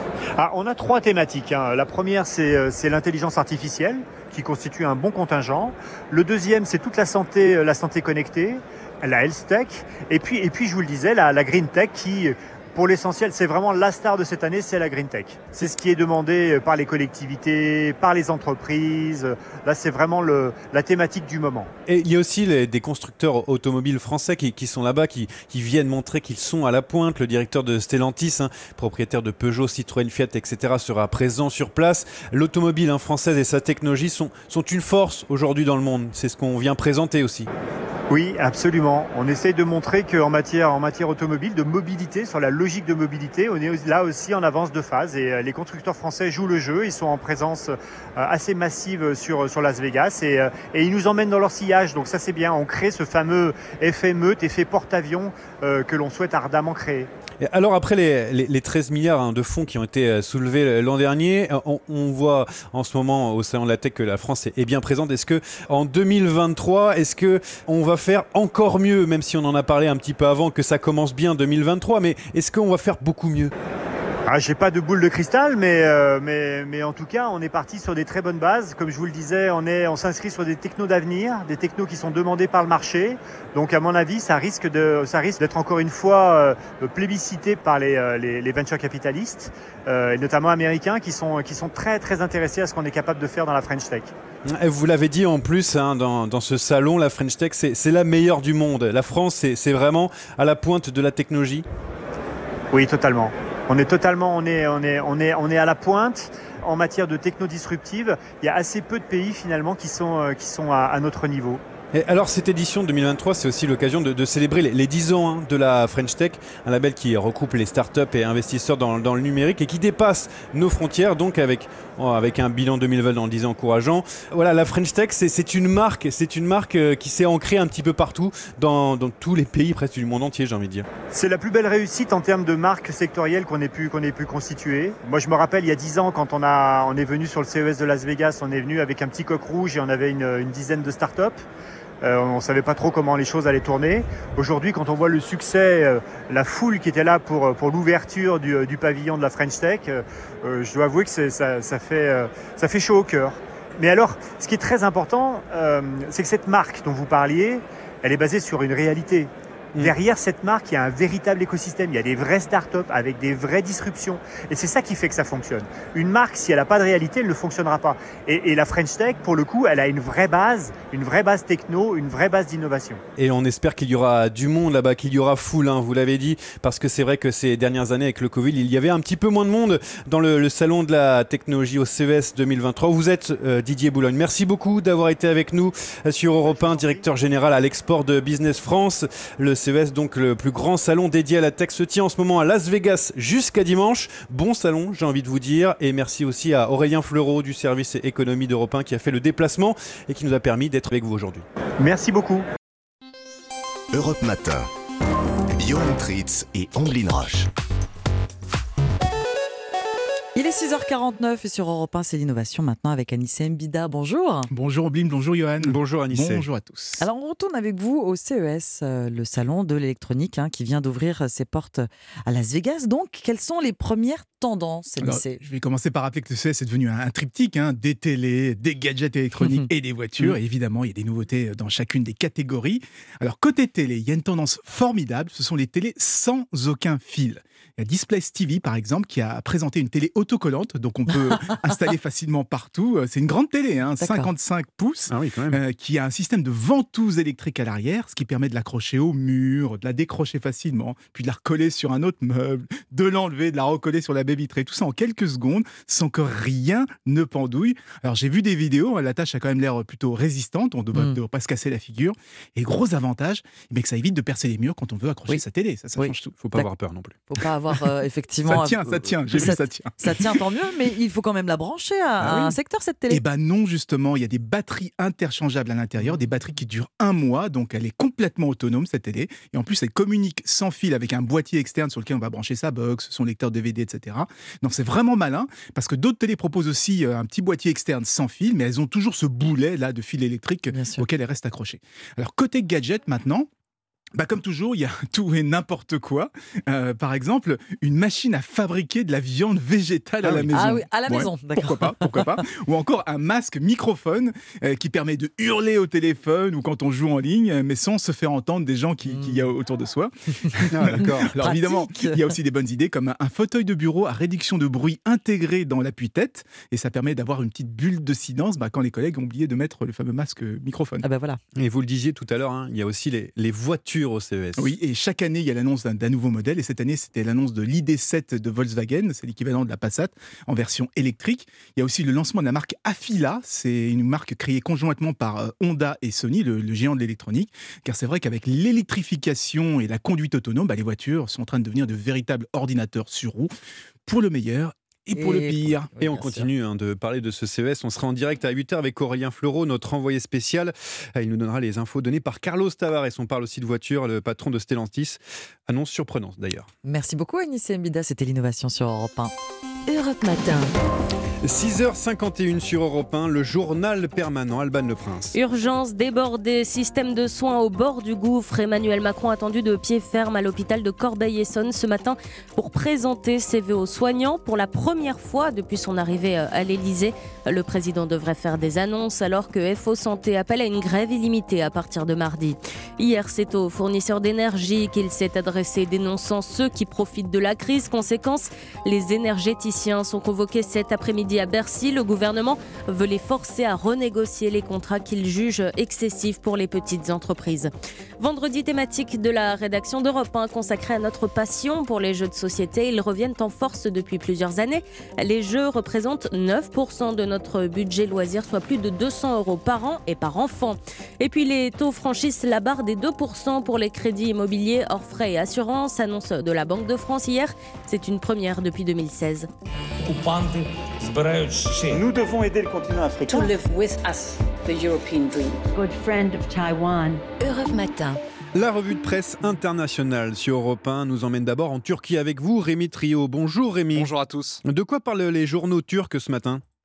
Speaker 11: On a 3 thématiques. Hein. La première, c'est l'intelligence artificielle, qui constitue un bon contingent. Le deuxième, c'est toute la santé connectée, la health tech. Et puis je vous le disais, la green tech qui, pour l'essentiel, c'est vraiment la star de cette année, c'est la green tech. C'est ce qui est demandé par les collectivités, par les entreprises. Là, c'est vraiment la thématique du moment.
Speaker 1: Et il y a aussi des constructeurs automobiles français qui sont là-bas, qui viennent montrer qu'ils sont à la pointe. Le directeur de Stellantis, propriétaire de Peugeot, Citroën, Fiat, etc., sera présent sur place. L'automobile française et sa technologie sont une force aujourd'hui dans le monde. C'est ce qu'on vient présenter aussi.
Speaker 11: Oui, absolument. On essaye de montrer qu'en matière automobile, de mobilité, sur la logique de mobilité, on est là aussi en avance de phase. Et les constructeurs français jouent le jeu. Ils sont en présence assez massive sur Las Vegas et ils nous emmènent dans leur sillage. Donc ça, c'est bien. On crée ce fameux effet meute, effet porte-avions que l'on souhaite ardemment créer.
Speaker 1: Et alors après les 13 milliards de fonds qui ont été soulevés l'an dernier, on voit en ce moment au Salon de la Tech que la France est bien présente. Est-ce que en 2023, est-ce que on va faire encore mieux, même si on en a parlé un petit peu avant que ça commence bien 2023, mais est-ce qu'on va faire beaucoup mieux?
Speaker 11: J'ai pas de boule de cristal, mais en tout cas, on est parti sur des très bonnes bases. Comme je vous le disais, on s'inscrit sur des technos d'avenir, des technos qui sont demandés par le marché. Donc, à mon avis, ça risque d'être encore une fois plébiscité par les venture capitalistes, et notamment américains, qui sont très très intéressés à ce qu'on est capable de faire dans la French Tech.
Speaker 1: Vous l'avez dit en plus dans ce salon, la French Tech, c'est la meilleure du monde. La France, c'est vraiment à la pointe de la technologie.
Speaker 11: Oui, totalement. On est à la pointe en matière de techno disruptive. Il y a assez peu de pays finalement qui sont à notre niveau.
Speaker 1: Et alors cette édition 2023, c'est aussi l'occasion de célébrer les 10 ans de la French Tech, un label qui regroupe les startups et investisseurs dans le numérique et qui dépasse nos frontières, donc avec un bilan 2020 dans 10 ans encourageant. Voilà, la French Tech, c'est une marque qui s'est ancrée un petit peu partout dans tous les pays presque du monde entier, j'ai envie de dire.
Speaker 11: C'est la plus belle réussite en termes de marque sectorielle qu'on ait pu constituer. Moi, je me rappelle il y a 10 ans quand on est venu sur le CES de Las Vegas, on est venu avec un petit coq rouge et on avait une dizaine de startups. On ne savait pas trop comment les choses allaient tourner. Aujourd'hui, quand on voit le succès, la foule qui était là pour l'ouverture du pavillon de la French Tech, je dois avouer que ça fait chaud au cœur. Mais alors, ce qui est très important, c'est que cette marque dont vous parliez, elle est basée sur une réalité. Derrière cette marque, il y a un véritable écosystème. Il y a des vraies startups avec des vraies disruptions. Et c'est ça qui fait que ça fonctionne. Une marque, si elle n'a pas de réalité, elle ne fonctionnera pas. Et la French Tech, pour le coup, elle a une vraie base techno, une vraie base d'innovation.
Speaker 1: Et on espère qu'il y aura du monde là-bas, qu'il y aura foule, hein, vous l'avez dit, parce que c'est vrai que ces dernières années avec le Covid, il y avait un petit peu moins de monde dans le salon de la technologie au CES 2023. Vous êtes Didier Boulogne. Merci beaucoup d'avoir été avec nous sur Europe 1, directeur général à l'export de Business France. Le CES, donc le plus grand salon dédié à la tech, se tient en ce moment à Las Vegas jusqu'à dimanche. Bon salon, j'ai envie de vous dire. Et merci aussi à Aurélien Fleureau du service économie d'Europe 1 qui a fait le déplacement et qui nous a permis d'être avec vous aujourd'hui.
Speaker 11: Merci beaucoup.
Speaker 9: Europe Matin. Johan Tritz et Amblin Roche.
Speaker 8: Il est 6h49 et sur Europe 1, c'est l'innovation maintenant avec Anissé Mbida. Bonjour.
Speaker 5: Bonjour Oblin, bonjour Johan.
Speaker 1: Bonjour Anissé.
Speaker 5: Bonjour à tous.
Speaker 8: Alors on retourne avec vous au CES, le salon de l'électronique qui vient d'ouvrir ses portes à Las Vegas. Donc, quelles sont les premières tendances, Anissé ?
Speaker 5: Je vais commencer par rappeler que le CES est devenu un triptyque, des télés, des gadgets électroniques et des voitures. Et évidemment, il y a des nouveautés dans chacune des catégories. Alors côté télé, il y a une tendance formidable, ce sont les télés sans aucun fil. Il y a Displays TV, par exemple, qui a présenté une télé autocollante, donc on peut installer facilement partout. C'est une grande télé, 55 pouces, qui a un système de ventouse électrique à l'arrière, ce qui permet de l'accrocher au mur, de la décrocher facilement, puis de la recoller sur un autre meuble, de l'enlever, de la recoller sur la baie vitrée, tout ça en quelques secondes, sans que rien ne pendouille. Alors j'ai vu des vidéos, la tâche a quand même l'air plutôt résistante, on ne doit pas se casser la figure. Et gros avantage, que ça évite de percer les murs quand on veut accrocher sa télé, ça change tout.
Speaker 1: Faut pas avoir peur non plus.
Speaker 5: Faut
Speaker 8: pas avoir effectivement.
Speaker 5: Ça tient, j'ai vu ça tient.
Speaker 8: Ça tient, tant mieux, mais il faut quand même la brancher à un secteur, cette télé.
Speaker 5: Eh ben non, justement, il y a des batteries interchangeables à l'intérieur, des batteries qui durent 1 mois, donc elle est complètement autonome, cette télé. Et en plus, elle communique sans fil avec un boîtier externe sur lequel on va brancher sa box, son lecteur DVD, etc. Donc c'est vraiment malin, parce que d'autres télés proposent aussi un petit boîtier externe sans fil, mais elles ont toujours ce boulet là de fil électrique auquel elles restent accrochées. Alors côté gadget maintenant, comme toujours, il y a tout et n'importe quoi. Par exemple, une machine à fabriquer de la viande végétale à la maison.
Speaker 8: Ah oui, à la maison, d'accord.
Speaker 5: Pourquoi pas. Ou encore un masque microphone qui permet de hurler au téléphone ou quand on joue en ligne, mais sans se faire entendre des gens qu'il y a autour de soi.
Speaker 1: D'accord.
Speaker 5: Alors évidemment, il y a aussi des bonnes idées comme un fauteuil de bureau à réduction de bruit intégré dans l'appui-tête. Et ça permet d'avoir une petite bulle de silence quand les collègues ont oublié de mettre le fameux masque microphone.
Speaker 8: Ah voilà.
Speaker 1: Et vous le disiez tout à l'heure, il y a aussi les voitures au CES.
Speaker 5: Oui, et chaque année, il y a l'annonce d'un nouveau modèle. Et cette année, c'était l'annonce de l'ID7 de Volkswagen. C'est l'équivalent de la Passat en version électrique. Il y a aussi le lancement de la marque Afila. C'est une marque créée conjointement par Honda et Sony, le géant de l'électronique. Car c'est vrai qu'avec l'électrification et la conduite autonome, les voitures sont en train de devenir de véritables ordinateurs sur roues, pour le meilleur et pour le pire.
Speaker 1: Et on continue de parler de ce CES. On sera en direct à 8h avec Aurélien Fleureau, notre envoyé spécial. Il nous donnera les infos données par Carlos Tavares. On parle aussi de voitures, le patron de Stellantis. Annonce surprenante d'ailleurs.
Speaker 8: Merci beaucoup Anissé Mbida, c'était l'innovation sur Europe 1.
Speaker 19: Europe Matin.
Speaker 1: 6h51 sur Europe 1, le journal permanent, Alban Le Prince.
Speaker 2: Urgence débordée, système de soins au bord du gouffre. Emmanuel Macron attendu de pied ferme à l'hôpital de Corbeil-Essonnes ce matin pour présenter ses vœux aux soignants. Pour la première fois depuis son arrivée à l'Elysée, le président devrait faire des annonces alors que FO Santé appelle à une grève illimitée à partir de mardi. Hier, c'est aux fournisseurs d'énergie qu'il s'est adressé, dénonçant ceux qui profitent de la crise. Conséquence, les énergéticiens sont convoqués cet après-midi à Bercy. Le gouvernement veut les forcer à renégocier les contrats qu'il juge excessifs pour les petites entreprises. Vendredi thématique de la rédaction d'Europe 1 consacré à notre passion pour les jeux de société. Ils reviennent en force depuis plusieurs années. Les jeux représentent 9% de notre budget loisir, soit plus de 200 € par an et par enfant. Et puis les taux franchissent la barre des 2% pour les crédits immobiliers hors frais et assurances, annonce de la Banque de France hier. C'est une première depuis 2016.
Speaker 11: Nous devons aider le continent africain.
Speaker 12: To live with us, the European dream. Good friend of Taiwan.
Speaker 19: Europe Matin.
Speaker 1: La revue de presse internationale sur Europe 1 nous emmène d'abord en Turquie avec vous, Rémi Trio. Bonjour Rémi.
Speaker 13: Bonjour à tous.
Speaker 1: De quoi parlent les journaux turcs ce matin ?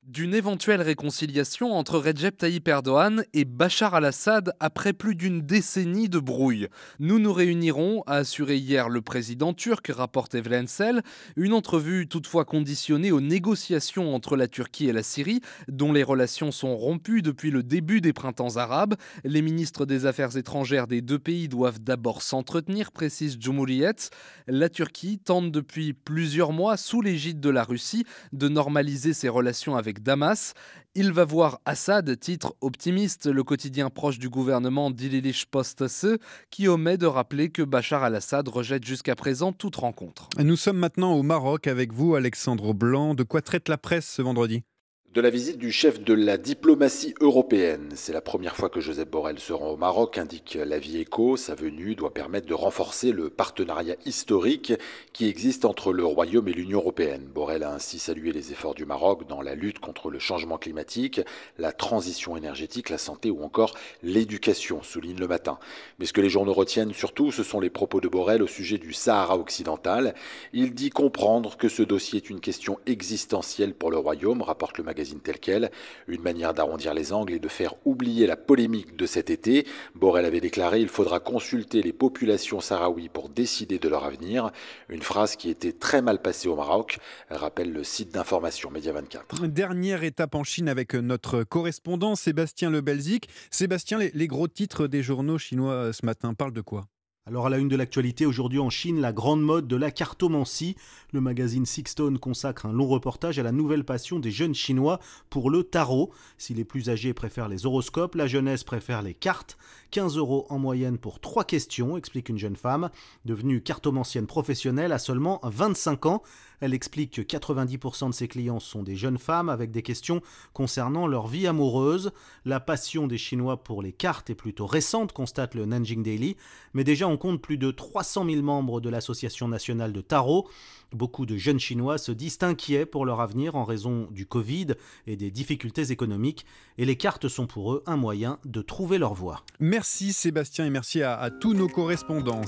Speaker 3: d'une éventuelle réconciliation entre Recep Tayyip Erdogan et Bachar al-Assad après plus d'une décennie de brouille. Nous nous réunirons, a assuré hier le président turc, rapporte Evrensel, une entrevue toutefois conditionnée aux négociations entre la Turquie et la Syrie, dont les relations sont rompues depuis le début des printemps arabes. Les ministres des Affaires étrangères des deux pays doivent d'abord s'entretenir, précise Cumhuriyet. La Turquie tente depuis plusieurs mois, sous l'égide de la Russie, de normaliser ses relations avec Damas. Il va voir Assad, titre optimiste le quotidien proche du gouvernement Dililish Postası, qui omet de rappeler que Bachar al-Assad rejette jusqu'à présent toute rencontre.
Speaker 1: Nous sommes maintenant au Maroc avec vous, Alexandre Blanc. De quoi traite la presse ce vendredi ?
Speaker 13: De la visite du chef de la diplomatie européenne. C'est la première fois que Josep Borrell se rend au Maroc, indique l'avis Écho. Sa venue doit permettre de renforcer le partenariat historique qui existe entre le Royaume et l'Union européenne. Borrell a ainsi salué les efforts du Maroc dans la lutte contre le changement climatique, la transition énergétique, la santé ou encore l'éducation, souligne Le Matin. Mais ce que les journaux retiennent surtout, ce sont les propos de Borrell au sujet du Sahara occidental. Il dit comprendre que ce dossier est une question existentielle pour le Royaume, rapporte le magazine Tel Quel, une manière d'arrondir les angles et de faire oublier la polémique de cet été. Borrell avait déclaré « Il faudra consulter les populations sahraouies pour décider de leur avenir », une phrase qui était très mal passée au Maroc, rappelle le site d'information Média 24.
Speaker 1: Dernière étape en Chine avec notre correspondant Sébastien Lebelzik. Sébastien, les gros titres des journaux chinois ce matin parlent de quoi ?
Speaker 15: Alors à la une de l'actualité, aujourd'hui en Chine, la grande mode de la cartomancie. Le magazine Sixstone consacre un long reportage à la nouvelle passion des jeunes Chinois pour le tarot. Si les plus âgés préfèrent les horoscopes, la jeunesse préfère les cartes. 15 € en moyenne pour 3 questions, explique une jeune femme, devenue cartomancienne professionnelle à seulement 25 ans. Elle explique que 90% de ses clients sont des jeunes femmes avec des questions concernant leur vie amoureuse. La passion des Chinois pour les cartes est plutôt récente, constate le Nanjing Daily, mais déjà on compte plus de 300 000 membres de l'Association nationale de tarot. Beaucoup de jeunes Chinois se disent inquiets pour leur avenir en raison du Covid et des difficultés économiques, et les cartes sont pour eux un moyen de trouver leur voie.
Speaker 1: Merci Sébastien et merci à tous nos correspondants.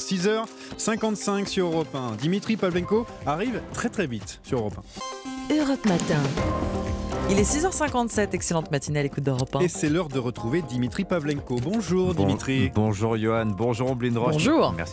Speaker 1: 6h55 sur Europe 1. Dimitri Pavlenko arrive très vite sur Europe
Speaker 19: 1. Europe Matin.
Speaker 8: Il est 6h57, excellente matinée à l'écoute d'Europe 1.
Speaker 1: Et c'est l'heure de retrouver Dimitri Pavlenko. Bonjour Dimitri.
Speaker 18: Bonjour Johan, bonjour Omblin Roche.
Speaker 8: Bonjour.
Speaker 18: Merci